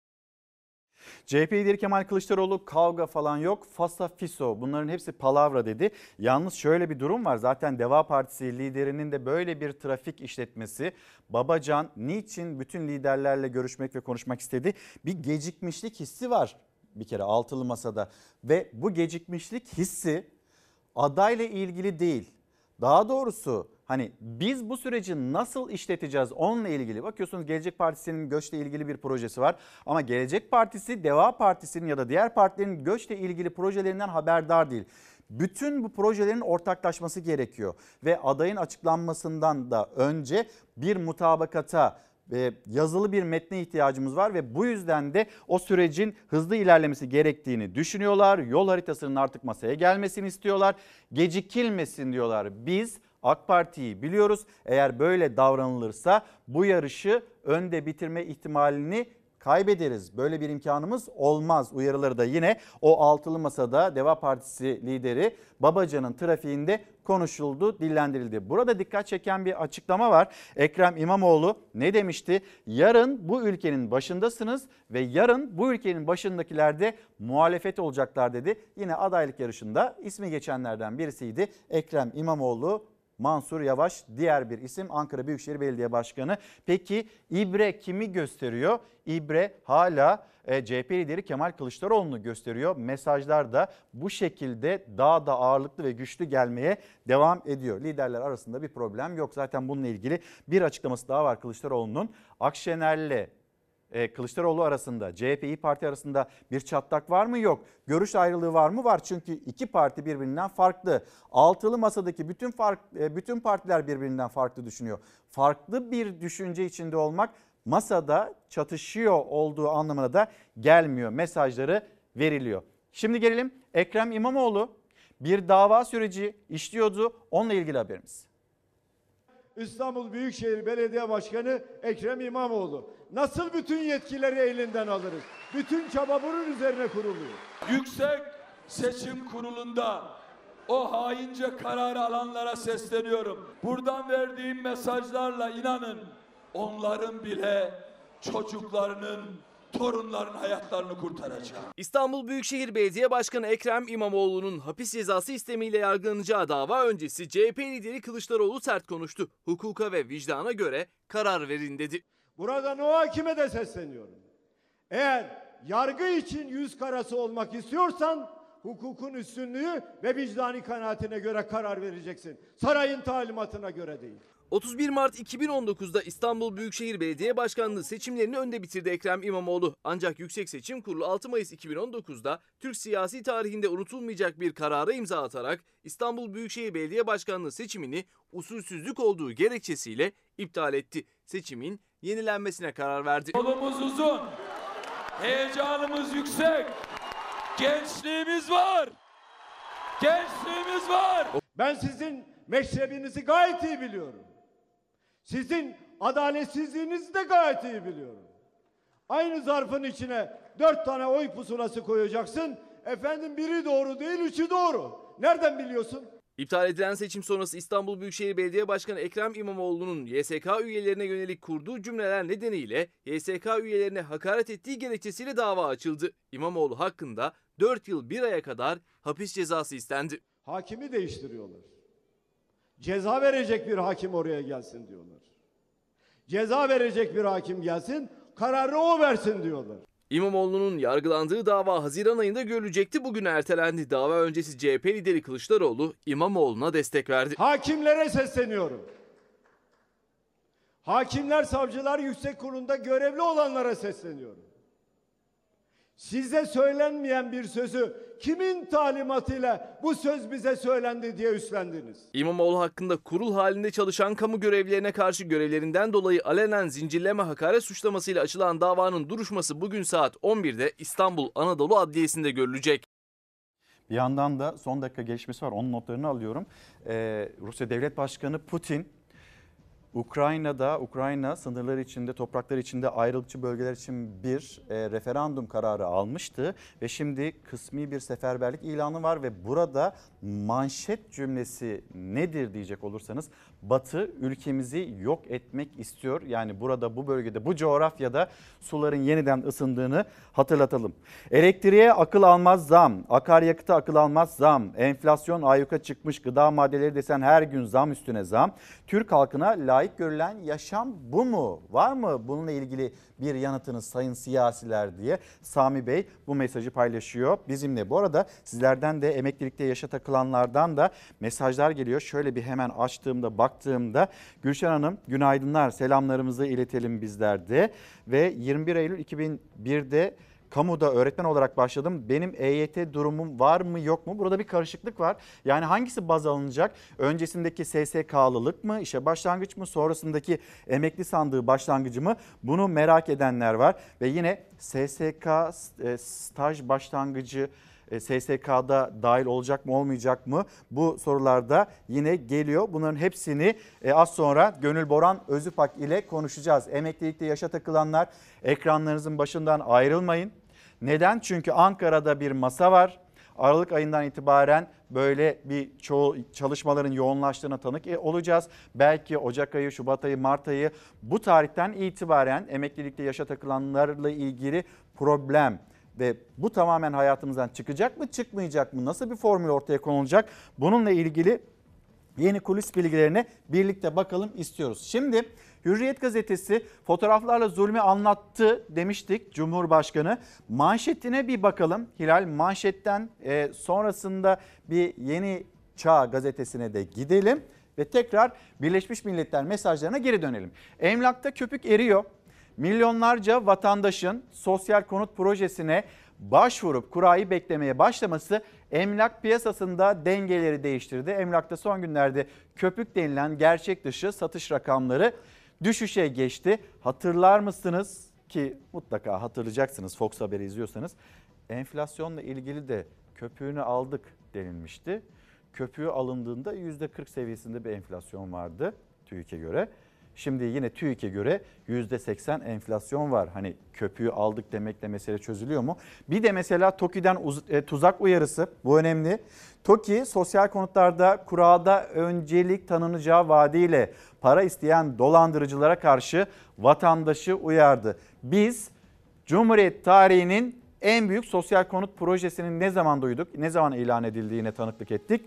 C H P lideri Kemal Kılıçdaroğlu kavga falan yok, fasa fiso, bunların hepsi palavra dedi. Yalnız şöyle bir durum var, zaten Deva Partisi liderinin de böyle bir trafik işletmesi. Babacan niçin bütün liderlerle görüşmek ve konuşmak istedi? Bir gecikmişlik hissi var bir kere altılı masada ve bu gecikmişlik hissi adayla ilgili değil. Daha doğrusu hani biz bu süreci nasıl işleteceğiz onunla ilgili. Bakıyorsunuz Gelecek Partisi'nin göçle ilgili bir projesi var. Ama Gelecek Partisi Deva Partisi'nin ya da diğer partilerin göçle ilgili projelerinden haberdar değil. Bütün bu projelerin ortaklaşması gerekiyor. Ve adayın açıklanmasından da önce bir mutabakata, yazılı bir metne ihtiyacımız var ve bu yüzden de o sürecin hızlı ilerlemesi gerektiğini düşünüyorlar. Yol haritasının artık masaya gelmesini istiyorlar. Gecikilmesin diyorlar. Biz AK Parti'yi biliyoruz. Eğer böyle davranılırsa bu yarışı önde bitirme ihtimalini kaybederiz. Böyle bir imkanımız olmaz uyarıları da yine o altılı masada Deva Partisi lideri Babacan'ın trafiğinde konuşuldu, dillendirildi. Burada dikkat çeken bir açıklama var. Ekrem İmamoğlu ne demişti? Yarın bu ülkenin başındasınız ve yarın bu ülkenin başındakiler de muhalefet olacaklar dedi. Yine adaylık yarışında ismi geçenlerden birisiydi. Ekrem İmamoğlu, Mansur Yavaş diğer bir isim, Ankara Büyükşehir Belediye Başkanı. Peki İbre kimi gösteriyor? İbre hala e, C H P lideri Kemal Kılıçdaroğlu'nu gösteriyor. Mesajlar da bu şekilde daha da ağırlıklı ve güçlü gelmeye devam ediyor. Liderler arasında bir problem yok. Zaten bununla ilgili bir açıklaması daha var Kılıçdaroğlu'nun. Akşener'le Kılıçdaroğlu arasında, C H P İYİ Parti arasında bir çatlak var mı? Yok. Görüş ayrılığı var mı? Var. Çünkü iki parti birbirinden farklı. Altılı masadaki bütün fark, bütün partiler birbirinden farklı düşünüyor. Farklı bir düşünce içinde olmak masada çatışıyor olduğu anlamına da gelmiyor mesajları veriliyor. Şimdi gelelim Ekrem İmamoğlu bir dava süreci işliyordu, onunla ilgili haberimiz. İstanbul Büyükşehir Belediye Başkanı Ekrem İmamoğlu. Nasıl bütün yetkileri elinden alırız? Bütün çaba bunun üzerine kuruluyor. Yüksek Seçim Kurulu'nda o haince kararı alanlara sesleniyorum. Buradan verdiğim mesajlarla inanın onların bile çocuklarının, torunların hayatlarını kurtaracağım. İstanbul Büyükşehir Belediye Başkanı Ekrem İmamoğlu'nun hapis cezası istemiyle yargılanacağı dava öncesi C H P lideri Kılıçdaroğlu sert konuştu. Hukuka ve vicdana göre karar verin dedi. Buradan o hakime de sesleniyorum. Eğer yargı için yüz karası olmak istiyorsan hukukun üstünlüğü ve vicdani kanaatine göre karar vereceksin. Sarayın talimatına göre değil. otuz bir Mart iki bin on dokuz'da İstanbul Büyükşehir Belediye Başkanlığı seçimlerini önde bitirdi Ekrem İmamoğlu. Ancak Yüksek Seçim Kurulu altı Mayıs iki bin on dokuz'da Türk siyasi tarihinde unutulmayacak bir karara imza atarak İstanbul Büyükşehir Belediye Başkanlığı seçimini usulsüzlük olduğu gerekçesiyle iptal etti. Seçimin yenilenmesine karar verdi. Yolumuz uzun, heyecanımız yüksek, gençliğimiz var, gençliğimiz var. Ben sizin meşrebinizi gayet iyi biliyorum. Sizin adaletsizliğinizi de gayet iyi biliyorum. Aynı zarfın içine dört tane oy pusulası koyacaksın. Efendim biri doğru değil, üçü doğru. Nereden biliyorsun? İptal edilen seçim sonrası İstanbul Büyükşehir Belediye Başkanı Ekrem İmamoğlu'nun Y S K üyelerine yönelik kurduğu cümleler nedeniyle Y S K üyelerine hakaret ettiği gerekçesiyle dava açıldı. İmamoğlu hakkında dört yıl bir aya kadar hapis cezası istendi. Hakimi değiştiriyorlar. Ceza verecek bir hakim oraya gelsin diyorlar. Ceza verecek bir hakim gelsin, kararı o versin diyorlar. İmamoğlu'nun yargılandığı dava Haziran ayında görülecekti, bugün ertelendi. Dava öncesi C H P lideri Kılıçdaroğlu İmamoğlu'na destek verdi. Hakimlere sesleniyorum. Hakimler, savcılar, yüksek kurulunda görevli olanlara sesleniyorum. Size söylenmeyen bir sözü kimin talimatıyla bu söz bize söylendi diye üstlendiniz? İmamoğlu hakkında kurul halinde çalışan kamu görevlilerine karşı görevlerinden dolayı alenen zincirleme hakaret suçlamasıyla açılan davanın duruşması bugün saat on bir'de İstanbul Anadolu Adliyesi'nde görülecek. Bir yandan da son dakika gelişmesi var, onun notlarını alıyorum. Ee, Rusya Devlet Başkanı Putin, Ukrayna'da, Ukrayna sınırları içinde, toprakları içinde ayrılıkçı bölgeler için bir e, referandum kararı almıştı. Ve şimdi kısmi bir seferberlik ilanı var ve burada manşet cümlesi nedir diyecek olursanız, Batı ülkemizi yok etmek istiyor. Yani burada, bu bölgede, bu coğrafyada suların yeniden ısındığını hatırlatalım. Elektriğe akıl almaz zam, akaryakıta akıl almaz zam, enflasyon ayyuka çıkmış, gıda maddeleri desen her gün zam üstüne zam. Türk halkına layık görülen yaşam bu mu? Var mı bununla ilgili bir yanıtınız sayın siyasiler diye Sami Bey bu mesajı paylaşıyor bizimle. Bu arada sizlerden de emeklilikte yaşa takılanlardan da mesajlar geliyor. Şöyle bir hemen açtığımda, baktığımda Gülşen Hanım günaydınlar, selamlarımızı iletelim bizler de. Ve yirmi bir Eylül iki bin bir'de kamuda öğretmen olarak başladım. Benim E Y T durumum var mı yok mu? Burada bir karışıklık var. Yani hangisi baz alınacak? Öncesindeki S S K'lılık mı, işe başlangıç mı, sonrasındaki emekli sandığı başlangıcı mı? Bunu merak edenler var. Ve yine S S K staj başlangıcı S S K'da dahil olacak mı, olmayacak mı? Bu sorularda yine geliyor. Bunların hepsini az sonra Gönül Boran Özüpak ile konuşacağız. Emeklilikte yaşa takılanlar, ekranlarınızın başından ayrılmayın. Neden? Çünkü Ankara'da bir masa var. Aralık ayından itibaren böyle bir çoğu çalışmaların yoğunlaştığına tanık olacağız. Belki Ocak ayı, Şubat ayı, Mart ayı, bu tarihten itibaren emeklilikte yaşa takılanlarla ilgili problem ve bu tamamen hayatımızdan çıkacak mı, çıkmayacak mı? Nasıl bir formül ortaya konulacak? Bununla ilgili yeni kulis bilgilerine birlikte bakalım istiyoruz. Şimdi Hürriyet gazetesi fotoğraflarla zulmü anlattı demiştik Cumhurbaşkanı. Manşetine bir bakalım. Hilal, manşetten e, sonrasında bir Yeni Çağ gazetesine de gidelim ve tekrar Birleşmiş Milletler mesajlarına geri dönelim. Emlakta köpük eriyor. Milyonlarca vatandaşın sosyal konut projesine başvurup kurayı beklemeye başlaması emlak piyasasında dengeleri değiştirdi. Emlakta son günlerde köpük denilen gerçek dışı satış rakamları düşüşe geçti. Hatırlar mısınız ki mutlaka hatırlayacaksınız Fox Haber'i izliyorsanız. Enflasyonla ilgili de köpüğünü aldık denilmişti. Köpüğü alındığında yüzde kırk seviyesinde bir enflasyon vardı TÜİK'e göre. Şimdi yine TÜİK'e göre yüzde seksen enflasyon var. Hani köpüğü aldık demekle mesele çözülüyor mu? Bir de mesela TOKİ'den uz- tuzak uyarısı, bu önemli. TOKİ sosyal konutlarda kurada öncelik tanınacağı vaadiyle para isteyen dolandırıcılara karşı vatandaşı uyardı. Biz Cumhuriyet tarihinin en büyük sosyal konut projesinin ne zaman duyduk, ne zaman ilan edildiğine tanıklık ettik?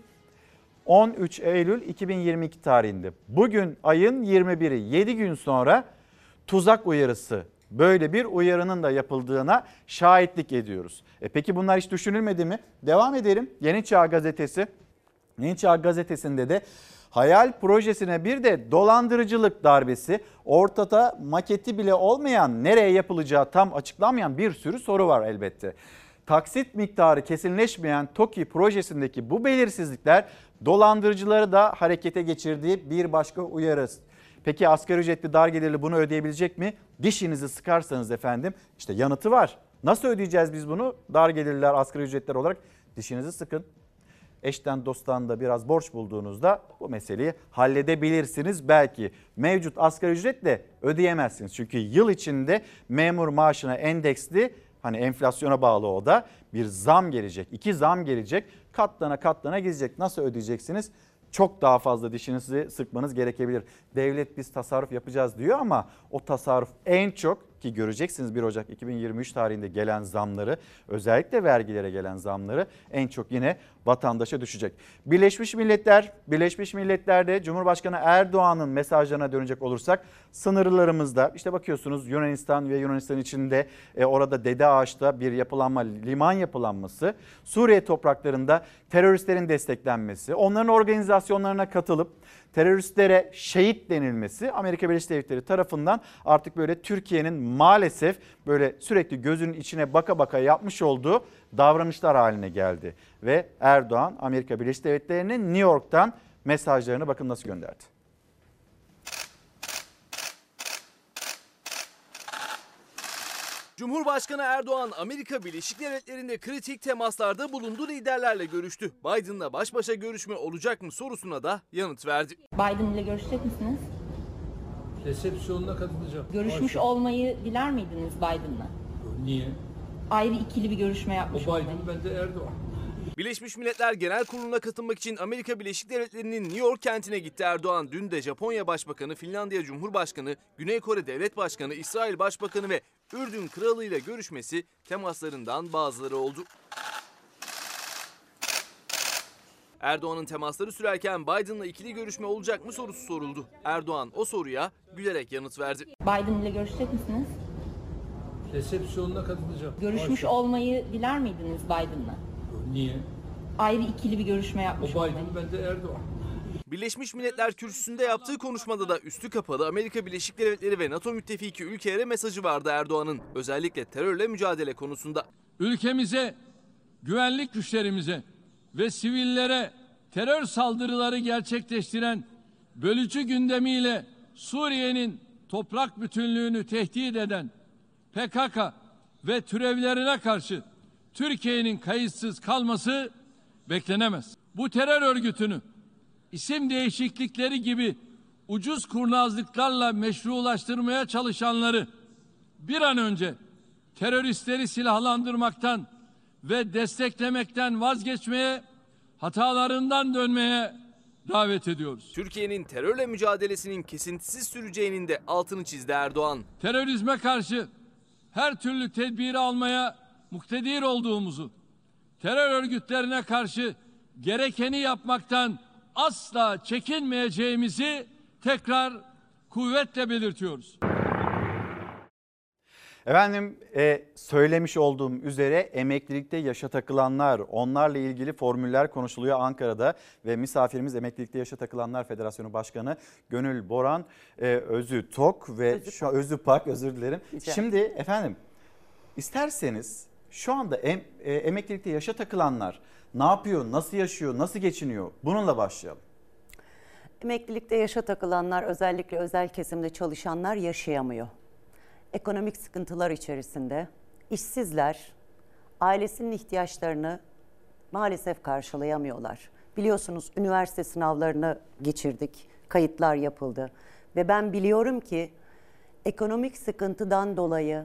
on üç Eylül iki bin yirmi iki tarihinde. Bugün ayın yirmi biri, yedi gün sonra tuzak uyarısı, böyle bir uyarının da yapıldığına şahitlik ediyoruz. E peki bunlar hiç düşünülmedi mi? Devam edelim. Yeni Çağ Gazetesi. Yeni Çağ Gazetesi'nde de hayal projesine bir de dolandırıcılık darbesi, ortada maketi bile olmayan, nereye yapılacağı tam açıklanmayan bir sürü soru var elbette. Taksit miktarı kesinleşmeyen TOKİ projesindeki bu belirsizlikler dolandırıcıları da harekete geçirdiği bir başka uyarı. Peki asgari ücretli dar gelirli bunu ödeyebilecek mi? Dişinizi sıkarsanız efendim işte yanıtı var. Nasıl ödeyeceğiz biz bunu? Dar gelirliler, asgari ücretler olarak dişinizi sıkın. Eşten dosttan da biraz borç bulduğunuzda bu meseleyi halledebilirsiniz belki. Mevcut asgari ücretle ödeyemezsiniz. Çünkü yıl içinde memur maaşına endeksli, hani enflasyona bağlı o da, bir zam gelecek. İki zam gelecek. Katlana katlana gidecek. Nasıl ödeyeceksiniz? Çok daha fazla dişinizi sıkmanız gerekebilir. Devlet biz tasarruf yapacağız diyor ama o tasarruf en çok, ki göreceksiniz bir Ocak iki bin yirmi üç tarihinde gelen zamları, özellikle vergilere gelen zamları en çok yine vatandaşa düşecek. Birleşmiş Milletler, Birleşmiş Milletler'de Cumhurbaşkanı Erdoğan'ın mesajlarına dönecek olursak sınırlarımızda işte bakıyorsunuz Yunanistan ve Yunanistan içinde e, orada Dede Ağaç'ta bir yapılanma, liman yapılanması, Suriye topraklarında teröristlerin desteklenmesi, onların organizasyonlarına katılıp teröristlere şehit denilmesi Amerika Birleşik Devletleri tarafından artık böyle Türkiye'nin maalesef böyle sürekli gözünün içine baka baka yapmış olduğu davranışlar haline geldi. Ve Erdoğan Amerika Birleşik Devletleri'ne New York'tan mesajlarını bakın nasıl gönderdi. Cumhurbaşkanı Erdoğan Amerika Birleşik Devletleri'nde kritik temaslarda bulunduğu liderlerle görüştü. Biden'la baş başa görüşme olacak mı sorusuna da yanıt verdi. Biden ile görüşecek misiniz? Resepsiyonuna katılacağım. Görüşmüş Başka. olmayı diler miydiniz Biden'la? Niye? Ayrı ikili bir görüşme yapmış O olmayı. Biden, ben de Erdoğan. Birleşmiş Milletler Genel Kurulu'na katılmak için Amerika Birleşik Devletleri'nin New York kentine gitti Erdoğan. Dün de Japonya Başbakanı, Finlandiya Cumhurbaşkanı, Güney Kore Devlet Başkanı, İsrail Başbakanı ve Ürdün Kralı ile görüşmesi temaslarından bazıları oldu. Erdoğan'ın temasları sürerken Biden'la ikili görüşme olacak mı sorusu soruldu. Erdoğan o soruya gülerek yanıt verdi. Biden ile görüşecek misiniz? Resepsiyonuna katılacağım. Görüşmüş Başka. olmayı diler miydiniz Biden'la? Niye? Ayrı ikili bir görüşme yapmış O olmayı. Biden, ben de Erdoğan. Birleşmiş Milletler Kürsüsü'nde yaptığı konuşmada da üstü kapalı Amerika Birleşik Devletleri ve NATO müttefiki ülkelere mesajı vardı Erdoğan'ın. Özellikle terörle mücadele konusunda. Ülkemize, güvenlik güçlerimize ve sivillere terör saldırıları gerçekleştiren bölücü gündemiyle Suriye'nin toprak bütünlüğünü tehdit eden P K K ve türevlerine karşı Türkiye'nin kayıtsız kalması beklenemez. Bu terör örgütünü isim değişiklikleri gibi ucuz kurnazlıklarla meşrulaştırmaya çalışanları bir an önce teröristleri silahlandırmaktan ve desteklemekten vazgeçmeye, hatalarından dönmeye davet ediyoruz. Türkiye'nin terörle mücadelesinin kesintisiz süreceğinin de altını çizdi Erdoğan. Terörizme karşı her türlü tedbiri almaya muktedir olduğumuzu, terör örgütlerine karşı gerekeni yapmaktan asla çekinmeyeceğimizi tekrar kuvvetle belirtiyoruz. Efendim e, söylemiş olduğum üzere emeklilikte yaşa takılanlar, onlarla ilgili formüller konuşuluyor Ankara'da ve misafirimiz Emeklilikte Yaşa Takılanlar Federasyonu Başkanı Gönül Boran e, Özütok ve Özüpak. şu Özüpak özür dilerim. Rica. Şimdi efendim isterseniz şu anda em, e, emeklilikte yaşa takılanlar ne yapıyor, nasıl yaşıyor, nasıl geçiniyor? Bununla başlayalım. Emeklilikte yaşa takılanlar, özellikle özel kesimde çalışanlar yaşayamıyor. Ekonomik sıkıntılar içerisinde işsizler ailesinin ihtiyaçlarını maalesef karşılayamıyorlar. Biliyorsunuz üniversite sınavlarını geçirdik, kayıtlar yapıldı ve ben biliyorum ki ekonomik sıkıntıdan dolayı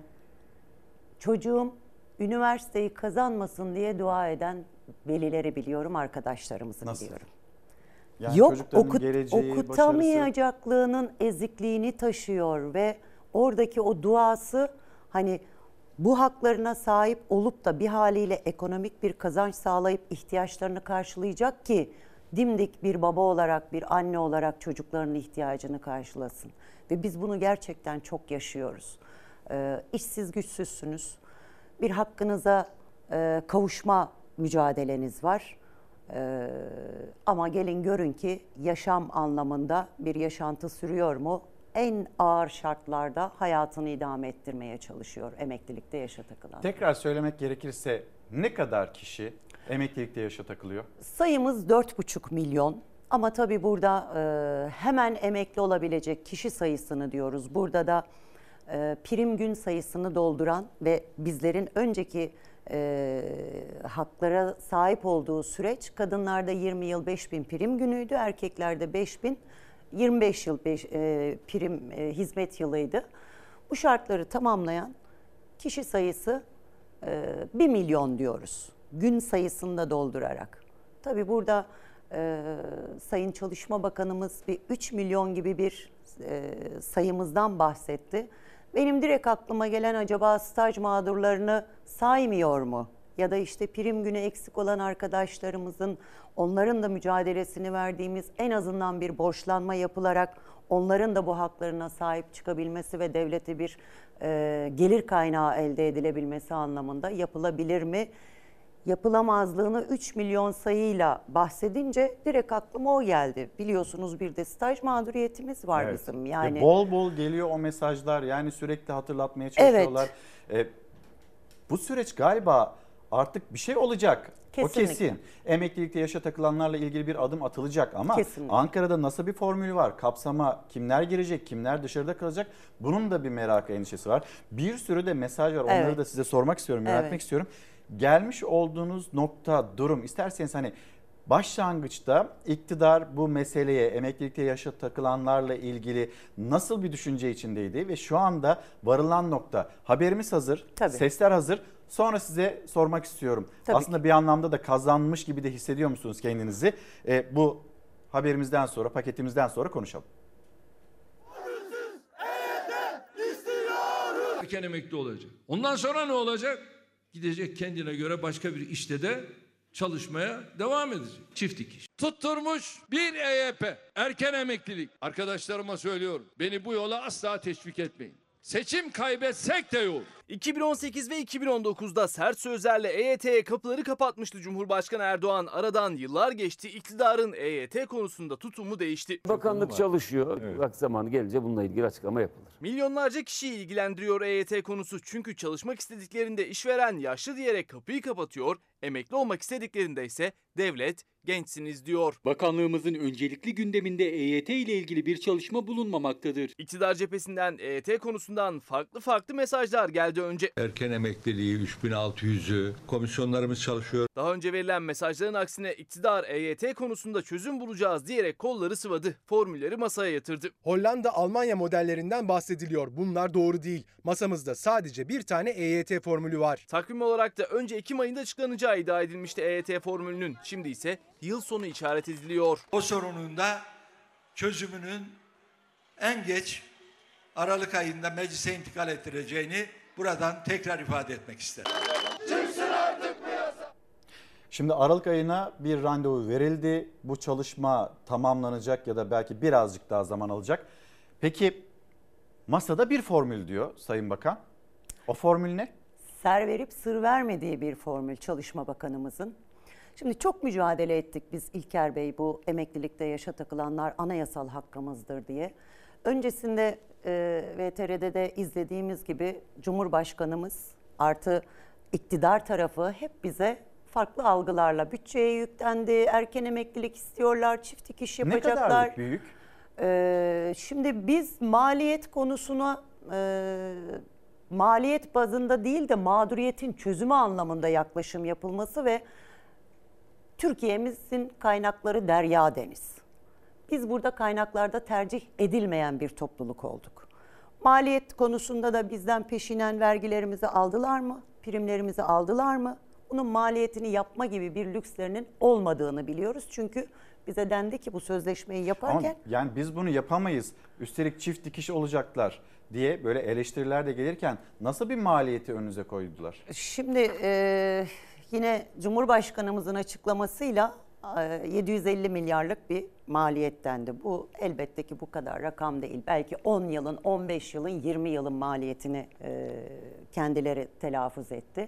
çocuğum üniversiteyi kazanmasın diye dua eden velileri biliyorum, arkadaşlarımızı Nasıl? biliyorum. Yani Yok, çocukların okut, geleceği, okutamayacaklığının ezikliğini taşıyor ve oradaki o duası, hani bu haklarına sahip olup da bir haliyle ekonomik bir kazanç sağlayıp ihtiyaçlarını karşılayacak ki dimdik bir baba olarak, bir anne olarak çocuklarının ihtiyacını karşılasın. Ve biz bunu gerçekten çok yaşıyoruz. Ee, işsiz güçsüzsünüz. Bir hakkınıza e, kavuşma mücadeleniz var. Ee, ama gelin görün ki yaşam anlamında bir yaşantı sürüyor mu? En ağır şartlarda hayatını idame ettirmeye çalışıyor emeklilikte yaşa takılan. Tekrar söylemek gerekirse ne kadar kişi emeklilikte yaşa takılıyor? Sayımız dört buçuk milyon ama tabii burada e, hemen emekli olabilecek kişi sayısını diyoruz. Burada da e, prim gün sayısını dolduran ve bizlerin önceki e, haklara sahip olduğu süreç, kadınlarda yirmi yıl beş bin prim günüydü, erkeklerde beş bin. yirmi beş yıl beş, e, prim e, hizmet yılıydı. Bu şartları tamamlayan kişi sayısı e, bir milyon diyoruz. Gün sayısını da doldurarak. Tabii burada e, Sayın Çalışma Bakanımız bir üç milyon gibi bir e, sayımızdan bahsetti. Benim direkt aklıma gelen, acaba staj mağdurlarını saymıyor mu? Ya da işte prim günü eksik olan arkadaşlarımızın, onların da mücadelesini verdiğimiz en azından bir borçlanma yapılarak onların da bu haklarına sahip çıkabilmesi ve devlete bir e, gelir kaynağı elde edilebilmesi anlamında yapılabilir mi? Yapılamazlığını üç milyon sayıyla bahsedince direkt aklıma o geldi. Biliyorsunuz bir de staj mağduriyetimiz var Evet. bizim. Yani Ve bol bol geliyor o mesajlar, yani sürekli hatırlatmaya çalışıyorlar. Evet. E, bu süreç galiba artık bir şey olacak. Kesinlikle. O kesin. Emeklilikte yaşa takılanlarla ilgili bir adım atılacak ama Kesinlikle. Ankara'da nasıl bir formülü var? Kapsama kimler girecek, kimler dışarıda kalacak? Bunun da bir merakı, endişesi var. Bir sürü de mesaj var. Onları Evet. da size sormak istiyorum, yöneltmek Evet. istiyorum. Gelmiş olduğunuz nokta, durum, isterseniz hani başlangıçta iktidar bu meseleye, emeklilikte yaşa takılanlarla ilgili nasıl bir düşünce içindeydi ve şu anda varılan nokta, haberimiz hazır, Tabii. sesler hazır. Sonra size sormak istiyorum. Tabii Aslında ki. bir anlamda da kazanmış gibi de hissediyor musunuz kendinizi? E, bu haberimizden sonra, paketimizden sonra konuşalım. Erken emekli olacak. Ondan sonra ne olacak? Gidecek kendine göre başka bir işte de çalışmaya devam edecek. Çift dikiş. Tutturmuş bir E Y P. Erken emeklilik. Arkadaşlarıma söylüyorum. Beni bu yola asla teşvik etmeyin. Seçim kaybetsek de yok. iki bin on sekiz ve iki bin on dokuzda sert sözlerle E Y T'ye kapıları kapatmıştı Cumhurbaşkanı Erdoğan. Aradan yıllar geçti, iktidarın E Y T konusunda tutumu değişti. Bakanlık çalışıyor. Evet. Vakti zamanı gelince bununla ilgili açıklama yapılır. Milyonlarca kişiyi ilgilendiriyor E Y T konusu. Çünkü çalışmak istediklerinde işveren yaşlı diyerek kapıyı kapatıyor. Emekli olmak istediklerinde ise devlet gençsiniz diyor. Bakanlığımızın öncelikli gündeminde E Y T ile ilgili bir çalışma bulunmamaktadır. İktidar cephesinden E Y T konusundan farklı farklı mesajlar geldi önce. Erken emekliliği üç bin altı yüzü, komisyonlarımız çalışıyor. Daha önce verilen mesajların aksine iktidar E Y T konusunda çözüm bulacağız diyerek kolları sıvadı. Formülleri masaya yatırdı. Hollanda, Almanya modellerinden bahsediliyor. Bunlar doğru değil. Masamızda sadece bir tane E Y T formülü var. Takvim olarak da önce Ekim ayında açıklanacağı iddia edilmişti E Y T formülünün. Şimdi ise yıl sonu işaret ediliyor. O sorunun da çözümünün en geç Aralık ayında meclise intikal ettireceğini buradan tekrar ifade etmek isterim. Şimdi Aralık ayına bir randevu verildi. Bu çalışma tamamlanacak ya da belki birazcık daha zaman alacak. Peki masada bir formül diyor Sayın Bakan. O formül ne? Ser verip sır vermediği bir formül Çalışma Bakanımızın. Şimdi çok mücadele ettik biz İlker Bey, bu emeklilikte yaşa takılanlar anayasal hakkımızdır diye. Öncesinde e, V T R'de de izlediğimiz gibi Cumhurbaşkanımız artı iktidar tarafı hep bize farklı algılarla bütçeye yüklendi. Erken emeklilik istiyorlar, çift dikiş Ne yapacaklar. kadarlık büyük? Ee, şimdi biz maliyet konusuna e, maliyet bazında değil de mağduriyetin çözümü anlamında yaklaşım yapılması ve Türkiye'mizin kaynakları derya deniz. Biz burada kaynaklarda tercih edilmeyen bir topluluk olduk. Maliyet konusunda da bizden peşinen vergilerimizi aldılar mı? Primlerimizi aldılar mı? Bunun maliyetini yapma gibi bir lükslerinin olmadığını biliyoruz. Çünkü bize dendi ki bu sözleşmeyi yaparken... Ama yani biz bunu yapamayız. Üstelik çift dikiş olacaklar diye böyle eleştiriler de gelirken nasıl bir maliyeti önünüze koydular? Şimdi e, yine Cumhurbaşkanımızın açıklamasıyla e, yedi yüz elli milyarlık bir maliyettendi. Bu elbette ki bu kadar rakam değil. Belki on yılın, on beş yılın, yirmi yılın maliyetini e, kendileri telaffuz etti.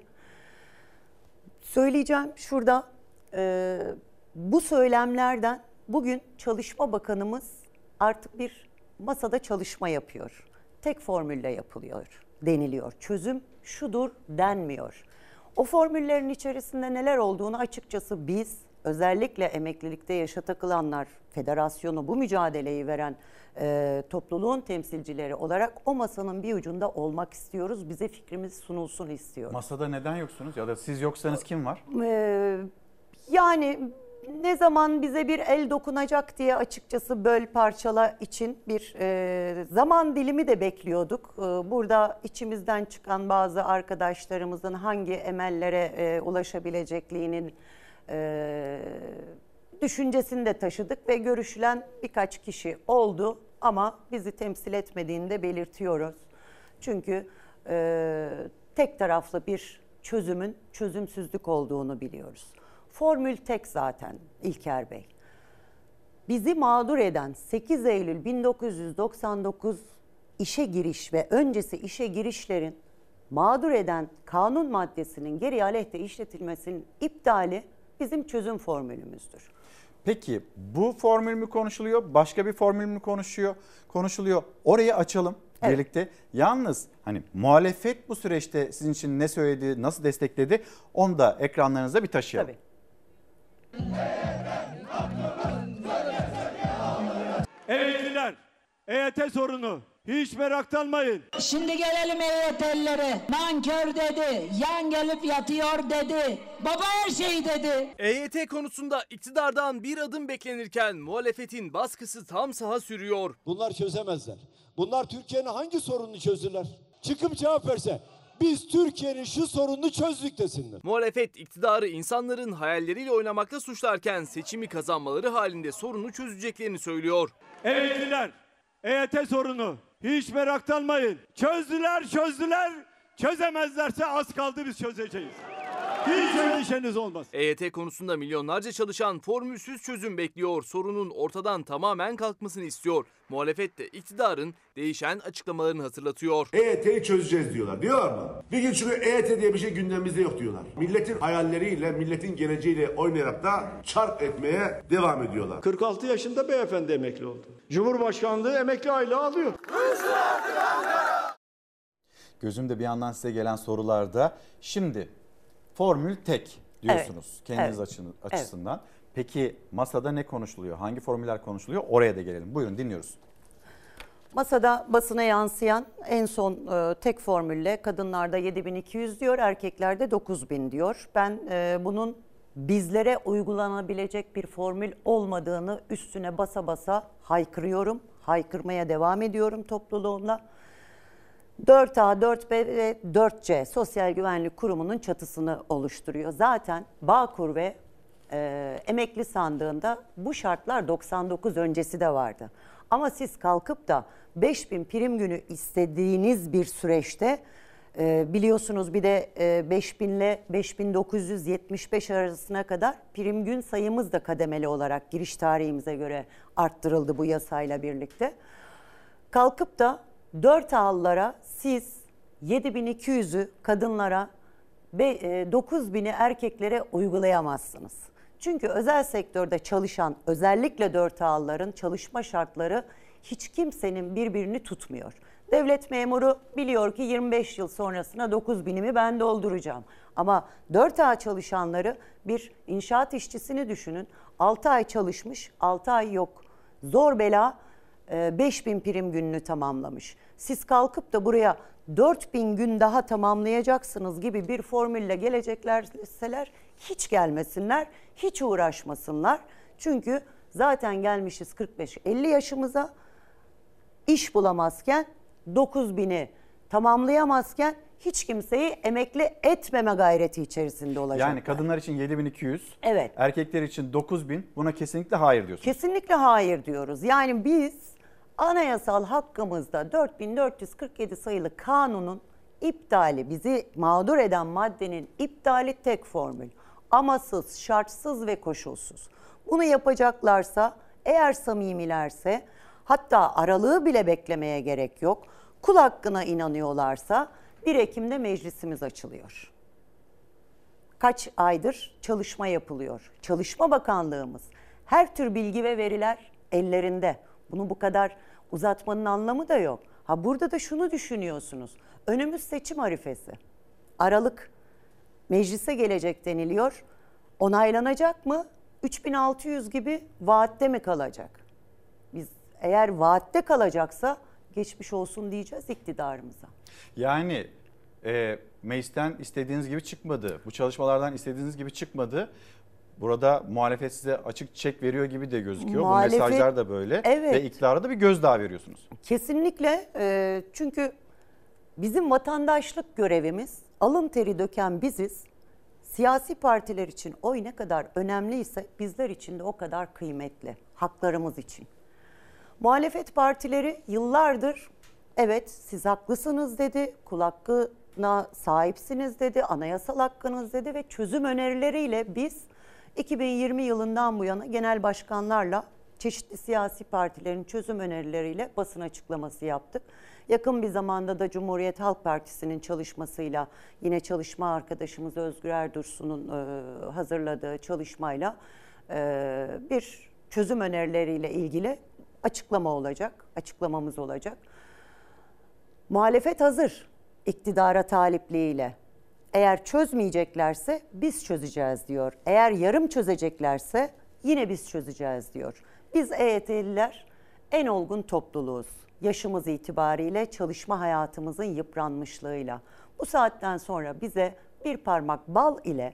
Söyleyeceğim şurada e, bu söylemlerden bugün Çalışma Bakanımız artık bir masada çalışma yapıyor. Tek formülle yapılıyor deniliyor. Çözüm şudur denmiyor. O formüllerin içerisinde neler olduğunu açıkçası biz özellikle emeklilikte yaşa takılanlar federasyonu bu mücadeleyi veren e, topluluğun temsilcileri olarak o masanın bir ucunda olmak istiyoruz. Bize fikrimiz sunulsun istiyoruz. Masada neden yoksunuz ya da siz yoksanız kim var? Ee, yani ne zaman bize bir el dokunacak diye açıkçası böl parçala için bir e, zaman dilimi de bekliyorduk. E, burada içimizden çıkan bazı arkadaşlarımızın hangi emellere e, ulaşabilecekliğinin e, düşüncesini de taşıdık ve görüşülen birkaç kişi oldu ama bizi temsil etmediğini de belirtiyoruz. Çünkü e, tek taraflı bir çözümün çözümsüzlük olduğunu biliyoruz. Formül tek zaten İlker Bey. Bizi mağdur eden sekiz Eylül bin dokuz yüz doksan dokuz işe giriş ve öncesi işe girişlerin mağdur eden kanun maddesinin geri aleyhte işletilmesinin iptali bizim çözüm formülümüzdür. Peki bu formül mü konuşuluyor? Başka bir formül mü konuşuyor? Konuşuluyor. Orayı açalım evet. birlikte. Yalnız hani muhalefet bu süreçte sizin için ne söyledi, nasıl destekledi? Onu da ekranlarınıza bir taşıyalım. Tabii. Emekliler, E Y T sorunu. Hiç meraklanmayın. Şimdi gelelim E Y T'lilere. Nankör dedi, yan gelip yatıyor dedi, baba her şey dedi. E Y T konusunda iktidardan bir adım beklenirken muhalefetin baskısı tam saha sürüyor. Bunlar çözemezler. Bunlar Türkiye'nin hangi sorununu çözdüler? Çıkıp cevap verse. Biz Türkiye'nin şu sorununu çözdük desinler. Muhalefet iktidarı insanların hayalleriyle oynamakla suçlarken seçimi kazanmaları halinde sorunu çözeceklerini söylüyor. Emekliler, E Y T sorunu. Hiç meraklanmayın. Çözdüler, çözdüler. Çözemezlerse az kaldı biz çözeceğiz. Hiç endişeniz olmaz. E Y T konusunda milyonlarca çalışan formülsüz çözüm bekliyor. Sorunun ortadan tamamen kalkmasını istiyor. Muhalefet de iktidarın değişen açıklamalarını hatırlatıyor. E Y T'yi çözeceğiz diyorlar. Diyorlar mı? Bir gün çünkü E Y T diye bir şey gündemimizde yok diyorlar. Milletin hayalleriyle, milletin geleceğiyle oynayarak da çarp etmeye devam ediyorlar. kırk altı yaşında beyefendi emekli oldu. Cumhurbaşkanlığı emekli aylığı alıyor. Gözümde bir yandan size gelen sorularda şimdi formül tek diyorsunuz evet. kendiniz evet. açısından. Evet. Peki masada ne konuşuluyor? Hangi formüller konuşuluyor? Oraya da gelelim. Buyurun dinliyoruz. Masada basına yansıyan en son e, tek formülle kadınlarda yedi bin iki yüz diyor, erkeklerde dokuz bin diyor. Ben e, bunun bizlere uygulanabilecek bir formül olmadığını üstüne basa basa haykırıyorum. Haykırmaya devam ediyorum topluluğumla. dört A, dört B ve dört C Sosyal Güvenlik Kurumu'nun çatısını oluşturuyor. Zaten Bağkur ve e, emekli sandığında bu şartlar doksan dokuz öncesi de vardı. Ama siz kalkıp da beş bin prim günü istediğiniz bir süreçte e, biliyorsunuz bir de e, beş bin ile beş bin dokuz yüz yetmiş beş arasına kadar prim gün sayımız da kademeli olarak giriş tarihimize göre arttırıldı bu yasayla birlikte. Kalkıp da dört A'lılara siz yedi bin iki yüzü kadınlara ve dokuz bini erkeklere uygulayamazsınız. Çünkü özel sektörde çalışan özellikle dört A'lıların çalışma şartları hiç kimsenin birbirini tutmuyor. Devlet memuru biliyor ki yirmi beş yıl sonrasına dokuz binimi ben dolduracağım. Ama dört A çalışanları, bir inşaat işçisini düşünün. altı ay çalışmış, altı ay yok. Zor bela beş bin prim gününü tamamlamış. Siz kalkıp da buraya dört bin gün daha tamamlayacaksınız gibi bir formülle geleceklerseler hiç gelmesinler, hiç uğraşmasınlar. Çünkü zaten gelmişiz kırk beş elli yaşımıza, iş bulamazken, dokuz bini tamamlayamazken hiç kimseyi emekli etmeme gayreti içerisinde olacaklar. Yani kadınlar için yedi bin iki yüz, evet. Erkekler için dokuz bin, buna kesinlikle hayır diyorsunuz. Kesinlikle hayır diyoruz. Yani biz anayasal hakkımızda dört bin dört yüz kırk yedi sayılı kanunun iptali, bizi mağdur eden maddenin iptali tek formül. Amasız, şartsız ve koşulsuz. Bunu yapacaklarsa, eğer samimilerse, hatta aralığı bile beklemeye gerek yok. Kul hakkına inanıyorlarsa bir Ekim'de meclisimiz açılıyor. Kaç aydır çalışma yapılıyor. Çalışma Bakanlığımız, her tür bilgi ve veriler ellerinde. Bunu bu kadar uzatmanın anlamı da yok. Ha burada da şunu düşünüyorsunuz. Önümüz seçim arifesi. Aralık meclise gelecek deniliyor. Onaylanacak mı? üç bin altı yüz gibi vaatte mi kalacak? Biz eğer vaatte kalacaksa geçmiş olsun diyeceğiz iktidarımıza. Yani e, meclisten istediğiniz gibi çıkmadı. Bu çalışmalardan istediğiniz gibi çıkmadı. Burada muhalefet size açık çek veriyor gibi de gözüküyor. Muhalefet, bu mesajlar da böyle. Evet. Ve iktidara da bir gözdağı veriyorsunuz. Kesinlikle. E, çünkü bizim vatandaşlık görevimiz, alın teri döken biziz. Siyasi partiler için oy ne kadar önemliyse bizler için de o kadar kıymetli. Haklarımız için. Muhalefet partileri yıllardır evet siz haklısınız dedi, kul hakkına sahipsiniz dedi, anayasal hakkınız dedi ve çözüm önerileriyle biz iki bin yirmi yılından bu yana genel başkanlarla çeşitli siyasi partilerin çözüm önerileriyle basın açıklaması yaptık. Yakın bir zamanda da Cumhuriyet Halk Partisi'nin çalışmasıyla, yine çalışma arkadaşımız Özgür Erdursun'un e, hazırladığı çalışmayla e, bir çözüm önerileriyle ilgili açıklama olacak, açıklamamız olacak. Muhalefet hazır iktidara talipliğiyle. Eğer çözmeyeceklerse biz çözeceğiz diyor. Eğer yarım çözeceklerse yine biz çözeceğiz diyor. Biz E Y T'liler en olgun topluluğuz. Yaşımız itibariyle, çalışma hayatımızın yıpranmışlığıyla. Bu saatten sonra bize bir parmak bal ile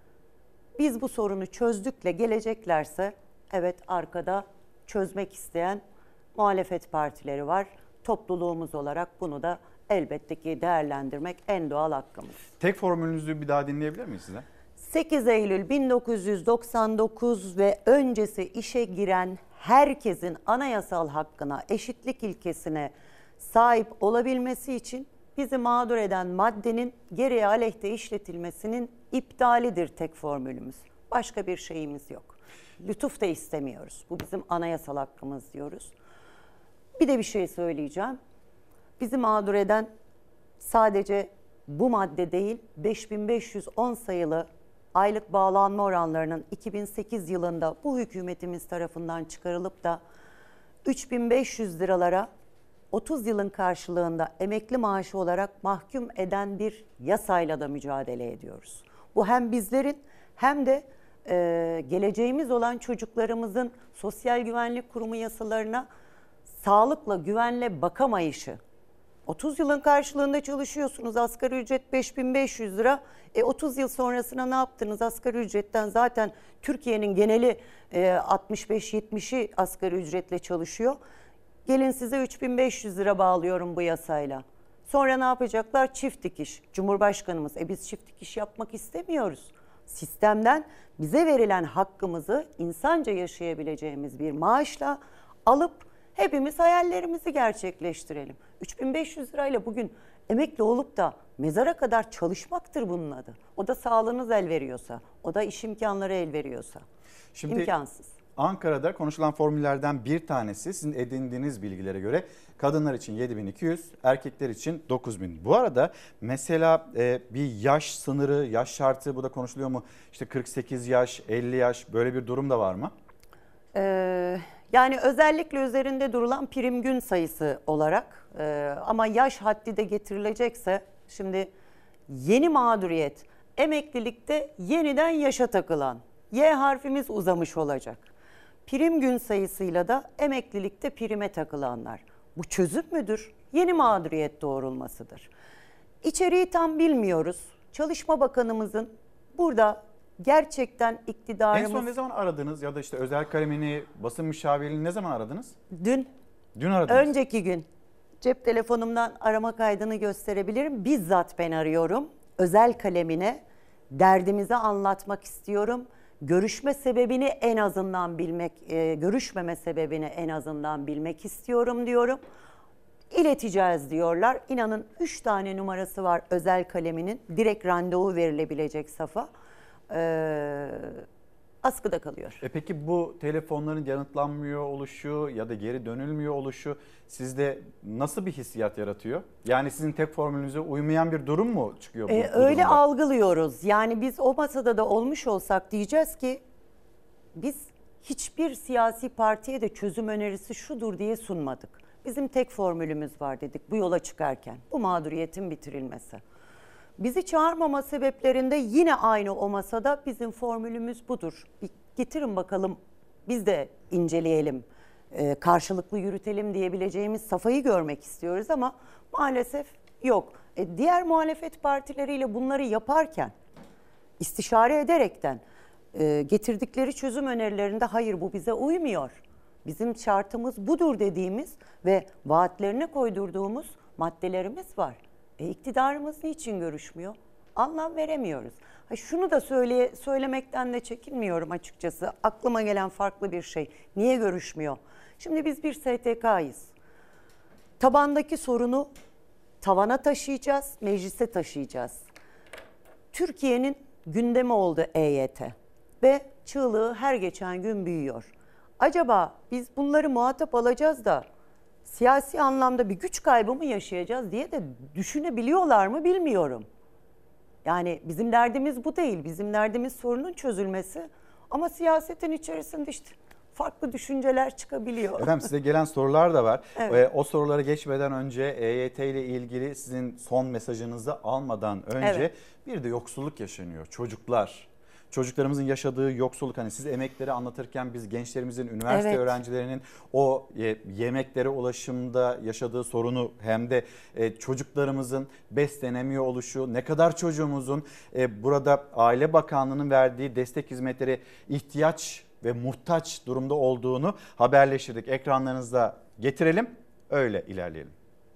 biz bu sorunu çözdükle geleceklerse evet arkada çözmek isteyen muhalefet partileri var. Topluluğumuz olarak bunu da elbette ki değerlendirmek en doğal hakkımız. Tek formülünüzü bir daha dinleyebilir miyiz size? sekiz Eylül bin dokuz yüz doksan dokuz ve öncesi işe giren herkesin anayasal hakkına, eşitlik ilkesine sahip olabilmesi için bizi mağdur eden maddenin geriye aleyhte işletilmesinin iptalidir tek formülümüz. Başka bir şeyimiz yok. Lütuf da istemiyoruz. Bu bizim anayasal hakkımız diyoruz. Bir de bir şey söyleyeceğim. Bizi mağdur eden sadece bu madde değil, beş bin beş yüz on sayılı aylık bağlanma oranlarının iki bin sekiz yılında bu hükümetimiz tarafından çıkarılıp da üç bin beş yüz liralara otuz yılın karşılığında emekli maaşı olarak mahkum eden bir yasayla da mücadele ediyoruz. Bu hem bizlerin hem de e, geleceğimiz olan çocuklarımızın Sosyal Güvenlik Kurumu yasalarına sağlıkla, güvenle bakamayışı. otuz yılın karşılığında çalışıyorsunuz. Asgari ücret beş bin beş yüz lira. E otuz yıl sonrasına ne yaptınız? Asgari ücretten zaten Türkiye'nin geneli e, altmış beş yetmişi asgari ücretle çalışıyor. Gelin size üç bin beş yüz lira bağlıyorum bu yasayla. Sonra ne yapacaklar? Çift dikiş. Cumhurbaşkanımız, e biz çift dikiş yapmak istemiyoruz. Sistemden bize verilen hakkımızı insanca yaşayabileceğimiz bir maaşla alıp hepimiz hayallerimizi gerçekleştirelim. üç bin beş yüz lirayla bugün emekli olup da mezara kadar çalışmaktır bunun adı. O da sağlığınız el veriyorsa, o da iş imkanları el veriyorsa. Şimdi İmkansız. Ankara'da konuşulan formüllerden bir tanesi sizin edindiğiniz bilgilere göre kadınlar için yedi bin iki yüz, erkekler için dokuz bin. Bu arada mesela e, bir yaş sınırı, yaş şartı bu da konuşuluyor mu? İşte kırk sekiz yaş, elli yaş böyle bir durum da var mı? Ee, Yani özellikle üzerinde durulan prim gün sayısı olarak e, ama yaş haddi de getirilecekse şimdi yeni mağduriyet emeklilikte yeniden yaşa takılan Y harfimiz uzamış olacak. Prim gün sayısıyla da emeklilikte prime takılanlar. Bu çözüm müdür? Yeni mağduriyet doğurulmasıdır. İçeriği tam bilmiyoruz. Çalışma Bakanımızın burada gerçekten iktidarımız... En son ne zaman aradınız ya da işte özel kalemini, basın müşavirliğini ne zaman aradınız? Dün. Dün aradınız. Önceki gün. Cep telefonumdan arama kaydını gösterebilirim. Bizzat ben arıyorum. Özel kalemine derdimizi anlatmak istiyorum. Görüşme sebebini en azından bilmek, e, görüşmeme sebebini en azından bilmek istiyorum diyorum. İleteceğiz diyorlar. İnanın üç tane numarası var özel kaleminin. Direkt randevu verilebilecek safa. Ee, askıda kalıyor. E peki bu telefonların yanıtlanmıyor oluşu ya da geri dönülmüyor oluşu sizde nasıl bir hissiyat yaratıyor? Yani sizin tek formülünüze uymayan bir durum mu çıkıyor bu, Ee, bu öyle durumda? algılıyoruz. Yani biz o masada da olmuş olsak diyeceğiz ki biz hiçbir siyasi partiye de çözüm önerisi şudur diye sunmadık. Bizim tek formülümüz var dedik bu yola çıkarken. Bu mağduriyetin bitirilmesi. Bizi çağırmama sebeplerinde yine aynı o masada bizim formülümüz budur. Bir getirin bakalım biz de inceleyelim, e, karşılıklı yürütelim diyebileceğimiz safayı görmek istiyoruz ama maalesef yok. E, diğer muhalefet partileriyle bunları yaparken, istişare ederekten e, getirdikleri çözüm önerilerinde hayır bu bize uymuyor. Bizim şartımız budur dediğimiz ve vaatlerine koydurduğumuz maddelerimiz var. E, iktidarımız niçin görüşmüyor? Anlam veremiyoruz. Ha, şunu da söyle, söylemekten de çekinmiyorum açıkçası. Aklıma gelen farklı bir şey. Niye görüşmüyor? Şimdi biz bir S T K'yız. Tabandaki sorunu tavana taşıyacağız, meclise taşıyacağız. Türkiye'nin gündemi oldu E Y T ve çığlığı her geçen gün büyüyor. Acaba biz bunları muhatap alacağız da siyasi anlamda bir güç kaybı mı yaşayacağız diye de düşünebiliyorlar mı bilmiyorum. Yani bizim derdimiz bu değil. Bizim derdimiz sorunun çözülmesi. Ama siyasetin içerisinde işte farklı düşünceler çıkabiliyor. Efendim size gelen sorular da var. Evet. Ee, o sorulara geçmeden önce E Y T ile ilgili sizin son mesajınızı almadan önce Evet. bir de yoksulluk yaşanıyor. Çocuklar. Çocuklarımızın yaşadığı yoksulluk, hani siz emekleri anlatırken biz gençlerimizin, üniversite Evet. öğrencilerinin o e, yemeklere ulaşımda yaşadığı sorunu hem de e, çocuklarımızın beslenemiyor oluşu, ne kadar çocuğumuzun e, burada Aile Bakanlığı'nın verdiği destek hizmetleri ihtiyaç ve muhtaç durumda olduğunu haberleştirdik. Ekranlarınızda getirelim, öyle ilerleyelim.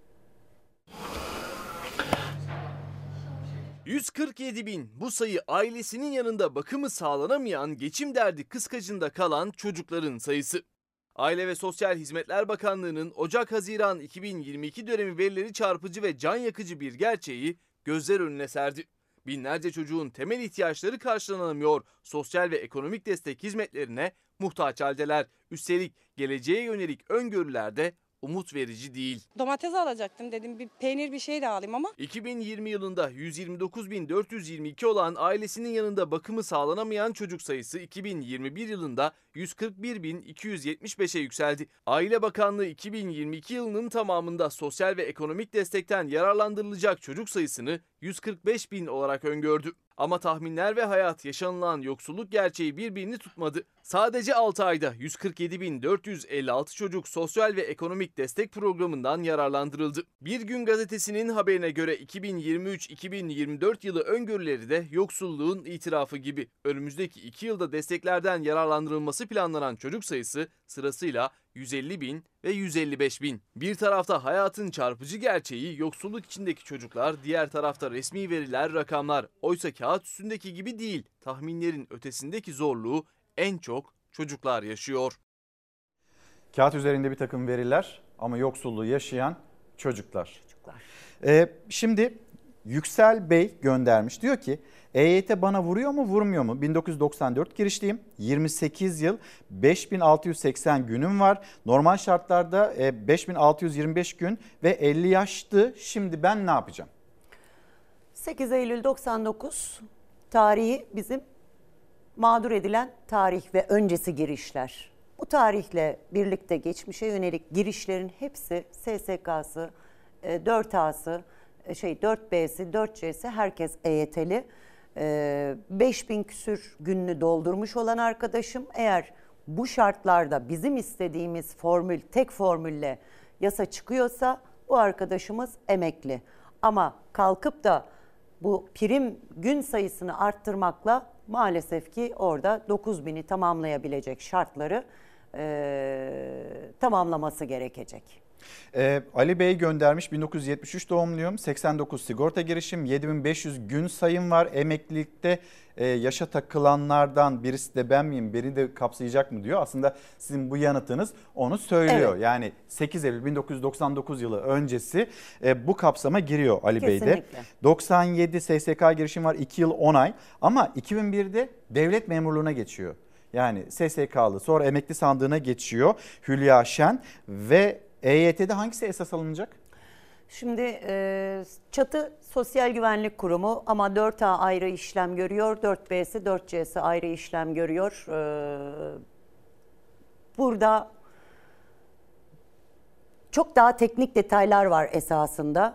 yüz kırk yedi bin, bu sayı ailesinin yanında bakımı sağlanamayan, geçim derdi kıskacında kalan çocukların sayısı. Aile ve Sosyal Hizmetler Bakanlığı'nın Ocak-Haziran iki bin yirmi iki dönemi verileri çarpıcı ve can yakıcı bir gerçeği gözler önüne serdi. Binlerce çocuğun temel ihtiyaçları karşılanamıyor, sosyal ve ekonomik destek hizmetlerine muhtaç haldeler. Üstelik geleceğe yönelik öngörüler de umut verici değil. Domates alacaktım dedim, bir peynir bir şey de alayım ama. iki bin yirmi yılında yüz yirmi dokuz bin dört yüz yirmi iki olan ailesinin yanında bakımı sağlanamayan çocuk sayısı iki bin yirmi bir yılında yüz kırk bir bin iki yüz yetmiş beşe yükseldi. Aile Bakanlığı iki bin yirmi iki yılının tamamında sosyal ve ekonomik destekten yararlandırılacak çocuk sayısını yüz kırk beş bin olarak öngördü. Ama tahminler ve hayat, yaşanılan yoksulluk gerçeği birbirini tutmadı. Sadece altı ayda yüz kırk yedi bin dört yüz elli altı çocuk sosyal ve ekonomik destek programından yararlandırıldı. Bir Gün Gazetesi'nin haberine göre iki bin yirmi üç iki bin yirmi dört yılı öngörüleri de yoksulluğun itirafı gibi. Önümüzdeki iki yılda desteklerden yararlandırılması planlanan çocuk sayısı sırasıyla yüz elli bin ve yüz elli beş bin. Bir tarafta hayatın çarpıcı gerçeği, yoksulluk içindeki çocuklar, diğer tarafta resmi veriler, rakamlar. Oysa kağıt üstündeki gibi değil, tahminlerin ötesindeki zorluğu en çok çocuklar yaşıyor. Kağıt üzerinde bir takım veriler ama yoksulluğu yaşayan çocuklar. Çocuklar. Ee, şimdi Yüksel Bey göndermiş, diyor ki E Y T bana vuruyor mu vurmuyor mu? bin dokuz yüz doksan dört girişliyim, yirmi sekiz yıl, beş bin altı yüz seksen günüm var. Normal şartlarda beş bin altı yüz yirmi beş gün ve elli yaştı. Şimdi ben ne yapacağım? sekiz Eylül doksan dokuz tarihi bizim mağdur edilen tarih ve öncesi girişler. Bu tarihle birlikte geçmişe yönelik girişlerin hepsi S S K'sı, dört A'sı, şey dört B'si, dört C'si herkes E Y T'li. beş bin küsür gününü doldurmuş olan arkadaşım eğer bu şartlarda bizim istediğimiz formül, tek formülle yasa çıkıyorsa bu arkadaşımız emekli. Ama kalkıp da bu prim gün sayısını arttırmakla maalesef ki orada dokuz bini tamamlayabilecek şartları e, tamamlaması gerekecek. Ee, Ali Bey göndermiş, bin dokuz yüz yetmiş üç doğumluyum, seksen dokuz sigorta girişim, yedi bin beş yüz gün sayım var. Emeklilikte e, yaşa takılanlardan birisi de ben miyim, beni de kapsayacak mı diyor. Aslında sizin bu yanıtınız onu söylüyor. Evet. Yani sekiz Eylül bin dokuz yüz doksan dokuz yılı öncesi e, bu kapsama giriyor Ali Kesinlikle. Bey'de. doksan yedi S S K girişim var, iki yıl on ay, ama iki bin birde devlet memurluğuna geçiyor. Yani S S K'lı, sonra emekli sandığına geçiyor Hülya Şen ve E Y T'de hangisi esas alınacak? Şimdi e, çatı Sosyal Güvenlik Kurumu ama dört A ayrı işlem görüyor, dört B'si, dört C'si ayrı işlem görüyor. E, burada çok daha teknik detaylar var esasında.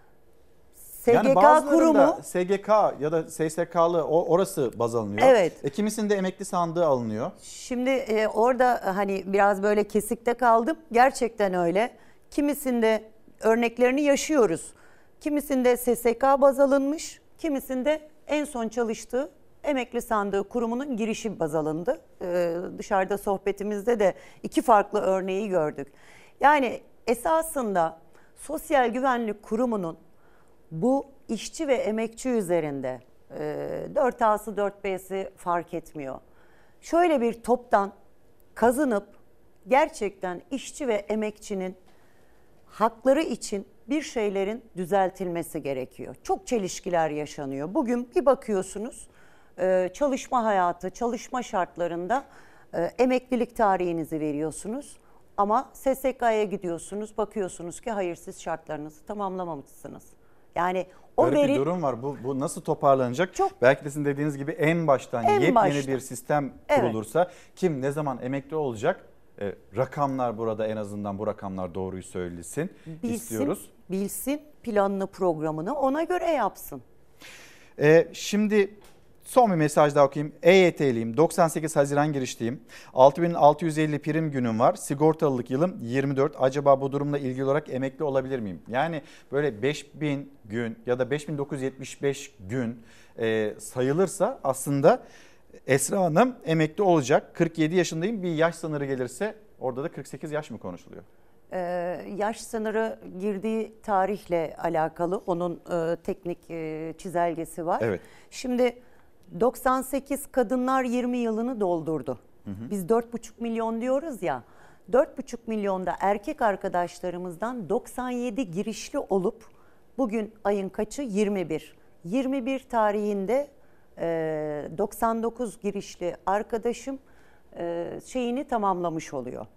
S G K yani kurumu S G K ya da S S K'lı orası baz alınıyor. Evet. E, kimisinde emekli sandığı alınıyor. Şimdi e, orada hani biraz böyle kesikte kaldım. Gerçekten öyle. Kimisinde örneklerini yaşıyoruz. Kimisinde S S K baz alınmış, kimisinde en son çalıştığı emekli sandığı kurumunun girişi baz alındı. Ee, dışarıda sohbetimizde de iki farklı örneği gördük. Yani esasında Sosyal Güvenlik Kurumu'nun bu işçi ve emekçi üzerinde dört A'sı dört B'si fark etmiyor. Şöyle bir toptan kazınıp gerçekten işçi ve emekçinin hakları için bir şeylerin düzeltilmesi gerekiyor. Çok çelişkiler yaşanıyor. Bugün bir bakıyorsunuz çalışma hayatı, çalışma şartlarında emeklilik tarihinizi veriyorsunuz. Ama S S K'ya gidiyorsunuz, bakıyorsunuz ki hayır siz şartlarınızı tamamlamamışsınız. Yani o Böyle veri... bir durum var. Bu, bu nasıl toparlanacak? Çok... Belki de sizin dediğiniz gibi en baştan en yepyeni başta. bir sistem kurulursa evet. Kim ne zaman emekli olacak? E, rakamlar burada en azından bu rakamlar doğruyu söylesin bilsin, istiyoruz. Bilsin planını programını ona göre yapsın. E, şimdi son bir mesaj daha okuyayım. E Y T'liyim. doksan sekiz Haziran girişliyim. altı bin altı yüz elli prim günüm var. Sigortalılık yılım yirmi dört. Acaba bu durumla ilgili olarak emekli olabilir miyim? Yani böyle beş bin gün ya da beş bin dokuz yüz yetmiş beş gün e, sayılırsa aslında Esra Hanım emekli olacak. kırk yedi yaşındayım. Bir yaş sınırı gelirse orada da kırk sekiz yaş mı konuşuluyor? Ee, yaş sınırı girdiği tarihle alakalı. Onun e, teknik e, çizelgesi var. Evet. Şimdi doksan sekiz kadınlar yirmi yılını doldurdu. Hı hı. Biz dört buçuk milyon diyoruz ya. dört buçuk milyonda erkek arkadaşlarımızdan doksan yedi girişli olup bugün ayın kaçı? yirmi bir. yirmi bir tarihinde e, doksan dokuz girişli arkadaşım e, şeyini tamamlamış oluyor.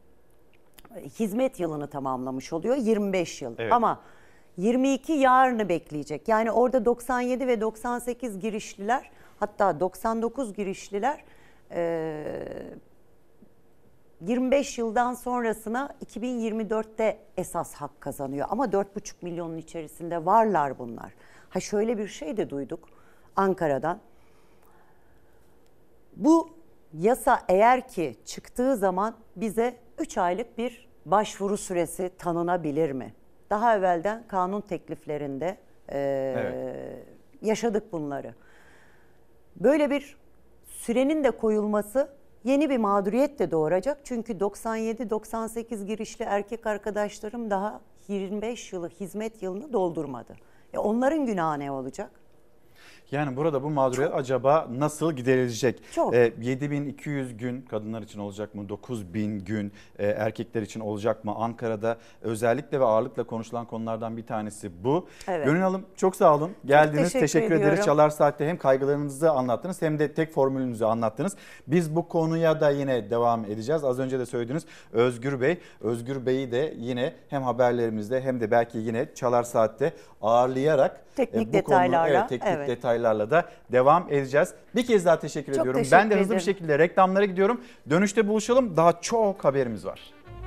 Hizmet yılını tamamlamış oluyor. yirmi beş yıl. Evet. Ama yirmi iki yarını bekleyecek. Yani orada doksan yedi ve doksan sekiz girişliler, hatta doksan dokuz girişliler yirmi beş yıldan sonrasına iki bin yirmi dörtte esas hak kazanıyor. Ama dört buçuk milyonun içerisinde varlar bunlar. Ha şöyle bir şey de duyduk Ankara'dan. Bu yasa eğer ki çıktığı zaman bize üç aylık bir başvuru süresi tanınabilir mi? Daha evvelden kanun tekliflerinde e, evet. yaşadık bunları. Böyle bir sürenin de koyulması yeni bir mağduriyet de doğuracak. Çünkü doksan yedi doksan sekiz girişli erkek arkadaşlarım daha yirmi beş yılı hizmet yılını doldurmadı. E onların günahı ne olacak? Yani burada bu mağduriyet Çok. acaba nasıl giderilecek? Çok. E, yedi bin iki yüz gün kadınlar için olacak mı? dokuz bin gün e, erkekler için olacak mı? Ankara'da özellikle ve ağırlıkla konuşulan konulardan bir tanesi bu. Evet. Gönül Hanım çok sağ olun. Geldiniz. Teşekkür, teşekkür ederiz. Çalar Saat'te hem kaygılarınızı anlattınız hem de tek formülünüzü anlattınız. Biz bu konuya da yine devam edeceğiz. Az önce de söylediğiniz Özgür Bey. Özgür Bey'i de yine hem haberlerimizde hem de belki yine Çalar Saat'te ağırlayarak teknik e, bu detaylarla. Konu, evet, teknik evet. detaylarla detaylarla da devam edeceğiz. Bir kez daha teşekkür Çok ediyorum. teşekkür Ben de hızlı ederim. bir şekilde reklamlara gidiyorum. Dönüşte buluşalım. Daha çok haberimiz var.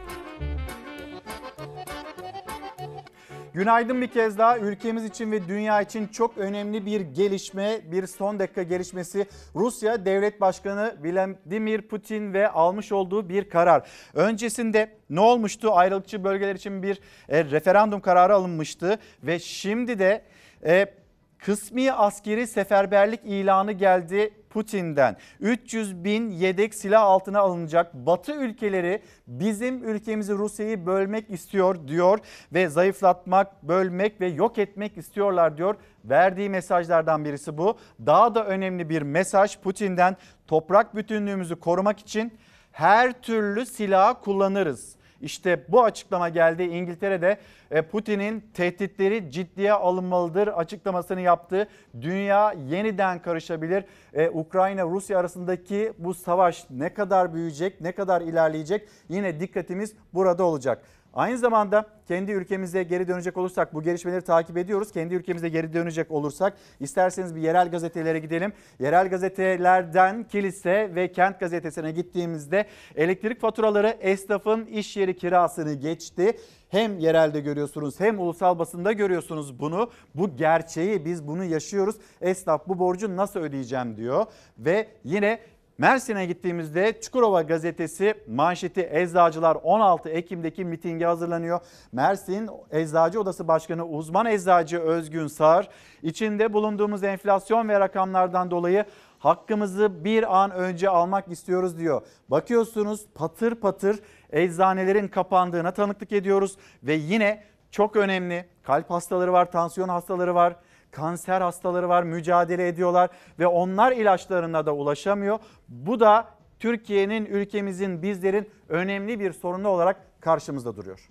Günaydın bir kez daha. Ülkemiz için ve dünya için çok önemli bir gelişme, bir son dakika gelişmesi. Rusya Devlet Başkanı Vladimir Putin ve almış olduğu bir karar. Öncesinde ne olmuştu? Ayrılıkçı bölgeler için bir e, referandum kararı alınmıştı ve şimdi de e, kısmi askeri seferberlik ilanı geldi Putin'den. üç yüz bin yedek silah altına alınacak. Batı ülkeleri bizim ülkemizi, Rusya'yı bölmek istiyor diyor ve zayıflatmak, bölmek ve yok etmek istiyorlar diyor. Verdiği mesajlardan birisi bu. Daha da önemli bir mesaj Putin'den: toprak bütünlüğümüzü korumak için her türlü silahı kullanırız. İşte bu açıklama geldi. İngiltere'de Putin'in tehditleri ciddiye alınmalıdır açıklamasını yaptı. Dünya yeniden karışabilir. Ee, Ukrayna-Rusya arasındaki bu savaş ne kadar büyüyecek, ne kadar ilerleyecek? Yine dikkatimiz burada olacak. Aynı zamanda kendi ülkemize geri dönecek olursak, bu gelişmeleri takip ediyoruz. Kendi ülkemize geri dönecek olursak isterseniz bir yerel gazetelere gidelim. Yerel gazetelerden Kilise ve Kent gazetesine gittiğimizde elektrik faturaları esnafın iş yeri kirasını geçti. Hem yerelde görüyorsunuz hem ulusal basında görüyorsunuz bunu. Bu gerçeği, biz bunu yaşıyoruz. Esnaf bu borcu nasıl ödeyeceğim diyor ve yine Mersin'e gittiğimizde Çukurova gazetesi manşeti: Eczacılar on altı Ekim'deki mitinge hazırlanıyor. Mersin Eczacı Odası Başkanı uzman eczacı Özgün Sağır, içinde bulunduğumuz enflasyon ve rakamlardan dolayı hakkımızı bir an önce almak istiyoruz diyor. Bakıyorsunuz patır patır eczanelerin kapandığına tanıklık ediyoruz ve yine çok önemli kalp hastaları var, tansiyon hastaları var, kanser hastaları var, mücadele ediyorlar ve onlar ilaçlarına da ulaşamıyor. Bu da Türkiye'nin, ülkemizin, bizlerin önemli bir sorunu olarak karşımızda duruyor.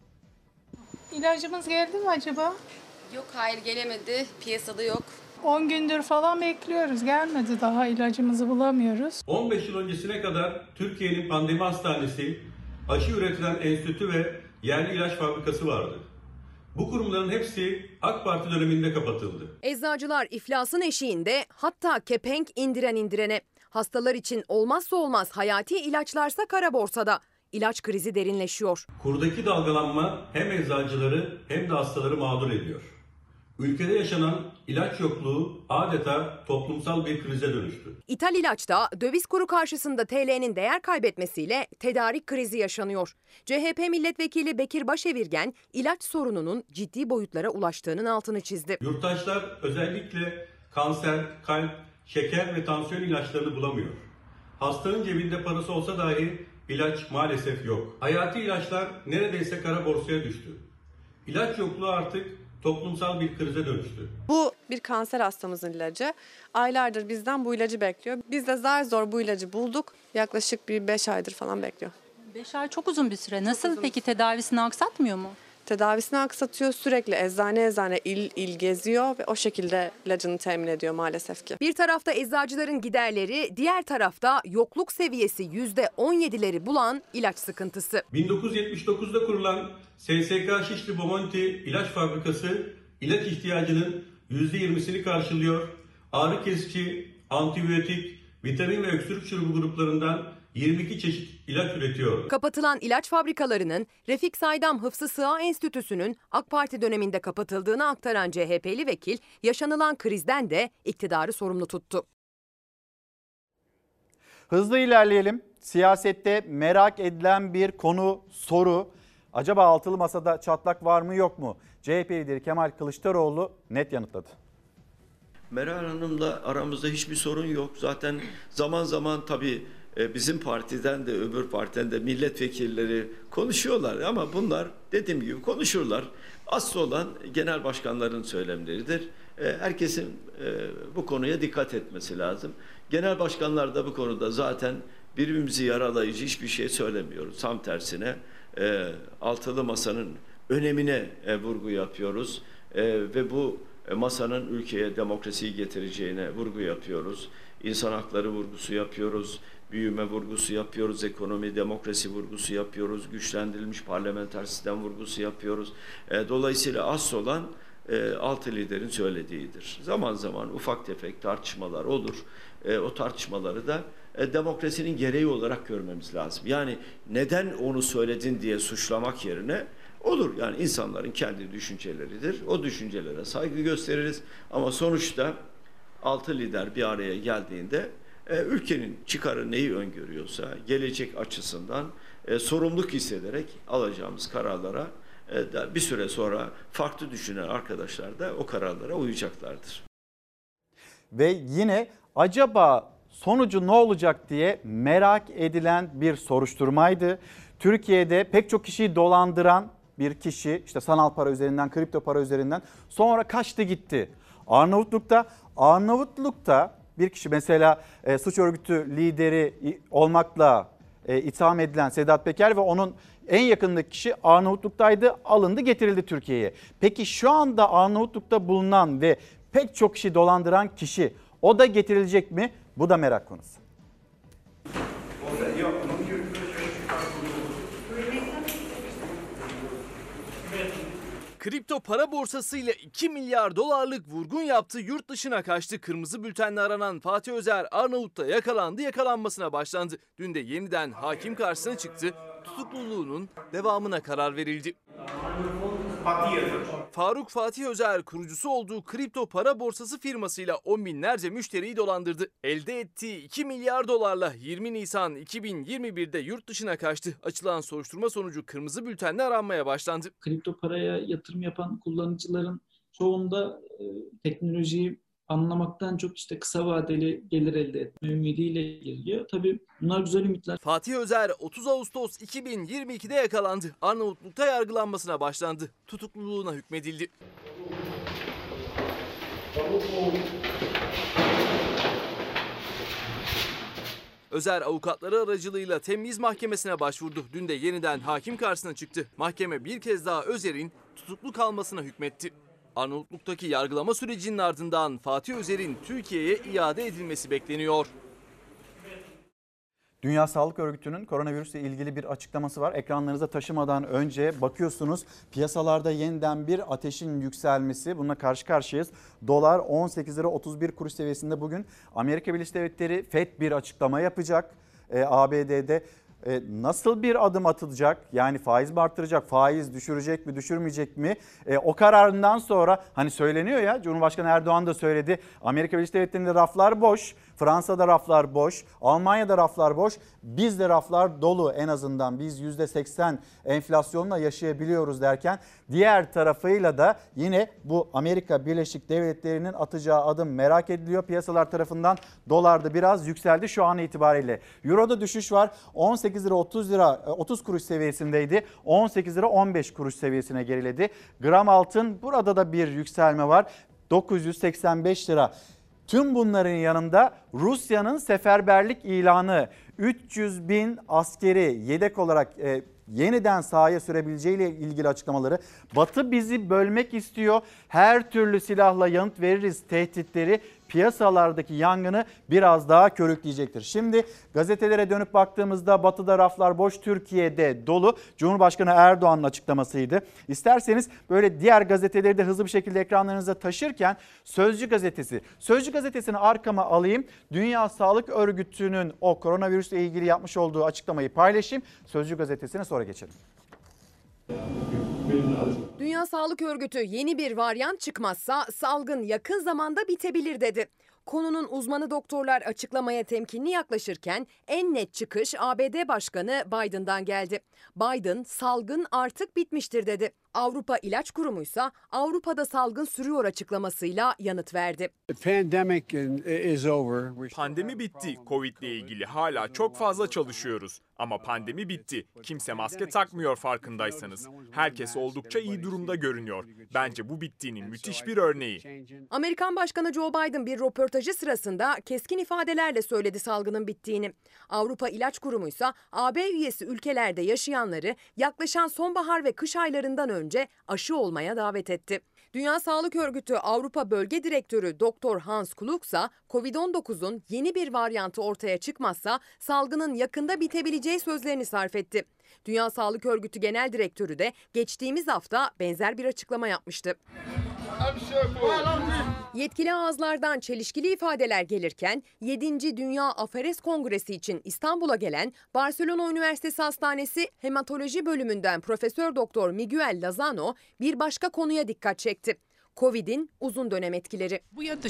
İlacımız geldi mi acaba? Yok, hayır gelemedi. Piyasada yok. on gündür falan bekliyoruz. Gelmedi, daha ilacımızı bulamıyoruz. on beş yıl öncesine kadar Türkiye'nin pandemi hastanesi, aşı üretilen enstitü ve yerli ilaç fabrikası vardı. Bu kurumların hepsi AK Parti döneminde kapatıldı. Eczacılar iflasın eşiğinde, hatta kepenk indiren indirene. Hastalar için olmazsa olmaz hayati ilaçlarsa kara borsada. İlaç krizi derinleşiyor. Kurdaki dalgalanma hem eczacıları hem de hastaları mağdur ediyor. Ülkede yaşanan ilaç yokluğu adeta toplumsal bir krize dönüştü. İthal ilaçta döviz kuru karşısında T L'nin değer kaybetmesiyle tedarik krizi yaşanıyor. C H P milletvekili Bekir Başevirgen ilaç sorununun ciddi boyutlara ulaştığının altını çizdi. Yurttaşlar özellikle kanser, kalp, şeker ve tansiyon ilaçlarını bulamıyor. Hastanın cebinde parası olsa dahi ilaç maalesef yok. Hayati ilaçlar neredeyse kara borsaya düştü. İlaç yokluğu artık toplumsal bir krize dönüştü. Bu bir kanser hastamızın ilacı. Aylardır bizden bu ilacı bekliyor. Biz de zar zor bu ilacı bulduk. Yaklaşık bir beş aydır falan bekliyor. beş ay çok uzun bir süre. Nasıl peki, tedavisini aksatmıyor mu? Tedavisini aksatıyor, sürekli eczane eczane il il geziyor ve o şekilde ilacını temin ediyor maalesef ki. Bir tarafta eczacıların giderleri, diğer tarafta yokluk seviyesi yüzde on yedileri bulan ilaç sıkıntısı. bin dokuz yüz yetmiş dokuzda kurulan S S K Şişli Bomonti İlaç Fabrikası ilaç ihtiyacının yüzde yirmisini karşılıyor. Ağrı kesici, antibiyotik, vitamin ve öksürük şurubu gruplarından yirmi iki çeşit ilaç üretiyor. Kapatılan ilaç fabrikalarının Refik Saydam Hıfzı Sığa Enstitüsü'nün AK Parti döneminde kapatıldığını aktaran C H P'li vekil yaşanılan krizden de iktidarı sorumlu tuttu. Hızlı ilerleyelim. Siyasette merak edilen bir konu, soru. Acaba altılı masada çatlak var mı yok mu? C H P lideri Kemal Kılıçdaroğlu net yanıtladı. Meral Hanım'la aramızda hiçbir sorun yok. Zaten zaman zaman tabii bizim partiden de öbür partiden de milletvekilleri konuşuyorlar ama bunlar dediğim gibi konuşurlar. Asıl olan genel başkanların söylemleridir. Herkesin bu konuya dikkat etmesi lazım. Genel başkanlar da bu konuda zaten birbirimizi yaralayıcı hiçbir şey söylemiyoruz. Tam tersine altılı masanın önemine vurgu yapıyoruz ve bu masanın ülkeye demokrasiyi getireceğine vurgu yapıyoruz. İnsan hakları vurgusu yapıyoruz. Büyüme vurgusu yapıyoruz, ekonomi, demokrasi vurgusu yapıyoruz, güçlendirilmiş parlamenter sistem vurgusu yapıyoruz. Dolayısıyla asıl olan e, altı liderin söylediğidir. Zaman zaman ufak tefek tartışmalar olur. E, o tartışmaları da e, demokrasinin gereği olarak görmemiz lazım. Yani neden onu söyledin diye suçlamak yerine olur. Yani insanların kendi düşünceleridir. O düşüncelere saygı gösteririz. Ama sonuçta altı lider bir araya geldiğinde e, ülkenin çıkarı neyi öngörüyorsa gelecek açısından e, sorumluluk hissederek alacağımız kararlara e, da bir süre sonra farklı düşünen arkadaşlar da o kararlara uyacaklardır. Ve yine acaba sonucu ne olacak diye merak edilen bir soruşturmaydı. Türkiye'de pek çok kişiyi dolandıran bir kişi işte sanal para üzerinden, kripto para üzerinden sonra kaçtı gitti. Arnavutluk'ta, Arnavutluk'ta bir kişi mesela e, suç örgütü lideri olmakla e, itham edilen Sedat Peker ve onun en yakındaki kişi Arnavutluk'taydı, alındı, getirildi Türkiye'ye. Peki şu anda Arnavutluk'ta bulunan ve pek çok kişi dolandıran kişi o da getirilecek mi? Bu da merak konusu. Kripto para borsasıyla iki milyar dolarlık vurgun yaptı, yurt dışına kaçtı. Kırmızı bültenle aranan Fatih Özer Arnavut'ta yakalandı, yakalanmasına başlandı. Dün de yeniden hakim karşısına çıktı, tutukluluğunun devamına karar verildi. Faruk Fatih Özer kurucusu olduğu kripto para borsası firmasıyla on binlerce müşteriyi dolandırdı. Elde ettiği iki milyar dolarla yirmi Nisan iki bin yirmi bir'de yurt dışına kaçtı. Açılan soruşturma sonucu kırmızı bültenle aranmaya başlandı. Kripto paraya yatırım yapan kullanıcıların çoğunda e, teknolojiyi anlamaktan çok işte kısa vadeli gelir elde etme ümidiyle geliyor. Tabii bunlar güzel ümitler. Fatih Özer otuz Ağustos iki bin yirmi iki'de yakalandı. Arnavutluk'ta yargılanmasına başlandı. Tutukluluğuna hükmedildi. Özer avukatları aracılığıyla temyiz mahkemesine başvurdu. Dün de yeniden hakim karşısına çıktı. Mahkeme bir kez daha Özer'in tutuklu kalmasına hükmetti. Arnavutluk'taki yargılama sürecinin ardından Fatih Özer'in Türkiye'ye iade edilmesi bekleniyor. Dünya Sağlık Örgütü'nün koronavirüsle ilgili bir açıklaması var. Ekranlarınıza taşımadan önce bakıyorsunuz piyasalarda yeniden bir ateşin yükselmesi. Bununla karşı karşıyayız. Dolar on sekiz lira otuz bir kuruş seviyesinde bugün. Amerika Birleşik Devletleri Fed bir açıklama yapacak. Ee, A B D'de e, nasıl bir adım atılacak? Yani faiz mi arttıracak, faiz düşürecek mi, düşürmeyecek mi? E, o kararından sonra hani söyleniyor ya, Cumhurbaşkanı Erdoğan da söyledi. Amerika Birleşik Devletleri'nde raflar boş. Fransa'da raflar boş, Almanya'da raflar boş, bizde raflar dolu, en azından biz yüzde seksen enflasyonla yaşayabiliyoruz derken diğer tarafıyla da yine bu Amerika Birleşik Devletleri'nin atacağı adım merak ediliyor. Piyasalar tarafından dolar da biraz yükseldi şu an itibariyle. Euro'da düşüş var, on sekiz lira otuz lira otuz kuruş seviyesindeydi, on sekiz lira on beş kuruş seviyesine geriledi. Gram altın, burada da bir yükselme var, dokuz yüz seksen beş lira. Tüm bunların yanında Rusya'nın seferberlik ilanı, üç yüz bin askeri yedek olarak e, yeniden sahaya sürebileceğiyle ilgili açıklamaları, Batı bizi bölmek istiyor, her türlü silahla yanıt veririz tehditleri piyasalardaki yangını biraz daha körükleyecektir. Şimdi gazetelere dönüp baktığımızda Batı'da raflar boş, Türkiye'de dolu. Cumhurbaşkanı Erdoğan'ın açıklamasıydı. İsterseniz böyle diğer gazeteleri de hızlı bir şekilde ekranlarınıza taşırken Sözcü gazetesi. Sözcü gazetesini arkama alayım. Dünya Sağlık Örgütü'nün o koronavirüsle ilgili yapmış olduğu açıklamayı paylaşayım. Sözcü gazetesine sonra geçelim. Dünya Sağlık Örgütü yeni bir varyant çıkmazsa salgın yakın zamanda bitebilir dedi. Konunun uzmanı doktorlar açıklamaya temkinli yaklaşırken en net çıkış A B D Başkanı Biden'dan geldi. Biden salgın artık bitmiştir dedi. Avrupa İlaç Kurumu'ysa Avrupa'da salgın sürüyor açıklamasıyla yanıt verdi. Pandemi bitti. Covid ile ilgili hala çok fazla çalışıyoruz. Ama pandemi bitti. Kimse maske takmıyor farkındaysanız. Herkes oldukça iyi durumda görünüyor. Bence bu bittiğinin müthiş bir örneği. Amerikan Başkanı Joe Biden bir röportajı sırasında keskin ifadelerle söyledi salgının bittiğini. Avrupa İlaç Kurumu'ysa A B üyesi ülkelerde yaşayanları yaklaşan sonbahar ve kış aylarından önce aşı olmaya davet etti. Dünya Sağlık Örgütü Avrupa Bölge Direktörü Doktor Hans Klugsa, Covid on dokuzun yeni bir varyantı ortaya çıkmazsa salgının yakında bitebileceği sözlerini sarf etti. Dünya Sağlık Örgütü Genel Direktörü de geçtiğimiz hafta benzer bir açıklama yapmıştı. Yetkili ağızlardan çelişkili ifadeler gelirken yedinci Dünya Aferes Kongresi için İstanbul'a gelen Barcelona Üniversitesi Hastanesi Hematoloji Bölümünden Profesör Doktor Miguel Lozano bir başka konuya dikkat çekti. Covid'in uzun dönem etkileri.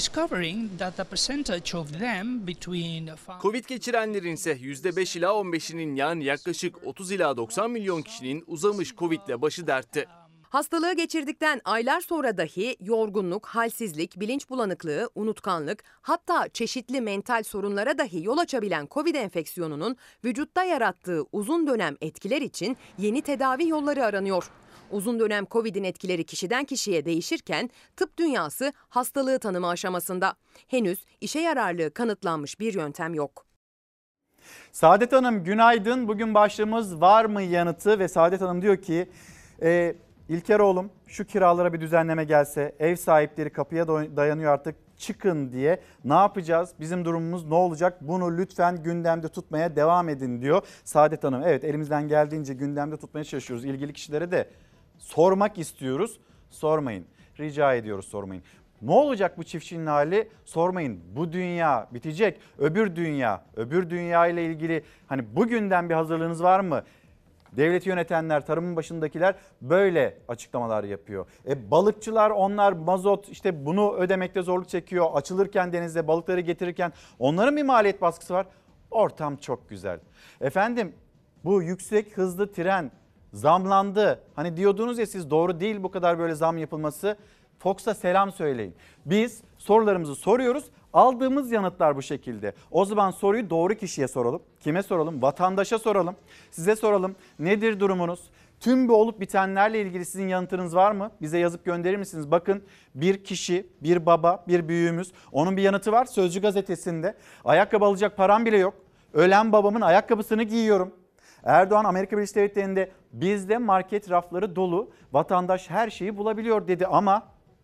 Covid geçirenlerin ise yüzde beş ila on beşinin yani yaklaşık otuz ila doksan milyon kişinin uzamış Covid'le başı dertte. Hastalığı geçirdikten aylar sonra dahi yorgunluk, halsizlik, bilinç bulanıklığı, unutkanlık, hatta çeşitli mental sorunlara dahi yol açabilen Covid enfeksiyonunun vücutta yarattığı uzun dönem etkiler için yeni tedavi yolları aranıyor. Uzun dönem Covid'in etkileri kişiden kişiye değişirken tıp dünyası hastalığı tanıma aşamasında. Henüz işe yararlığı kanıtlanmış bir yöntem yok. Saadet Hanım günaydın. Bugün başlığımız var mı yanıtı ve Saadet Hanım diyor ki e, İlker oğlum şu kiralara bir düzenleme gelse, ev sahipleri kapıya dayanıyor artık, çıkın diye. Ne yapacağız? Bizim durumumuz ne olacak? Bunu lütfen gündemde tutmaya devam edin diyor Saadet Hanım. Evet, elimizden geldiğince gündemde tutmaya çalışıyoruz. İlgili kişilere de sormak istiyoruz. Sormayın. Rica ediyoruz, sormayın. Ne olacak bu çiftçinin hali? Sormayın. Bu dünya bitecek. Öbür dünya, öbür dünya ile ilgili hani bugünden bir hazırlığınız var mı? Devleti yönetenler, tarımın başındakiler böyle açıklamalar yapıyor. E, balıkçılar, onlar mazot işte bunu ödemekte zorluk çekiyor. Açılırken denizde balıkları getirirken onların bir maliyet baskısı var. Ortam çok güzel. Efendim bu yüksek hızlı tren zamlandı. Hani diyordunuz ya siz, doğru değil bu kadar böyle zam yapılması. Fox'a selam söyleyin. Biz sorularımızı soruyoruz. Aldığımız yanıtlar bu şekilde. O zaman soruyu doğru kişiye soralım. Kime soralım? Vatandaşa soralım. Size soralım. Nedir durumunuz? Tüm bu olup bitenlerle ilgili sizin yanıtınız var mı? Bize yazıp gönderir misiniz? Bakın bir kişi, bir baba, bir büyüğümüz. Onun bir yanıtı var Sözcü gazetesinde. Ayakkabı alacak param bile yok. Ölen babamın ayakkabısını giyiyorum. Erdoğan Amerika Birleşik Devletleri'nde bizde market rafları dolu. Vatandaş her şeyi bulabiliyor dedi ama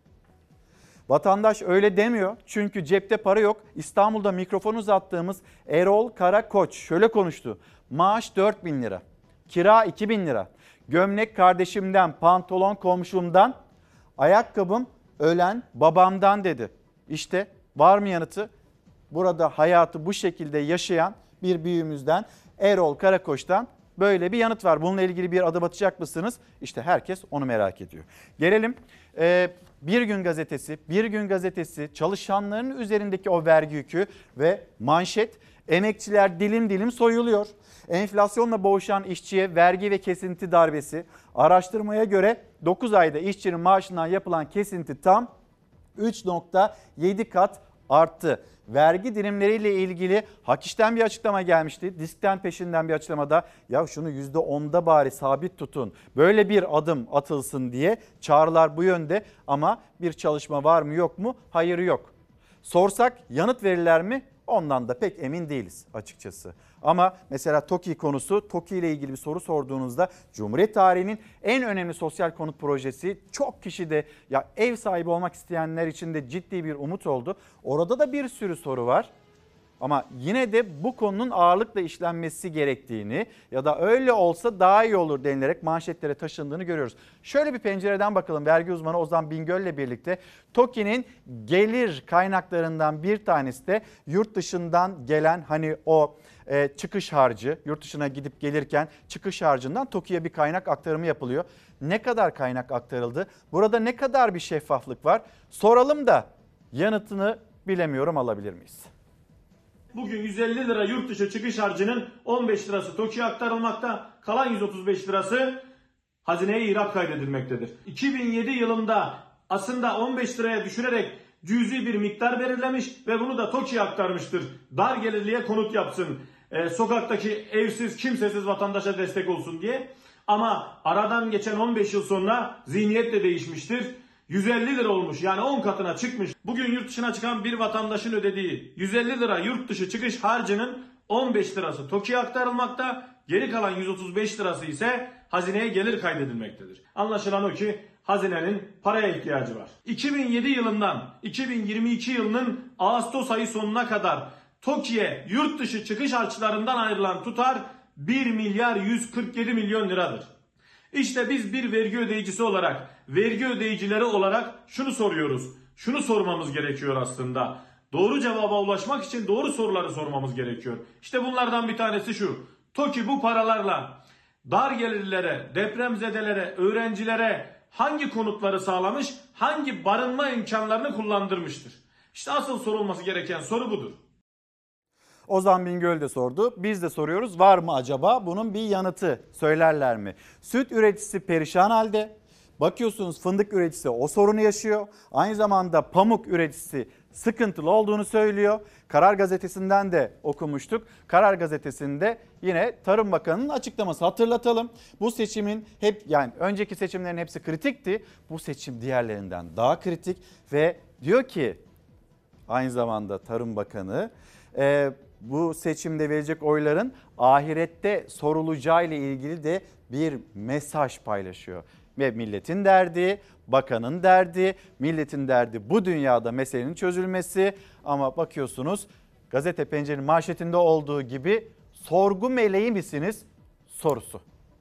vatandaş öyle demiyor. Çünkü cepte para yok. İstanbul'da mikrofon uzattığımız Erol Karakoç şöyle konuştu. Maaş dört bin lira, kira iki bin lira. Gömlek kardeşimden, pantolon komşumdan, ayakkabım ölen babamdan dedi. İşte var mı yanıtı? Burada hayatı bu şekilde yaşayan bir büyüğümüzden, Erol Karakoç'tan böyle bir yanıt var. Bununla ilgili bir adım atacak mısınız? İşte herkes onu merak ediyor. Gelelim e, Bir Gün Gazetesi. Bir Gün Gazetesi çalışanların üzerindeki o vergi yükü ve manşet, emekçiler dilim dilim soyuluyor. Enflasyonla boğuşan işçiye vergi ve kesinti darbesi. Araştırmaya göre dokuz ayda işçinin maaşından yapılan kesinti tam üç nokta yedi kat arttı. Vergi dilimleriyle ilgili Hak İş'ten bir açıklama gelmişti. Disk'ten peşinden bir açıklamada ya şunu yüzde onda bari sabit tutun. Böyle bir adım atılsın diye çağrılar bu yönde ama bir çalışma var mı yok mu? Hayır yok. Sorsak yanıt verirler mi? Ondan da pek emin değiliz açıkçası. Ama mesela TOKİ konusu, TOKİ ile ilgili bir soru sorduğunuzda Cumhuriyet tarihinin en önemli sosyal konut projesi, çok kişi de ya ev sahibi olmak isteyenler için de ciddi bir umut oldu. Orada da bir sürü soru var. Ama yine de bu konunun ağırlıkla işlenmesi gerektiğini ya da öyle olsa daha iyi olur denilerek manşetlere taşındığını görüyoruz. Şöyle bir pencereden bakalım. Vergi uzmanı Ozan Bingöl ile birlikte TOKİ'nin gelir kaynaklarından bir tanesi de yurt dışından gelen hani o e, çıkış harcı, yurt dışına gidip gelirken çıkış harcından TOKİ'ye bir kaynak aktarımı yapılıyor. Ne kadar kaynak aktarıldı? Burada ne kadar bir şeffaflık var? Soralım da yanıtını bilemiyorum, alabilir miyiz? Bugün yüz elli lira yurt dışı çıkış harcının on beş lirası TOKİ'ye aktarılmakta, kalan yüz otuz beş lirası hazineye ihraç kaydedilmektedir. iki bin yedi yılında aslında on beş liraya düşürerek cüzi bir miktar belirlemiş ve bunu da TOKİ'ye aktarmıştır. Dar gelirliye konut yapsın, e, sokaktaki evsiz kimsesiz vatandaşa destek olsun diye. Ama aradan geçen on beş yıl sonra zihniyet de değişmiştir. yüz elli lira olmuş, yani on katına çıkmış. Bugün yurt dışına çıkan bir vatandaşın ödediği yüz elli lira yurt dışı çıkış harcının on beş lirası TOKİ'ye aktarılmakta, geri kalan yüz otuz beş lirası ise hazineye gelir kaydedilmektedir. Anlaşılan o ki hazinenin paraya ihtiyacı var. iki bin yedi yılından iki bin yirmi iki yılının Ağustos ayı sonuna kadar TOKİ'ye yurt dışı çıkış harçlarından ayrılan tutar bir milyar yüz kırk yedi milyon liradır. İşte biz bir vergi ödeyicisi olarak, vergi ödeyicileri olarak şunu soruyoruz. Şunu sormamız gerekiyor aslında. Doğru cevaba ulaşmak için doğru soruları sormamız gerekiyor. İşte bunlardan bir tanesi şu. TOKİ bu paralarla dar gelirlilere, depremzedelere, öğrencilere hangi konutları sağlamış, hangi barınma imkanlarını kullandırmıştır? İşte asıl sorulması gereken soru budur. Ozan Bingöl de sordu. Biz de soruyoruz, var mı acaba? Bunun bir yanıtı söylerler mi? Süt üreticisi perişan halde. Bakıyorsunuz fındık üreticisi o sorunu yaşıyor. Aynı zamanda pamuk üreticisi sıkıntılı olduğunu söylüyor. Karar Gazetesi'nden de okumuştuk. Karar Gazetesi'nde yine Tarım Bakanı'nın açıklaması, hatırlatalım. Bu seçimin hep, yani önceki seçimlerin hepsi kritikti. Bu seçim diğerlerinden daha kritik ve diyor ki aynı zamanda Tarım Bakanı e, bu seçimde verecek oyların ahirette sorulacağı ile ilgili de bir mesaj paylaşıyor. Ve milletin derdi, bakanın derdi, milletin derdi bu dünyada meselenin çözülmesi. Ama bakıyorsunuz Gazete Pencere'nin manşetinde olduğu gibi sorgu meleği misiniz sorusu.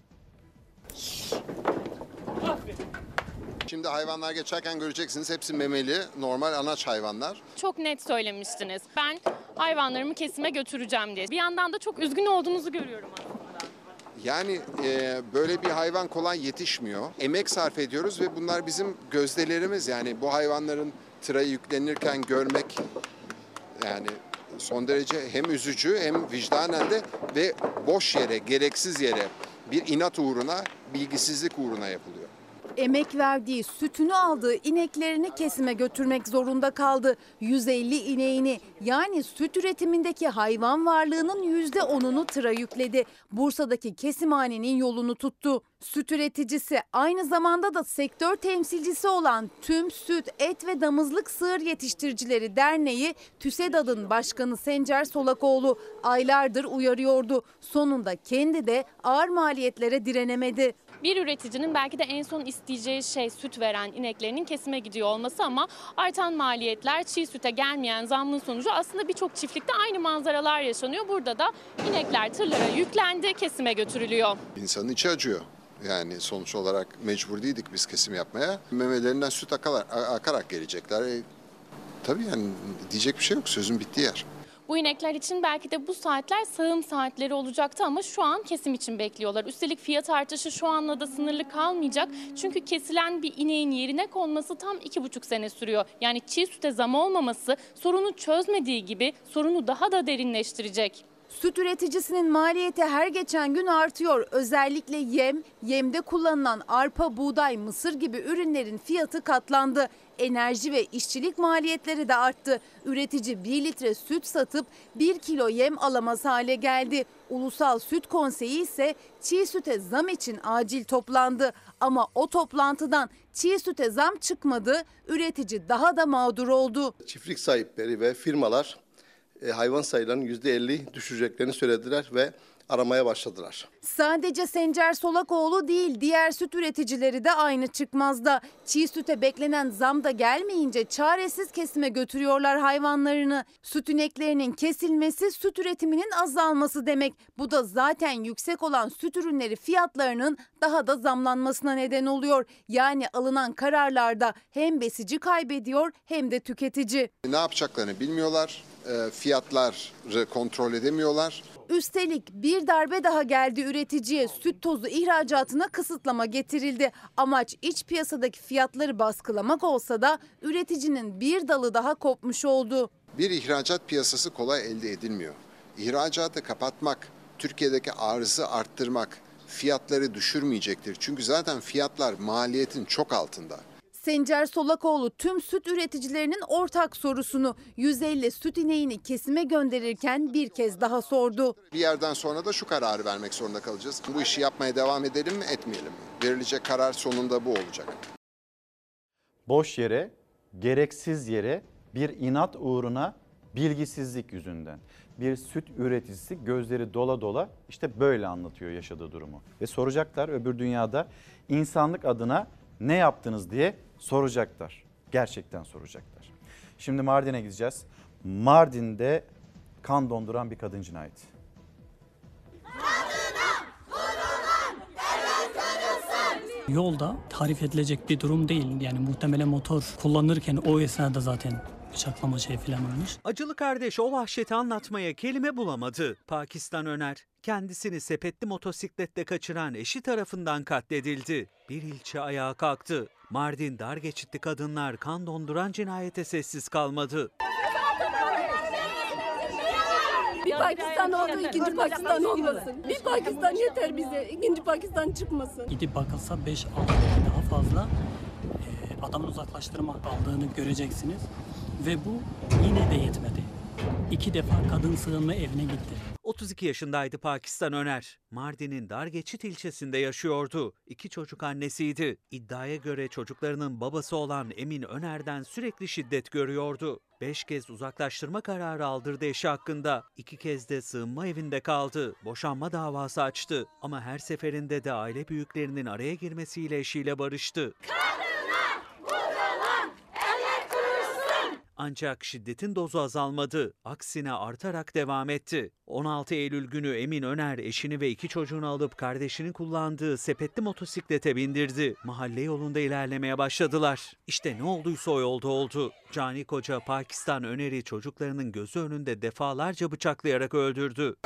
Şimdi hayvanlar geçerken göreceksiniz, hepsi memeli, normal anaç hayvanlar. Çok net söylemiştiniz. Ben hayvanlarımı kesime götüreceğim diye. Bir yandan da çok üzgün olduğunuzu görüyorum aslında. Yani e, böyle bir hayvan kolay yetişmiyor. Emek sarf ediyoruz ve bunlar bizim gözdelerimiz. Yani bu hayvanların tıraya yüklenirken görmek yani son derece hem üzücü hem vicdanen de ve boş yere, gereksiz yere bir inat uğruna, bilgisizlik uğruna yapılıyor. Emek verdiği, sütünü aldığı ineklerini kesime götürmek zorunda kaldı. yüz elli ineğini, yani süt üretimindeki hayvan varlığının yüzde onunu tıra yükledi. Bursa'daki kesimhanenin yolunu tuttu. Süt üreticisi, aynı zamanda da sektör temsilcisi olan Tüm Süt, Et ve Damızlık Sığır Yetiştiricileri Derneği TÜSEDAD'ın başkanı Sencer Solakoğlu aylardır uyarıyordu. Sonunda kendi de ağır maliyetlere direnemedi. Bir üreticinin belki de en son isteyeceği şey süt veren ineklerinin kesime gidiyor olması ama artan maliyetler, çiğ süte gelmeyen zammın sonucu aslında birçok çiftlikte aynı manzaralar yaşanıyor. Burada da inekler tırlara yüklendi, kesime götürülüyor. İnsanın içi acıyor. Yani sonuç olarak mecbur değildik biz kesim yapmaya. Memelerinden süt akarak, akarak gelecekler. E, tabii yani diyecek bir şey yok, sözün bittiği yer. Bu inekler için belki de bu saatler sağım saatleri olacaktı ama şu an kesim için bekliyorlar. Üstelik fiyat artışı şu anla da sınırlı kalmayacak. Çünkü kesilen bir ineğin yerine konması tam iki buçuk sene sürüyor. Yani çiğ süte zam olmaması sorunu çözmediği gibi sorunu daha da derinleştirecek. Süt üreticisinin maliyeti her geçen gün artıyor. Özellikle yem, yemde kullanılan arpa, buğday, mısır gibi ürünlerin fiyatı katlandı. Enerji ve işçilik maliyetleri de arttı. Üretici bir litre süt satıp bir kilo yem alamaz hale geldi. Ulusal Süt Konseyi ise çiğ süte zam için acil toplandı. Ama o toplantıdan çiğ süte zam çıkmadı. Üretici daha da mağdur oldu. Çiftlik sahipleri ve firmalar hayvan sayılarının yüzde elli düşeceklerini söylediler ve aramaya başladılar. Sadece Sencer Solakoğlu değil, diğer süt üreticileri de aynı çıkmazda. Çiğ süte beklenen zam da gelmeyince çaresiz kesime götürüyorlar hayvanlarını. Süt ineklerinin kesilmesi süt üretiminin azalması demek. Bu da zaten yüksek olan süt ürünleri fiyatlarının daha da zamlanmasına neden oluyor. Yani alınan kararlarda hem besici kaybediyor hem de tüketici. Ne yapacaklarını bilmiyorlar, fiyatları kontrol edemiyorlar. Üstelik bir darbe daha geldi üreticiye. Süt tozu ihracatına kısıtlama getirildi. Amaç iç piyasadaki fiyatları baskılamak olsa da üreticinin bir dalı daha kopmuş oldu. Bir ihracat piyasası kolay elde edilmiyor. İhracatı kapatmak, Türkiye'deki arzı arttırmak fiyatları düşürmeyecektir. Çünkü zaten fiyatlar maliyetin çok altında. Sencer Solakoğlu tüm süt üreticilerinin ortak sorusunu yüz elli süt ineğini kesime gönderirken bir kez daha sordu. Bir yerden sonra da şu kararı vermek zorunda kalacağız. Bu işi yapmaya devam edelim mi, etmeyelim mi? Verilecek karar sonunda bu olacak. Boş yere, gereksiz yere bir inat uğruna bilgisizlik yüzünden bir süt üreticisi gözleri dola dola işte böyle anlatıyor yaşadığı durumu. Ve soracaklar öbür dünyada insanlık adına ne yaptınız diye soracaklar. Gerçekten soracaklar. Şimdi Mardin'e gideceğiz. Mardin'de kan donduran bir kadın cinayeti. Kadına vurulan devlet ölürsün. Yolda tarif edilecek bir durum değil. Yani muhtemelen motor kullanırken o esnada zaten bıçaklama şey falan olmuş. Acılı kardeş o vahşeti anlatmaya kelime bulamadı. Pakistan Öner kendisini sepetli motosikletle kaçıran eşi tarafından katledildi. Bir ilçe ayağa kalktı. Mardin dar geçitli kadınlar kan donduran cinayete sessiz kalmadı. Bir Pakistan oldu, ikinci Pakistan olmasın. Bir Pakistan yeter bize, ikinci Pakistan çıkmasın. Gidip bakılsa beş altı daha fazla e, adamın uzaklaştırma aldığını göreceksiniz. Ve bu yine de yetmedi. İki defa kadın sığınma evine gitti. otuz iki yaşındaydı Pakistan Öner. Mardin'in Dargeçit ilçesinde yaşıyordu. İki çocuk annesiydi. İddiaya göre çocuklarının babası olan Emin Öner'den sürekli şiddet görüyordu. Beş kez uzaklaştırma kararı aldırdı eşi hakkında. İki kez de sığınma evinde kaldı. Boşanma davası açtı. Ama her seferinde de aile büyüklerinin araya girmesiyle eşiyle barıştı. Ancak şiddetin dozu azalmadı. Aksine artarak devam etti. on altı Eylül günü Emin Öner eşini ve iki çocuğunu alıp kardeşinin kullandığı sepetli motosiklete bindirdi. Mahalle yolunda ilerlemeye başladılar. İşte ne olduysa o yolda oldu. Cani koca Pakistan Öner'i çocuklarının gözü önünde defalarca bıçaklayarak öldürdü.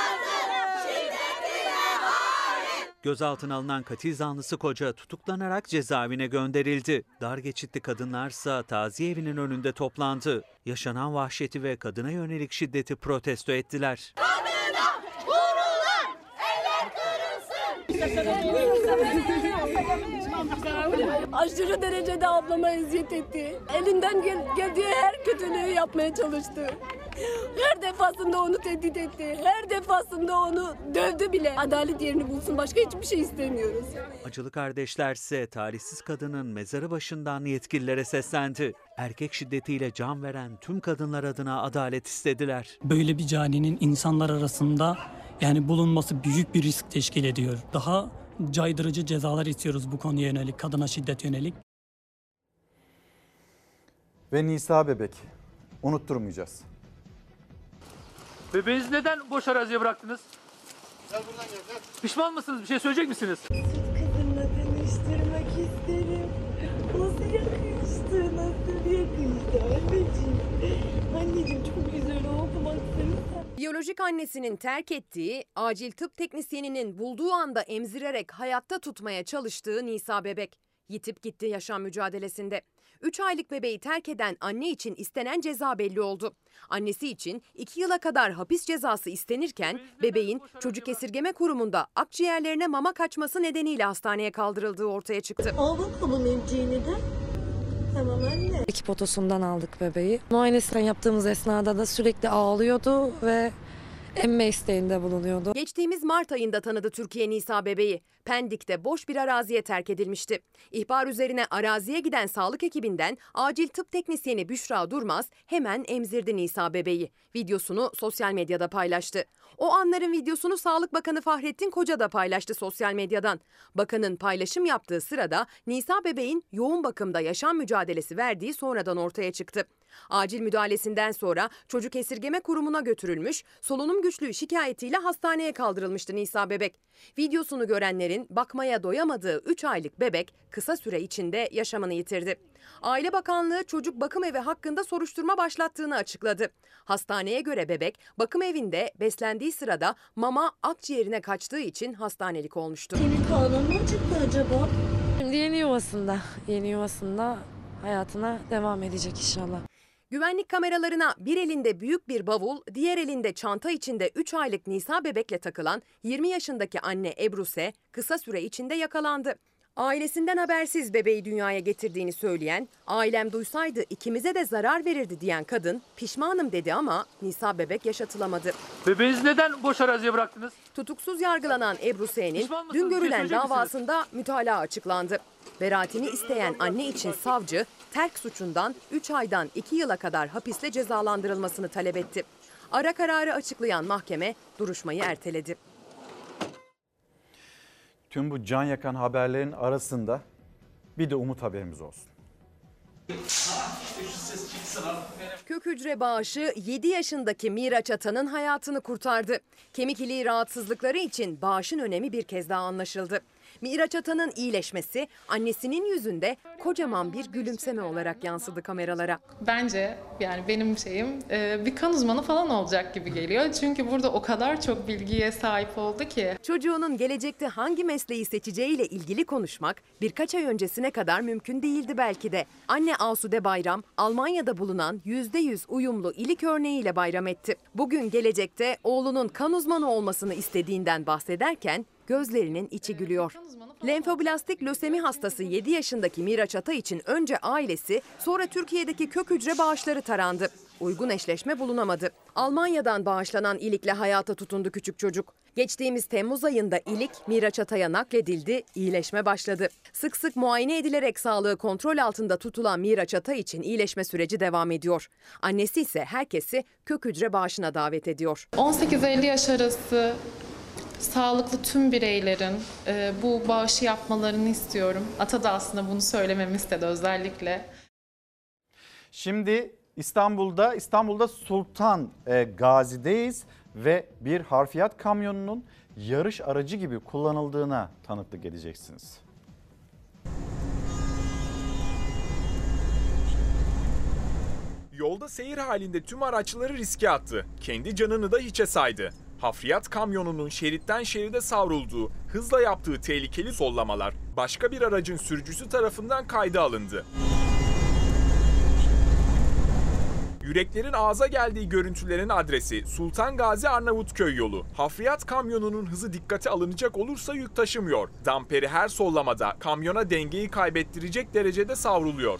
Gözaltına alınan katil zanlısı koca tutuklanarak cezaevine gönderildi. Dar geçitli kadınlarsa taziye evinin önünde toplandı. Yaşanan vahşeti ve kadına yönelik şiddeti protesto ettiler. Kadına vurulan eller kırılsın. Aşırı derecede ablama eziyet etti. Elinden gel geldiği her kötülüğü yapmaya çalıştı. Her defasında onu tehdit etti. Her defasında onu dövdü bile. Adalet yerini bulsun. Başka hiçbir şey istemiyoruz. Acılı kardeşlerse talihsiz kadının mezarı başından yetkililere seslendi. Erkek şiddetiyle can veren tüm kadınlar adına adalet istediler. Böyle bir caninin insanlar arasında yani bulunması büyük bir risk teşkil ediyor. Daha caydırıcı cezalar istiyoruz bu konuya yönelik, kadına şiddet yönelik. Ve Nisa bebek unutturmayacağız. Bebeğinizi neden boş araziye bıraktınız? Gel buradan gel, gel. Pişman mısınız? Bir şey söyleyecek misiniz? Kızımla tanıştırmak isterim. Nasıl yakıştı, nasıl yakıştı anneciğim. Anneciğim çok güzel oldu baksana. Biyolojik annesinin terk ettiği, acil tıp teknisyeninin bulduğu anda emzirerek hayatta tutmaya çalıştığı Nisa bebek yitip gitti yaşam mücadelesinde. üç aylık bebeği terk eden anne için istenen ceza belli oldu. Annesi için iki yıla kadar hapis cezası istenirken bebeğin çocuk esirgeme kurumunda akciğerlerine mama kaçması nedeniyle hastaneye kaldırıldığı ortaya çıktı. Al bakalım emciğini de. Tamam anne. Ekip otosundan aldık bebeği. Muayenesini yaptığımız esnada da sürekli ağlıyordu ve emme isteğinde bulunuyordu. Geçtiğimiz Mart ayında tanıdı Türkiye Nisa bebeği. Pendik'te boş bir araziye terk edilmişti. İhbar üzerine araziye giden sağlık ekibinden acil tıp teknisyeni Büşra Durmaz hemen emzirdi Nisa bebeği. Videosunu sosyal medyada paylaştı. O anların videosunu Sağlık Bakanı Fahrettin Koca da paylaştı sosyal medyadan. Bakanın paylaşım yaptığı sırada Nisa bebeğin yoğun bakımda yaşam mücadelesi verdiği sonradan ortaya çıktı. Acil müdahalesinden sonra çocuk esirgeme kurumuna götürülmüş, solunum güçlüğü şikayetiyle hastaneye kaldırılmıştı Nisa bebek. Videosunu görenlerin bakmaya doyamadığı üç aylık bebek kısa süre içinde yaşamını yitirdi. Aile Bakanlığı çocuk bakım evi hakkında soruşturma başlattığını açıkladı. Hastaneye göre bebek bakım evinde beslendiği sırada mama akciğerine kaçtığı için hastanelik olmuştu. Senin karnın mı acıktı acaba? Şimdi yeni yuvasında, yeni yuvasında hayatına devam edecek inşallah. Güvenlik kameralarına bir elinde büyük bir bavul, diğer elinde çanta içinde üç aylık Nisa bebekle takılan yirmi yaşındaki anne Ebru S. kısa süre içinde yakalandı. Ailesinden habersiz bebeği dünyaya getirdiğini söyleyen, ailem duysaydı ikimize de zarar verirdi diyen kadın pişmanım dedi ama Nisa bebek yaşatılamadı. Bebeğinizi neden boş araziye bıraktınız? Tutuksuz yargılanan Ebru S.'nin dün görülen davasında mütalaa açıklandı. Beraatini isteyen anne için savcı terk suçundan üç aydan iki yıla kadar hapisle cezalandırılmasını talep etti. Ara kararı açıklayan mahkeme duruşmayı erteledi. Tüm bu can yakan haberlerin arasında bir de umut haberimiz olsun. Kök hücre bağışı yedi yaşındaki Miraç Atan'ın hayatını kurtardı. Kemik iliği rahatsızlıkları için bağışın önemi bir kez daha anlaşıldı. Miraç Atan'ın iyileşmesi annesinin yüzünde kocaman bir gülümseme olarak yansıdı kameralara. Bence yani benim şeyim bir kan uzmanı falan olacak gibi geliyor. Çünkü burada o kadar çok bilgiye sahip oldu ki. Çocuğunun gelecekte hangi mesleği seçeceğiyle ilgili konuşmak birkaç ay öncesine kadar mümkün değildi belki de. Anne Asude Bayram, Almanya'da bulunan yüzde yüz uyumlu ilik örneğiyle bayram etti. Bugün gelecekte oğlunun kan uzmanı olmasını istediğinden bahsederken gözlerinin içi gülüyor. Lenfoblastik lösemi hastası yedi yaşındaki Miraç Ata için önce ailesi, sonra Türkiye'deki kök hücre bağışları tarandı. Uygun eşleşme bulunamadı. Almanya'dan bağışlanan ilikle hayata tutundu küçük çocuk. Geçtiğimiz Temmuz ayında ilik Miraç Ata'ya nakledildi, iyileşme başladı. Sık sık muayene edilerek sağlığı kontrol altında tutulan Miraç Ata için iyileşme süreci devam ediyor. Annesi ise herkesi kök hücre bağışına davet ediyor. on sekiz elli yaş arası sağlıklı tüm bireylerin e, bu bağışı yapmalarını istiyorum. Ata da aslında bunu söylememi istedi özellikle. Şimdi İstanbul'da İstanbul'da Sultan e, Gazi'deyiz ve bir harfiyat kamyonunun yarış aracı gibi kullanıldığına tanıklık edeceksiniz. Yolda seyir halinde tüm araçları riske attı. Kendi canını da hiçe saydı. Hafriyat kamyonunun şeritten şeride savrulduğu, hızla yaptığı tehlikeli sollamalar başka bir aracın sürücüsü tarafından kayda alındı. Yüreklerin ağza geldiği görüntülerin adresi Sultan Gazi Arnavutköy yolu. Hafriyat kamyonunun hızı dikkate alınacak olursa yük taşımıyor. Damperi her sollamada kamyona dengeyi kaybettirecek derecede savruluyor.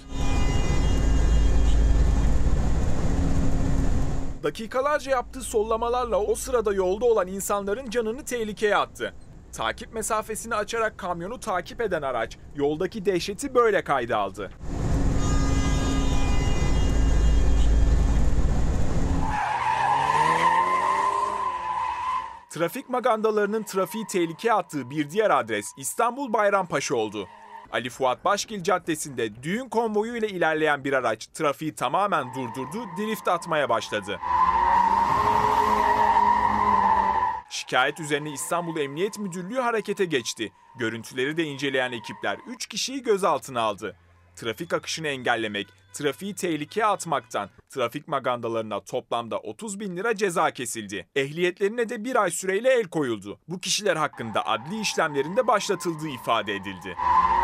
Dakikalarca yaptığı sollamalarla o sırada yolda olan insanların canını tehlikeye attı. Takip mesafesini açarak kamyonu takip eden araç yoldaki dehşeti böyle kayda aldı. Trafik magandalarının trafiği tehlikeye attığı bir diğer adres İstanbul Bayrampaşa oldu. Ali Fuat Başgil Caddesi'nde düğün konvoyu ile ilerleyen bir araç trafiği tamamen durdurdu, drift atmaya başladı. Şikayet üzerine İstanbul Emniyet Müdürlüğü harekete geçti. Görüntüleri de inceleyen ekipler üç kişiyi gözaltına aldı. Trafik akışını engellemek, trafiği tehlikeye atmaktan trafik magandalarına toplamda otuz bin lira ceza kesildi. Ehliyetlerine de bir ay süreyle el koyuldu. Bu kişiler hakkında adli işlemlerin de başlatıldığı ifade edildi.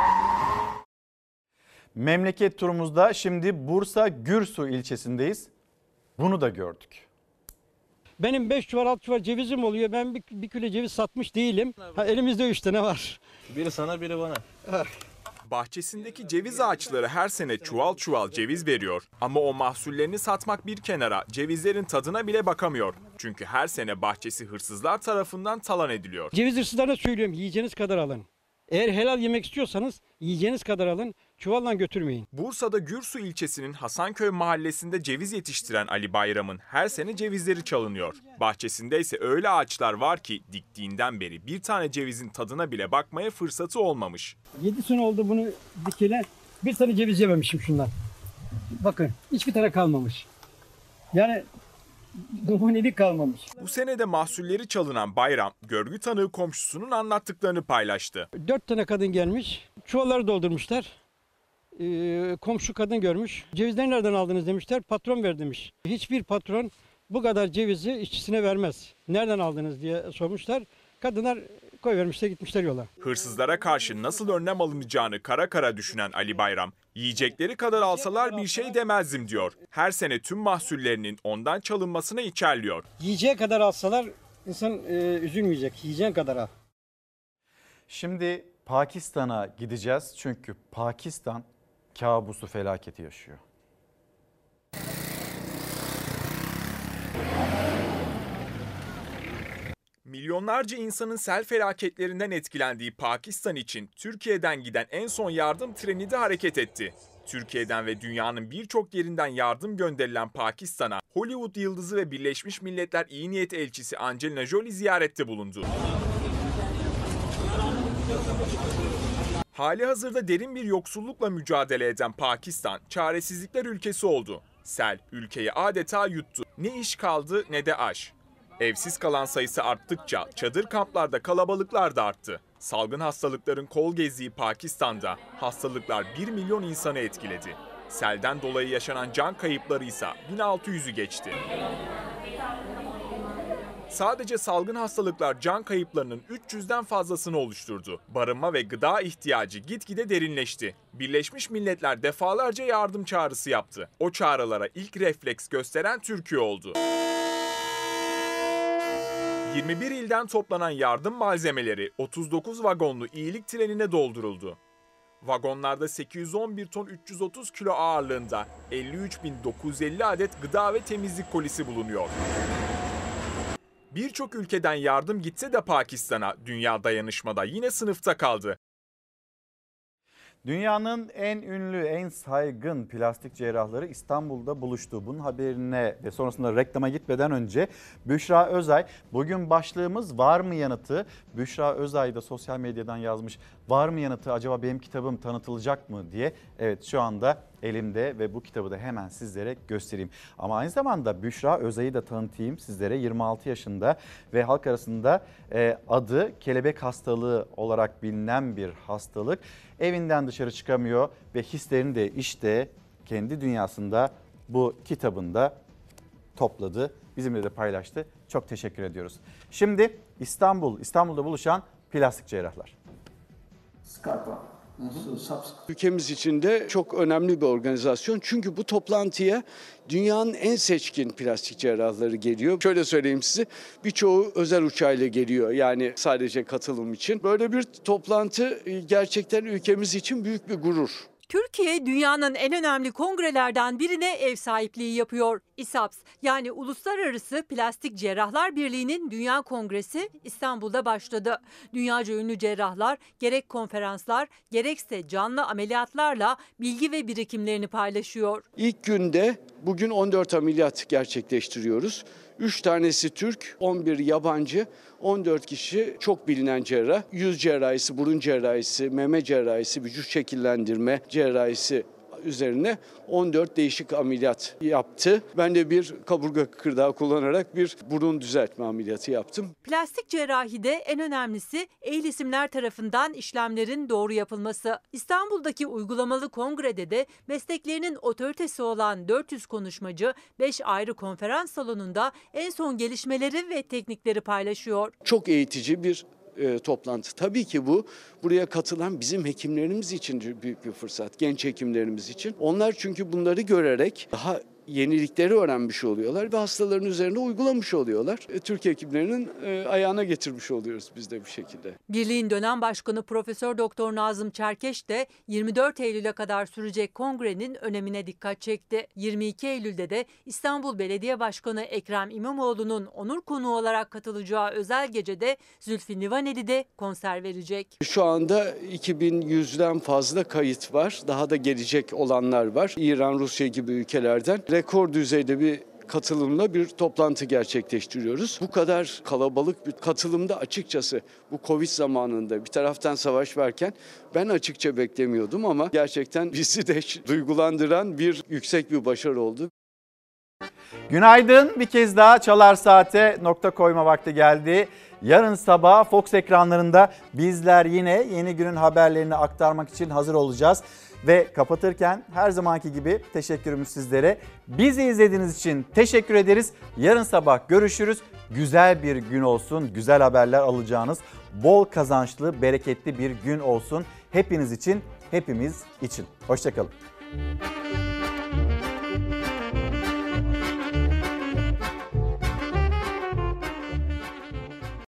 Memleket turumuzda şimdi Bursa Gürsu ilçesindeyiz. Bunu da gördük. Benim beş çuval altı çuval cevizim oluyor. Ben bir, bir kilo ceviz satmış değilim. Ha, elimizde üç tane var. Biri sana biri bana. Bahçesindeki ceviz ağaçları her sene çuval çuval ceviz veriyor. Ama o mahsullerini satmak bir kenara, cevizlerin tadına bile bakamıyor. Çünkü her sene bahçesi hırsızlar tarafından talan ediliyor. Ceviz hırsızlarına söylüyorum, yiyeceğiniz kadar alın. Eğer helal yemek istiyorsanız yiyeceğiniz kadar alın, çuvalla götürmeyin. Bursa'da Gürsu ilçesinin Hasanköy mahallesinde ceviz yetiştiren Ali Bayram'ın her sene cevizleri çalınıyor. Bahçesinde ise öyle ağaçlar var ki diktiğinden beri bir tane cevizin tadına bile bakmaya fırsatı olmamış. yedi sene oldu bunu dikile, bir tane ceviz yememişim şundan. Bakın hiçbir tane kalmamış. Yani numunelik kalmamış. Bu sene de mahsulleri çalınan Bayram, görgü tanığı komşusunun anlattıklarını paylaştı. Dört tane kadın gelmiş, çuvalları doldurmuşlar. Ee, komşu kadın görmüş. Cevizleri nereden aldınız demişler, patron ver demiş. Hiçbir patron bu kadar cevizi işçisine vermez. Nereden aldınız diye sormuşlar. Kadınlar koyvermişler, gitmişler yola. Hırsızlara karşı nasıl önlem alınacağını kara kara düşünen Ali Bayram, yiyecekleri kadar alsalar bir şey demezdim diyor. Her sene tüm mahsullerinin ondan çalınmasına içerliyor. Yiyeceği kadar alsalar insan e, üzülmeyecek. Yiyeceğin kadar al. Şimdi Pakistan'a gideceğiz çünkü Pakistan kabusu felaketi yaşıyor. Milyonlarca insanın sel felaketlerinden etkilendiği Pakistan için Türkiye'den giden en son yardım treni de hareket etti. Türkiye'den ve dünyanın birçok yerinden yardım gönderilen Pakistan'a Hollywood yıldızı ve Birleşmiş Milletler İyi Niyet Elçisi Angelina Jolie ziyarette bulundu. Hali hazırda derin bir yoksullukla mücadele eden Pakistan, çaresizlikler ülkesi oldu. Sel ülkeyi adeta yuttu. Ne iş kaldı ne de aş. Evsiz kalan sayısı arttıkça çadır kamplarda kalabalıklar da arttı. Salgın hastalıkların kol gezdiği Pakistan'da hastalıklar bir milyon insanı etkiledi. Selden dolayı yaşanan can kayıpları ise bin altı yüzü geçti. Sadece salgın hastalıklar can kayıplarının üç yüzden fazlasını oluşturdu. Barınma ve gıda ihtiyacı gitgide derinleşti. Birleşmiş Milletler defalarca yardım çağrısı yaptı. O çağrılara ilk refleks gösteren Türkiye oldu. yirmi bir ilden toplanan yardım malzemeleri otuz dokuz vagonlu iyilik trenine dolduruldu. Vagonlarda sekiz yüz on bir ton üç yüz otuz kilo ağırlığında elli üç bin dokuz yüz elli adet gıda ve temizlik kolisi bulunuyor. Birçok ülkeden yardım gitse de Pakistan'a dünya dayanışmada yine sınıfta kaldı. Dünyanın en ünlü, en saygın plastik cerrahları İstanbul'da buluştu. Bunun haberine ve sonrasında reklama gitmeden önce Büşra Özay, bugün başlığımız var mı yanıtı? Büşra Özay da sosyal medyadan yazmış. Var mı yanıtı, acaba benim kitabım tanıtılacak mı diye. Evet, şu anda elimde ve bu kitabı da hemen sizlere göstereyim. Ama aynı zamanda Büşra Özay'ı da tanıtayım sizlere. yirmi altı yaşında ve halk arasında e, adı kelebek hastalığı olarak bilinen bir hastalık. Evinden dışarı çıkamıyor ve hislerini de işte kendi dünyasında bu kitabında topladı. Bizimle de paylaştı. Çok teşekkür ediyoruz. Şimdi İstanbul, İstanbul'da buluşan plastik cerrahlar. Ülkemiz için de çok önemli bir organizasyon. Çünkü bu toplantıya dünyanın en seçkin plastik cerrahları geliyor. Şöyle söyleyeyim size, birçoğu özel uçağıyla geliyor. Yani sadece katılım için. Böyle bir toplantı gerçekten ülkemiz için büyük bir gurur. Türkiye dünyanın en önemli kongrelerden birine ev sahipliği yapıyor. İSAPS yani Uluslararası Plastik Cerrahlar Birliği'nin Dünya Kongresi İstanbul'da başladı. Dünyaca ünlü cerrahlar gerek konferanslar gerekse canlı ameliyatlarla bilgi ve birikimlerini paylaşıyor. İlk günde bugün on dört ameliyat gerçekleştiriyoruz. üç tanesi Türk, on bir yabancı, on dört kişi çok bilinen cerrah. Yüz cerrahisi, burun cerrahisi, meme cerrahisi, vücut şekillendirme cerrahisi üzerine on dört değişik ameliyat yaptı. Ben de bir kaburga kıkırdağı kullanarak bir burun düzeltme ameliyatı yaptım. Plastik cerrahide en önemlisi ehil isimler tarafından işlemlerin doğru yapılması. İstanbul'daki uygulamalı kongrede de mesleklerinin otoritesi olan dört yüz konuşmacı beş ayrı konferans salonunda en son gelişmeleri ve teknikleri paylaşıyor. Çok eğitici bir E, toplantı. Tabii ki bu buraya katılan bizim hekimlerimiz için büyük bir fırsat. Genç hekimlerimiz için. Onlar çünkü bunları görerek daha yenilikleri öğrenmiş oluyorlar ve hastaların üzerine uygulamış oluyorlar. E, Türk hekimlerinin e, ayağına getirmiş oluyoruz biz de bir şekilde. Birliğin dönem başkanı Profesör Doktor Nazım Çerkeş de yirmi dört Eylül'e kadar sürecek kongrenin önemine dikkat çekti. yirmi iki Eylül'de de İstanbul Belediye Başkanı Ekrem İmamoğlu'nun onur konuğu olarak katılacağı özel gecede Zülfü Livaneli de konser verecek. Şu anda iki bin yüzden fazla kayıt var. Daha da gelecek olanlar var. İran, Rusya gibi ülkelerden. Rekor düzeyde bir katılımla bir toplantı gerçekleştiriyoruz. Bu kadar kalabalık bir katılımda açıkçası bu Covid zamanında bir taraftan savaş varken ben açıkça beklemiyordum ama gerçekten bizi de duygulandıran bir yüksek bir başarı oldu. Günaydın, bir kez daha Çalar Saat'e nokta koyma vakti geldi. Yarın sabah Fox ekranlarında bizler yine yeni günün haberlerini aktarmak için hazır olacağız. Ve kapatırken her zamanki gibi teşekkürümüz sizlere. Bizi izlediğiniz için teşekkür ederiz. Yarın sabah görüşürüz. Güzel bir gün olsun, güzel haberler alacağınız, bol kazançlı, bereketli bir gün olsun. Hepiniz için, hepimiz için. Hoşça kalın.